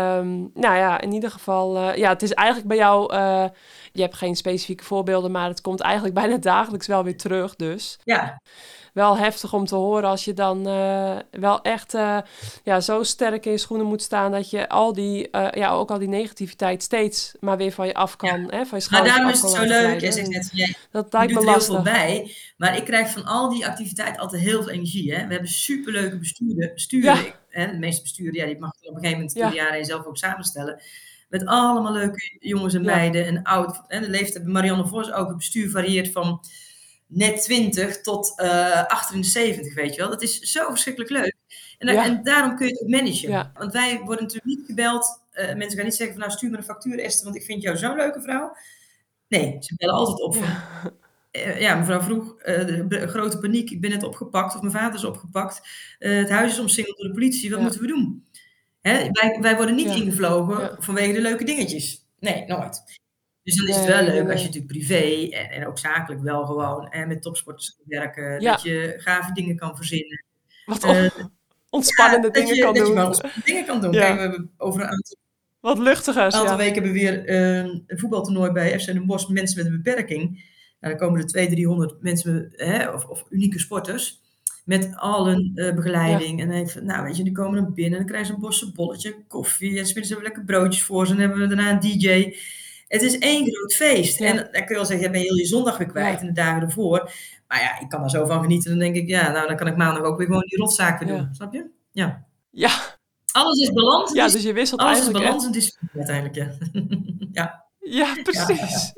in ieder geval, het is eigenlijk bij jou, je hebt geen specifieke voorbeelden, maar het komt eigenlijk bijna dagelijks wel weer terug. Dus wel heftig om te horen als je dan wel echt zo sterk in je schoenen moet staan dat je ook al die negativiteit steeds maar weer van je af kan. Hè, van je schouders. Maar daarom is het zo leuk. Je zegt net, dat lijkt me lastig. Heel veel bij, maar ik krijg van al die activiteit altijd heel veel energie. Hè? We hebben superleuke besturen. De meeste besturen, die mag je op een gegeven moment door de jaren heen zelf ook samenstellen. Met allemaal leuke jongens en meiden en oud. En de leeftijd bij Marianne Vos ook. Het bestuur varieert van net 20 tot 78, weet je wel. Dat is zo verschrikkelijk leuk. En daarom kun je het ook managen. Ja. Want wij worden natuurlijk niet gebeld. Mensen gaan niet zeggen van stuur me een factuur Esther, want ik vind jou zo'n leuke vrouw. Nee, ze bellen altijd op van... mevrouw vroeg, grote paniek, ik ben net opgepakt of mijn vader is opgepakt. Het huis is omsingeld door de politie, wat moeten we doen? Hè? Wij worden niet ingevlogen vanwege de leuke dingetjes. Nee, nooit. Dus dan is het wel leuk als je natuurlijk privé en ook zakelijk wel gewoon met topsporters kan werken. Dat je gave dingen kan verzinnen. Wat ontspannende dingen kan doen. Dat je wel ontspannende dingen kan doen. Kijk, we hebben over een wat luchtigers. Een aantal weken hebben we weer een voetbaltoernooi bij FC Den Bosch. Mensen met een beperking. Nou, dan komen er 200-300 mensen of unieke sporters. Met al hun begeleiding. En even, weet je, die komen dan binnen. En dan krijgen ze een bosse bolletje, koffie. En smiddags hebben we lekker broodjes voor ze. En dan hebben we daarna een DJ. Het is één groot feest. Ja. En dan kun je wel zeggen, je bent heel je zondag weer kwijt en de dagen ervoor. Maar ik kan er zo van genieten. Dan denk ik, dan kan ik maandag ook weer gewoon die rotzaken doen. Snap je? Ja. Alles is balans. Ja, dus je wisselt alles eigenlijk. Alles is balans en discipline uiteindelijk, ja. Ja, precies.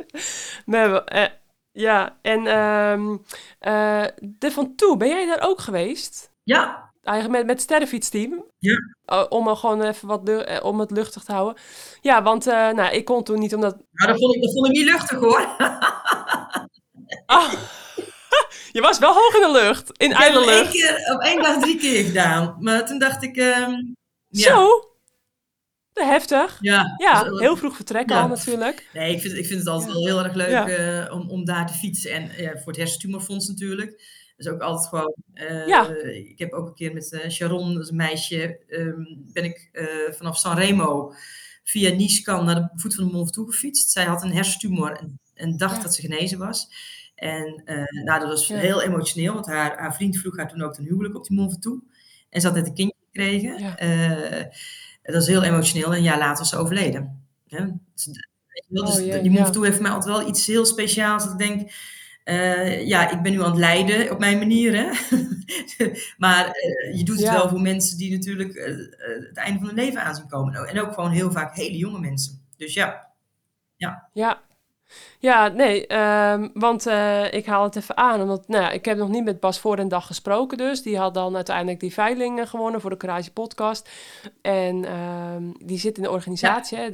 En de Van Toe, ben jij daar ook geweest? Ja. Eigenlijk met het sterrenfietsteam? Ja. Om er gewoon even om het luchtig te houden. Ja, want ik kon toen niet omdat... Nou, dat vond ik niet luchtig hoor. Je was wel hoog in de lucht, in eilenlucht. Ik heb het op 1 dag 3 keer gedaan. Maar toen dacht ik... Zo? Heftig. Ja, heel vroeg vertrekken al natuurlijk. Nee, ik vind het altijd wel heel erg leuk om daar te fietsen. En voor het Hersentumorfonds natuurlijk. Dat is ook altijd gewoon... Ik heb ook een keer met Sharon, dat is een meisje, ben ik vanaf Sanremo via Nice naar de voet van de Mont Ventoux gefietst. Zij had een hersentumor en dacht dat ze genezen was. En dat was heel emotioneel, want haar vriend vroeg haar toen ook ten huwelijk op die Mont Ventoux. En ze had net een kindje gekregen. Ja. Dat was heel emotioneel en een jaar later was ze overleden. Ja, die Mont Ventoux heeft voor mij altijd wel iets heel speciaals. Dat ik denk, ik ben nu aan het lijden op mijn manier. Hè? Maar je doet het wel voor mensen die natuurlijk het einde van hun leven aan zien komen. En ook gewoon heel vaak hele jonge mensen. Dus ja. Ja, nee, want ik haal het even aan. Omdat, nou ja, ik heb nog niet met Bas voor een dag gesproken dus. Die had dan uiteindelijk die veiling gewonnen voor de Courage podcast. En die zit in de organisatie hè,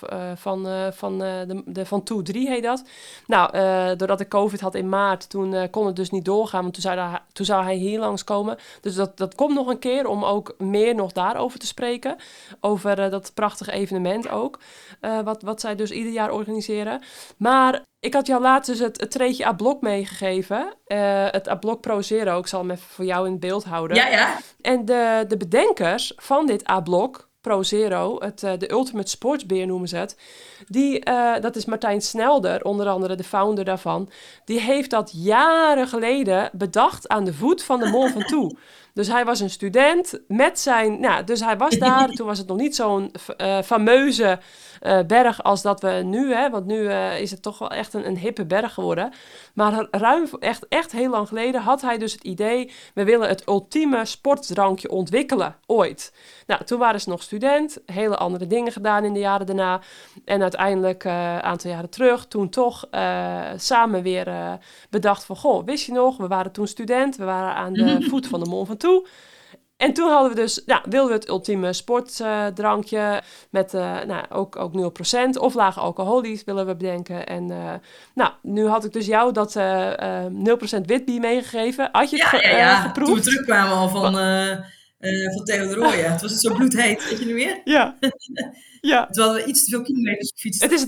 van Van Toe 3 heet dat. Nou, doordat ik COVID had in maart, toen kon het dus niet doorgaan. Want toen zou hij hier langskomen. Dus dat komt nog een keer om ook meer nog daarover te spreken. Over dat prachtige evenement ook. Wat zij dus ieder jaar organiseren. Maar ik had jou laatst dus het treetje A-Block meegegeven. Het A-Block Pro Zero. Ik zal hem even voor jou in het beeld houden. Ja. En de bedenkers van dit A-Block Pro Zero, de Ultimate Sportsbeer noemen ze het. Dat is Martijn Snelder, onder andere de founder daarvan. Die heeft dat jaren geleden bedacht aan de voet van de Mont Ventoux. Dus hij was een student met zijn... Nou, dus hij was daar. Toen was het nog niet zo'n fameuze berg als dat we nu... Hè, want nu is het toch wel echt een hippe berg geworden. Maar ruim, echt heel lang geleden had hij dus het idee... we willen het ultieme sportdrankje ontwikkelen, ooit. Nou, toen waren ze nog student. Hele andere dingen gedaan in de jaren daarna. En uiteindelijk, een aantal jaren terug... toen toch samen weer bedacht van... goh, wist je nog, we waren toen student. We waren aan de voet van de Mont Ventoux. En toen hadden we dus, wilden we het ultieme sportdrankje met ook 0% of laag alcoholisch willen we bedenken. En nu had ik dus jou dat 0% witbier meegegeven. Had je het geproefd? Toen we terugkwamen al van Theo de Rooij. Het was zo bloedheet, weet je nu weer? Ja. Toen hadden we iets te veel kilometers gefietst. Het is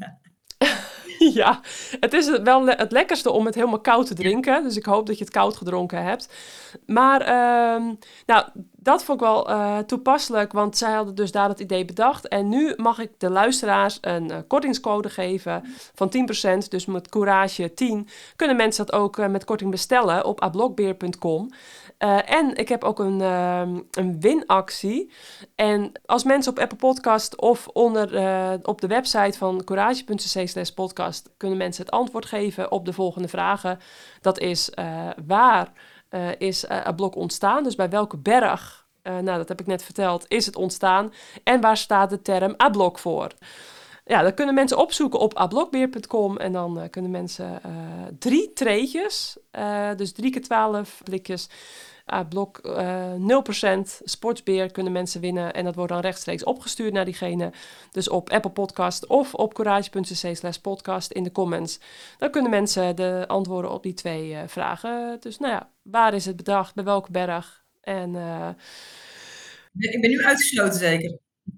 Ja, het is wel het lekkerste om het helemaal koud te drinken. Dus ik hoop dat je het koud gedronken hebt. Maar dat vond ik wel toepasselijk, want zij hadden dus daar het idee bedacht. En nu mag ik de luisteraars een kortingscode geven van 10%. Dus met Courage 10 kunnen mensen dat ook met korting bestellen op ablokbeer.com. En ik heb ook een winactie. En als mensen op Apple Podcast of op de website van courage.cc/podcast kunnen mensen het antwoord geven op de volgende vragen. Dat is waar is A-Block ontstaan? Dus bij welke berg, dat heb ik net verteld, is het ontstaan? En waar staat de term A-Block voor? Ja, dat kunnen mensen opzoeken op ablokbeer.com en dan kunnen mensen 3 treetjes, dus 3 keer 12 blikjes A-Block 0% sportsbeer kunnen mensen winnen. En dat wordt dan rechtstreeks opgestuurd naar diegene. Dus op Apple Podcast of op courage.cc/podcast in de comments. Dan kunnen mensen de antwoorden op die 2 vragen. Dus waar is het bedacht? Bij welke berg? En ik ben nu uitgesloten zeker.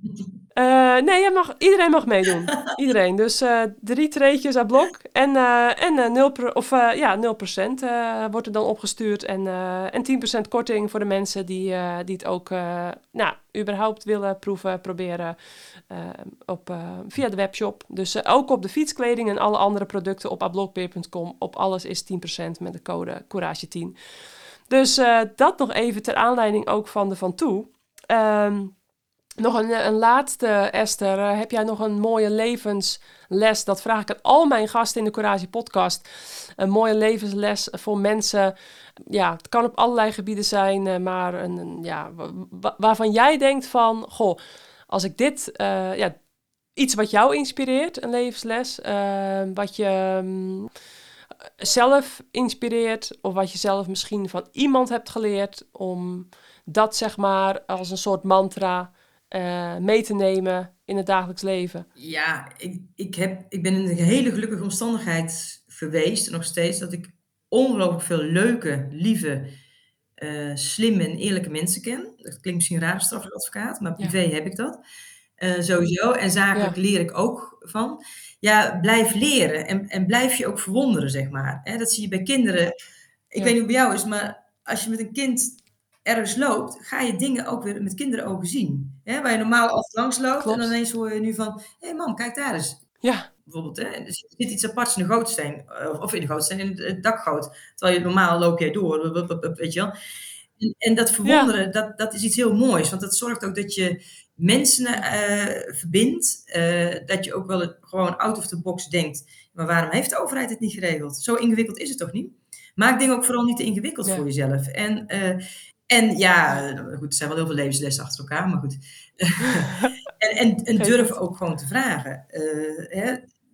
Nee, iedereen mag meedoen. Iedereen. Dus 3 treetjes A-Block en 0% wordt er dan opgestuurd. En 10% korting voor de mensen die het ook überhaupt willen proeven, proberen via de webshop. Dus ook op de fietskleding en alle andere producten op ablokbeer.com. Op alles is 10% met de code Courage10. Dus dat nog even ter aanleiding ook van de Van Toe. Nog een laatste, Esther. Heb jij nog een mooie levensles? Dat vraag ik aan al mijn gasten in de Courage podcast. Een mooie levensles voor mensen. Ja, het kan op allerlei gebieden zijn, maar waarvan jij denkt van... Goh, als ik dit... iets wat jou inspireert, een levensles. Wat je zelf inspireert. Of wat je zelf misschien van iemand hebt geleerd. Om dat zeg maar als een soort mantra... mee te nemen in het dagelijks leven? Ja, ik ben in een hele gelukkige omstandigheid geweest, nog steeds, dat ik ongelooflijk veel leuke, lieve, slimme en eerlijke mensen ken. Dat klinkt misschien raar als strafrecht advocaat, maar privé heb ik dat. Sowieso. En zakelijk leer ik ook van. Ja, blijf leren en blijf je ook verwonderen, zeg maar. Dat zie je bij kinderen. Ik weet niet hoe het bij jou is, maar als je met een kind ergens loopt, ga je dingen ook weer met kinderogen zien. Waar je normaal altijd langs loopt. Klopt. En dan ineens hoor je nu van... Hé mam, kijk daar eens. Ja. Bijvoorbeeld, er zit iets aparts in de gootsteen. Of in de gootsteen, in het dakgoot. Terwijl je normaal loop je door. Weet je wel. En dat verwonderen, dat is iets heel moois. Want dat zorgt ook dat je mensen verbindt. Dat je ook wel gewoon out of the box denkt. Maar waarom heeft de overheid het niet geregeld? Zo ingewikkeld is het toch niet? Maak dingen ook vooral niet te ingewikkeld voor jezelf. En ja, goed, er zijn wel heel veel levenslessen achter elkaar, maar goed. en durf ook gewoon te vragen.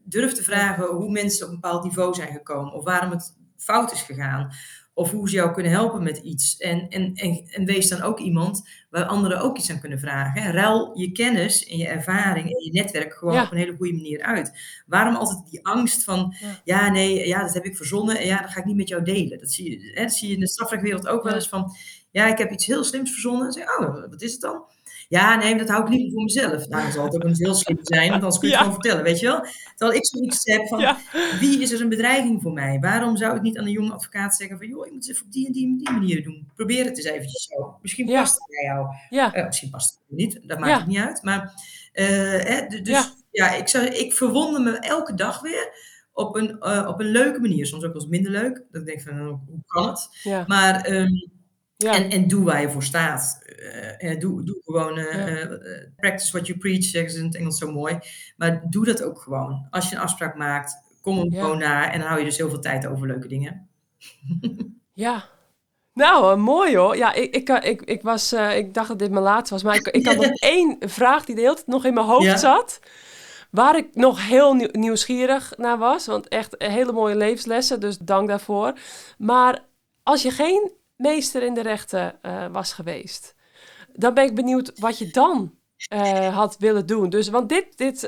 durf te vragen hoe mensen op een bepaald niveau zijn gekomen. Of waarom het fout is gegaan. Of hoe ze jou kunnen helpen met iets. En wees dan ook iemand waar anderen ook iets aan kunnen vragen. Hè. Ruil je kennis en je ervaring en je netwerk gewoon op een hele goede manier uit. Waarom altijd die angst van, dat heb ik verzonnen en dat ga ik niet met jou delen. Dat zie je in de strafrechtwereld ook wel eens van, ik heb iets heel slims verzonnen. En zeg, wat is het dan? Ja, nee, dat hou ik liever voor mezelf. Nou, dan zal het ook niet heel slim zijn, want anders kun je het gewoon vertellen, weet je wel. Terwijl ik zoiets heb van, wie is er een bedreiging voor mij? Waarom zou ik niet aan een jonge advocaat zeggen van, joh, je moet het even op die en die manier doen. Probeer het eens eventjes zo. Misschien past het bij jou. Misschien past het niet, dat maakt het niet uit. Maar, ik verwonder me elke dag weer op een leuke manier. Soms ook wel eens minder leuk. Dat ik denk van, hoe kan het? Ja. Maar... En doe waar je voor staat. Doe gewoon practice what you preach, zeggen ze in het Engels zo mooi. Maar doe dat ook gewoon. Als je een afspraak maakt, kom hem gewoon na. En dan hou je dus heel veel tijd over leuke dingen. Ja. Nou, mooi hoor. Ja, ik dacht dat dit mijn laatste was. Maar ik had nog één vraag die de hele tijd nog in mijn hoofd zat. Waar ik nog heel nieuwsgierig naar was. Want echt hele mooie levenslessen. Dus dank daarvoor. Maar als je geen meester in de rechten was geweest, dan ben ik benieuwd wat je dan had willen doen. Dus, want dit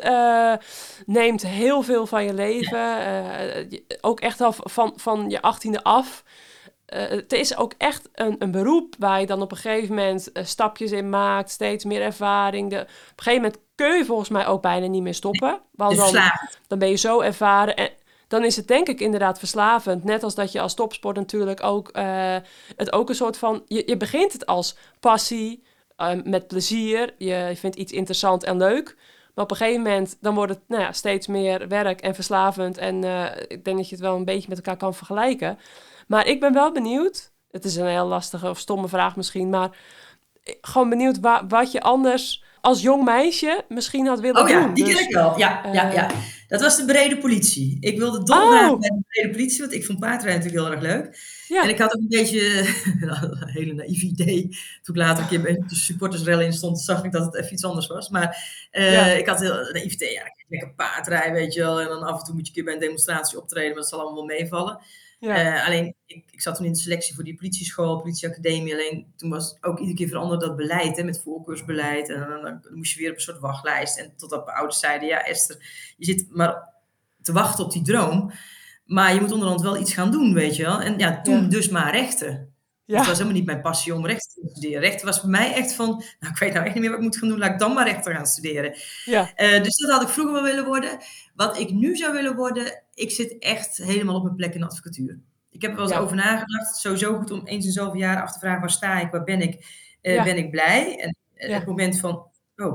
neemt heel veel van je leven. Ook echt al van je 18e af. Het is ook echt een beroep waar je dan op een gegeven moment stapjes in maakt, steeds meer ervaring. Op een gegeven moment kun je volgens mij ook bijna niet meer stoppen. Want dan ben je zo ervaren. En dan is het denk ik inderdaad verslavend. Net als dat je als topsport natuurlijk ook het ook een soort van... Je begint het als passie, met plezier. Je vindt iets interessant en leuk. Maar op een gegeven moment dan wordt het steeds meer werk en verslavend. En ik denk dat je het wel een beetje met elkaar kan vergelijken. Maar ik ben wel benieuwd. Het is een heel lastige of stomme vraag misschien. Maar gewoon benieuwd wat je anders als jong meisje misschien had willen doen. Oh ja, die ken ik wel. Ja. Dat was de brede politie. Ik wilde dolgraag bij de brede politie, want ik vond paardrijden natuurlijk heel erg leuk. Ja. En ik had ook een beetje een hele naïef idee. Toen ik later een keer bij de supportersrally in stond, zag ik dat het even iets anders was. Maar ik had heel naïef idee. Lekker paardrijden, weet je wel. En dan af en toe moet je een keer bij een demonstratie optreden, maar dat zal allemaal wel meevallen. Ja. Alleen, ik zat toen in de selectie voor die politieschool, politieacademie. Alleen, toen was ook iedere keer veranderd dat beleid, met voorkeursbeleid. En dan moest je weer op een soort wachtlijst. En totdat mijn ouders zeiden, ja Esther, je zit maar te wachten op die droom. Maar je moet onderhand wel iets gaan doen, weet je wel. En toen dus maar rechten. Ja. Het was helemaal niet mijn passie om rechten te studeren. Rechten was voor mij echt van, ik weet nou echt niet meer wat ik moet gaan doen. Laat ik dan maar rechter gaan studeren. Ja. Dus dat had ik vroeger wel willen worden. Wat ik nu zou willen worden, ik zit echt helemaal op mijn plek in de advocatuur. Ik heb er wel eens over nagedacht. Sowieso goed om eens in zoveel jaar af te vragen, waar sta ik, waar ben ik? Ben ik blij? En het moment van,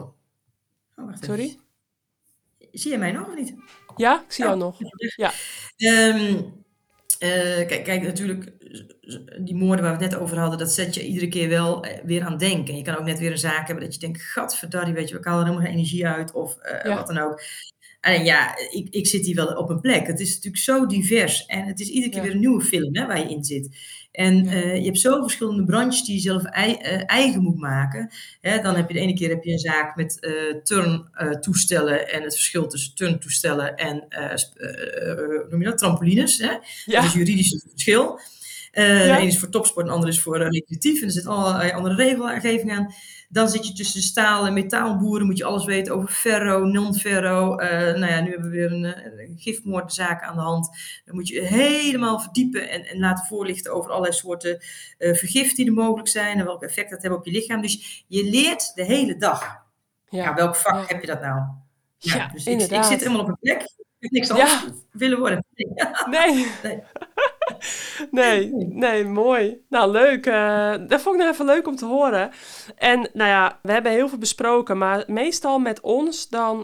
wacht Sorry? Even. Zie je mij nog of niet? Ja, ik zie jou nog. Ja. Kijk, natuurlijk, die moorden waar we het net over hadden, dat zet je iedere keer wel weer aan denken. En je kan ook net weer een zaak hebben dat je denkt, gadverdarrie, weet je, we halen er helemaal geen energie uit of wat dan ook. En ik zit hier wel op een plek. Het is natuurlijk zo divers en het is iedere keer weer een nieuwe film waar je in zit. En je hebt zo verschillende branches die je zelf eigen moet maken. Dan heb je de ene keer een zaak met turntoestellen en het verschil tussen turntoestellen en noem je dat, trampolines. Dat is het juridische verschil. De ene is voor topsport, de andere is voor recreatief. En er zit allerlei andere regelgeving aan. Dan zit je tussen de staal- en metaalboeren. Moet je alles weten over ferro, non-ferro. Nu hebben we weer een gifmoordzaak aan de hand. Dan moet je helemaal verdiepen en laten voorlichten over allerlei soorten vergif die er mogelijk zijn. En welk effect dat hebben op je lichaam. Dus je leert de hele dag. Welk vak heb je dat nou? Dus ik zit helemaal op een plek. Ik heb niks anders willen worden. Nee, mooi. Nou, leuk. Dat vond ik nou even leuk om te horen. En we hebben heel veel besproken, maar meestal met ons dan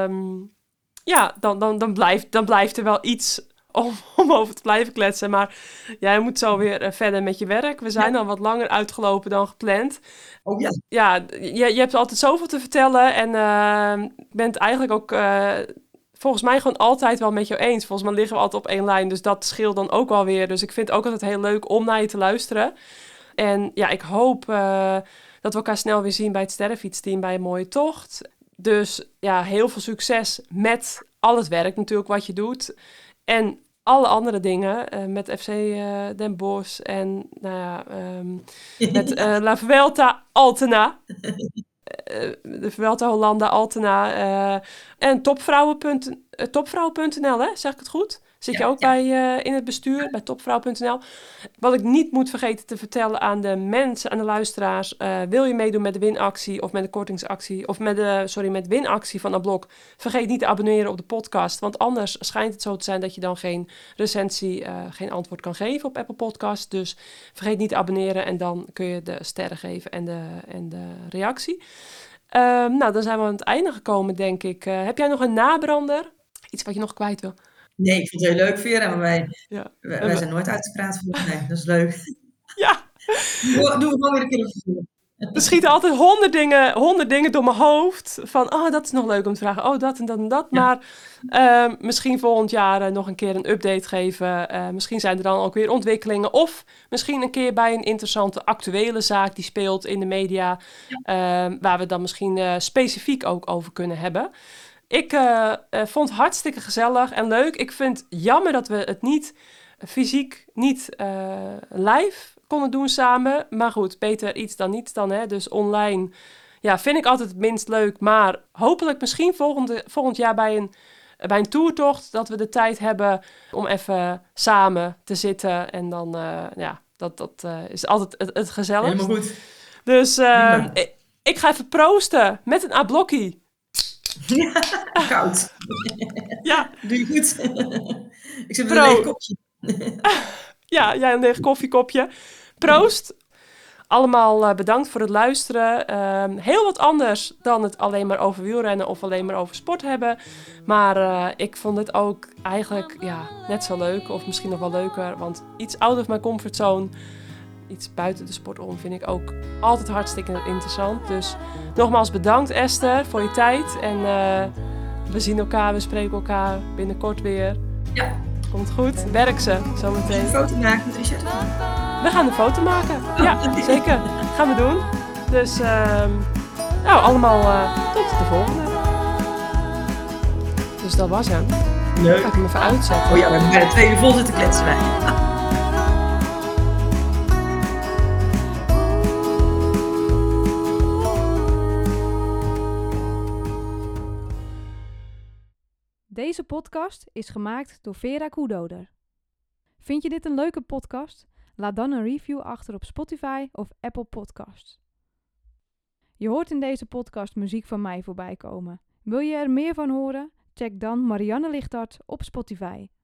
blijft er wel iets om over te blijven kletsen. Maar jij moet zo weer verder met je werk. We zijn al wat langer uitgelopen dan gepland. Oh ja. Ja, je hebt altijd zoveel te vertellen en ik ben het eigenlijk ook... volgens mij gewoon altijd wel met jou eens. Volgens mij liggen we altijd op één lijn. Dus dat scheelt dan ook wel weer. Dus ik vind het ook altijd heel leuk om naar je te luisteren. En ik hoop dat we elkaar snel weer zien bij het Sterrenfietsteam bij een mooie tocht. Dus heel veel succes met al het werk natuurlijk wat je doet. En alle andere dingen met FC Den Bosch en met La Vuelta Altena. De Vuelta Hollanda Altena en topvrouwen.nl, hè? Zeg ik het goed? Zit je ook bij in het bestuur, bij topvrouw.nl. Wat ik niet moet vergeten te vertellen aan de mensen, aan de luisteraars. Wil je meedoen met de winactie of met de kortingsactie of met de winactie van Adblock? Vergeet niet te abonneren op de podcast. Want anders schijnt het zo te zijn dat je dan geen recensie, geen antwoord kan geven op Apple Podcast. Dus vergeet niet te abonneren en dan kun je de sterren geven en de reactie. Dan zijn we aan het einde gekomen, denk ik. Heb jij nog een nabrander? Iets wat je nog kwijt wil? Nee, ik vond het heel leuk, Vera, maar wij zijn nooit uitgepraat volgens mij. Dat is leuk. Ja. Doen we gewoon weer een keer op verzoeken. Er schieten altijd 100 dingen door mijn hoofd. Van, dat is nog leuk om te vragen. Oh, dat en dat en dat. Ja. Maar misschien volgend jaar nog een keer een update geven. Misschien zijn er dan ook weer ontwikkelingen. Of misschien een keer bij een interessante actuele zaak die speelt in de media. Ja. Waar we dan misschien specifiek ook over kunnen hebben. Ik vond het hartstikke gezellig en leuk. Ik vind het jammer dat we het niet fysiek, niet live konden doen samen. Maar goed, beter iets dan niets dan. Hè? Dus online vind ik altijd het minst leuk. Maar hopelijk misschien volgend jaar bij een toertocht dat we de tijd hebben om even samen te zitten. En dan, dat is altijd het gezelligst. Helemaal goed. Dus ik ga even proosten met een Adblockie. Ja, koud. Ja. Doe je goed. Ik zit met een leeg kopje. Ja, jij een leeg koffiekopje. Proost. Allemaal bedankt voor het luisteren. Heel wat anders dan het alleen maar over wielrennen of alleen maar over sport hebben. Maar ik vond het ook eigenlijk net zo leuk of misschien nog wel leuker. Want iets out of my comfortzone, iets buiten de sport om, vind ik ook altijd hartstikke interessant. Dus nogmaals bedankt Esther voor je tijd. En we zien elkaar, we spreken elkaar binnenkort weer. Ja. Komt goed. Werk ze zometeen. Een foto maken met Richard. We gaan een foto maken. Ja, zeker. Gaan we doen. Dus allemaal tot de volgende. Dus dat was hem. Leuk. Ga ik hem even uitzetten. Oh ja, we hebben bij de tweede vol zitten kletsen wij. Deze podcast is gemaakt door Vera Koedoder. Vind je dit een leuke podcast? Laat dan een review achter op Spotify of Apple Podcasts. Je hoort in deze podcast muziek van mij voorbij komen. Wil je er meer van horen? Check dan Marianne Lichthart op Spotify.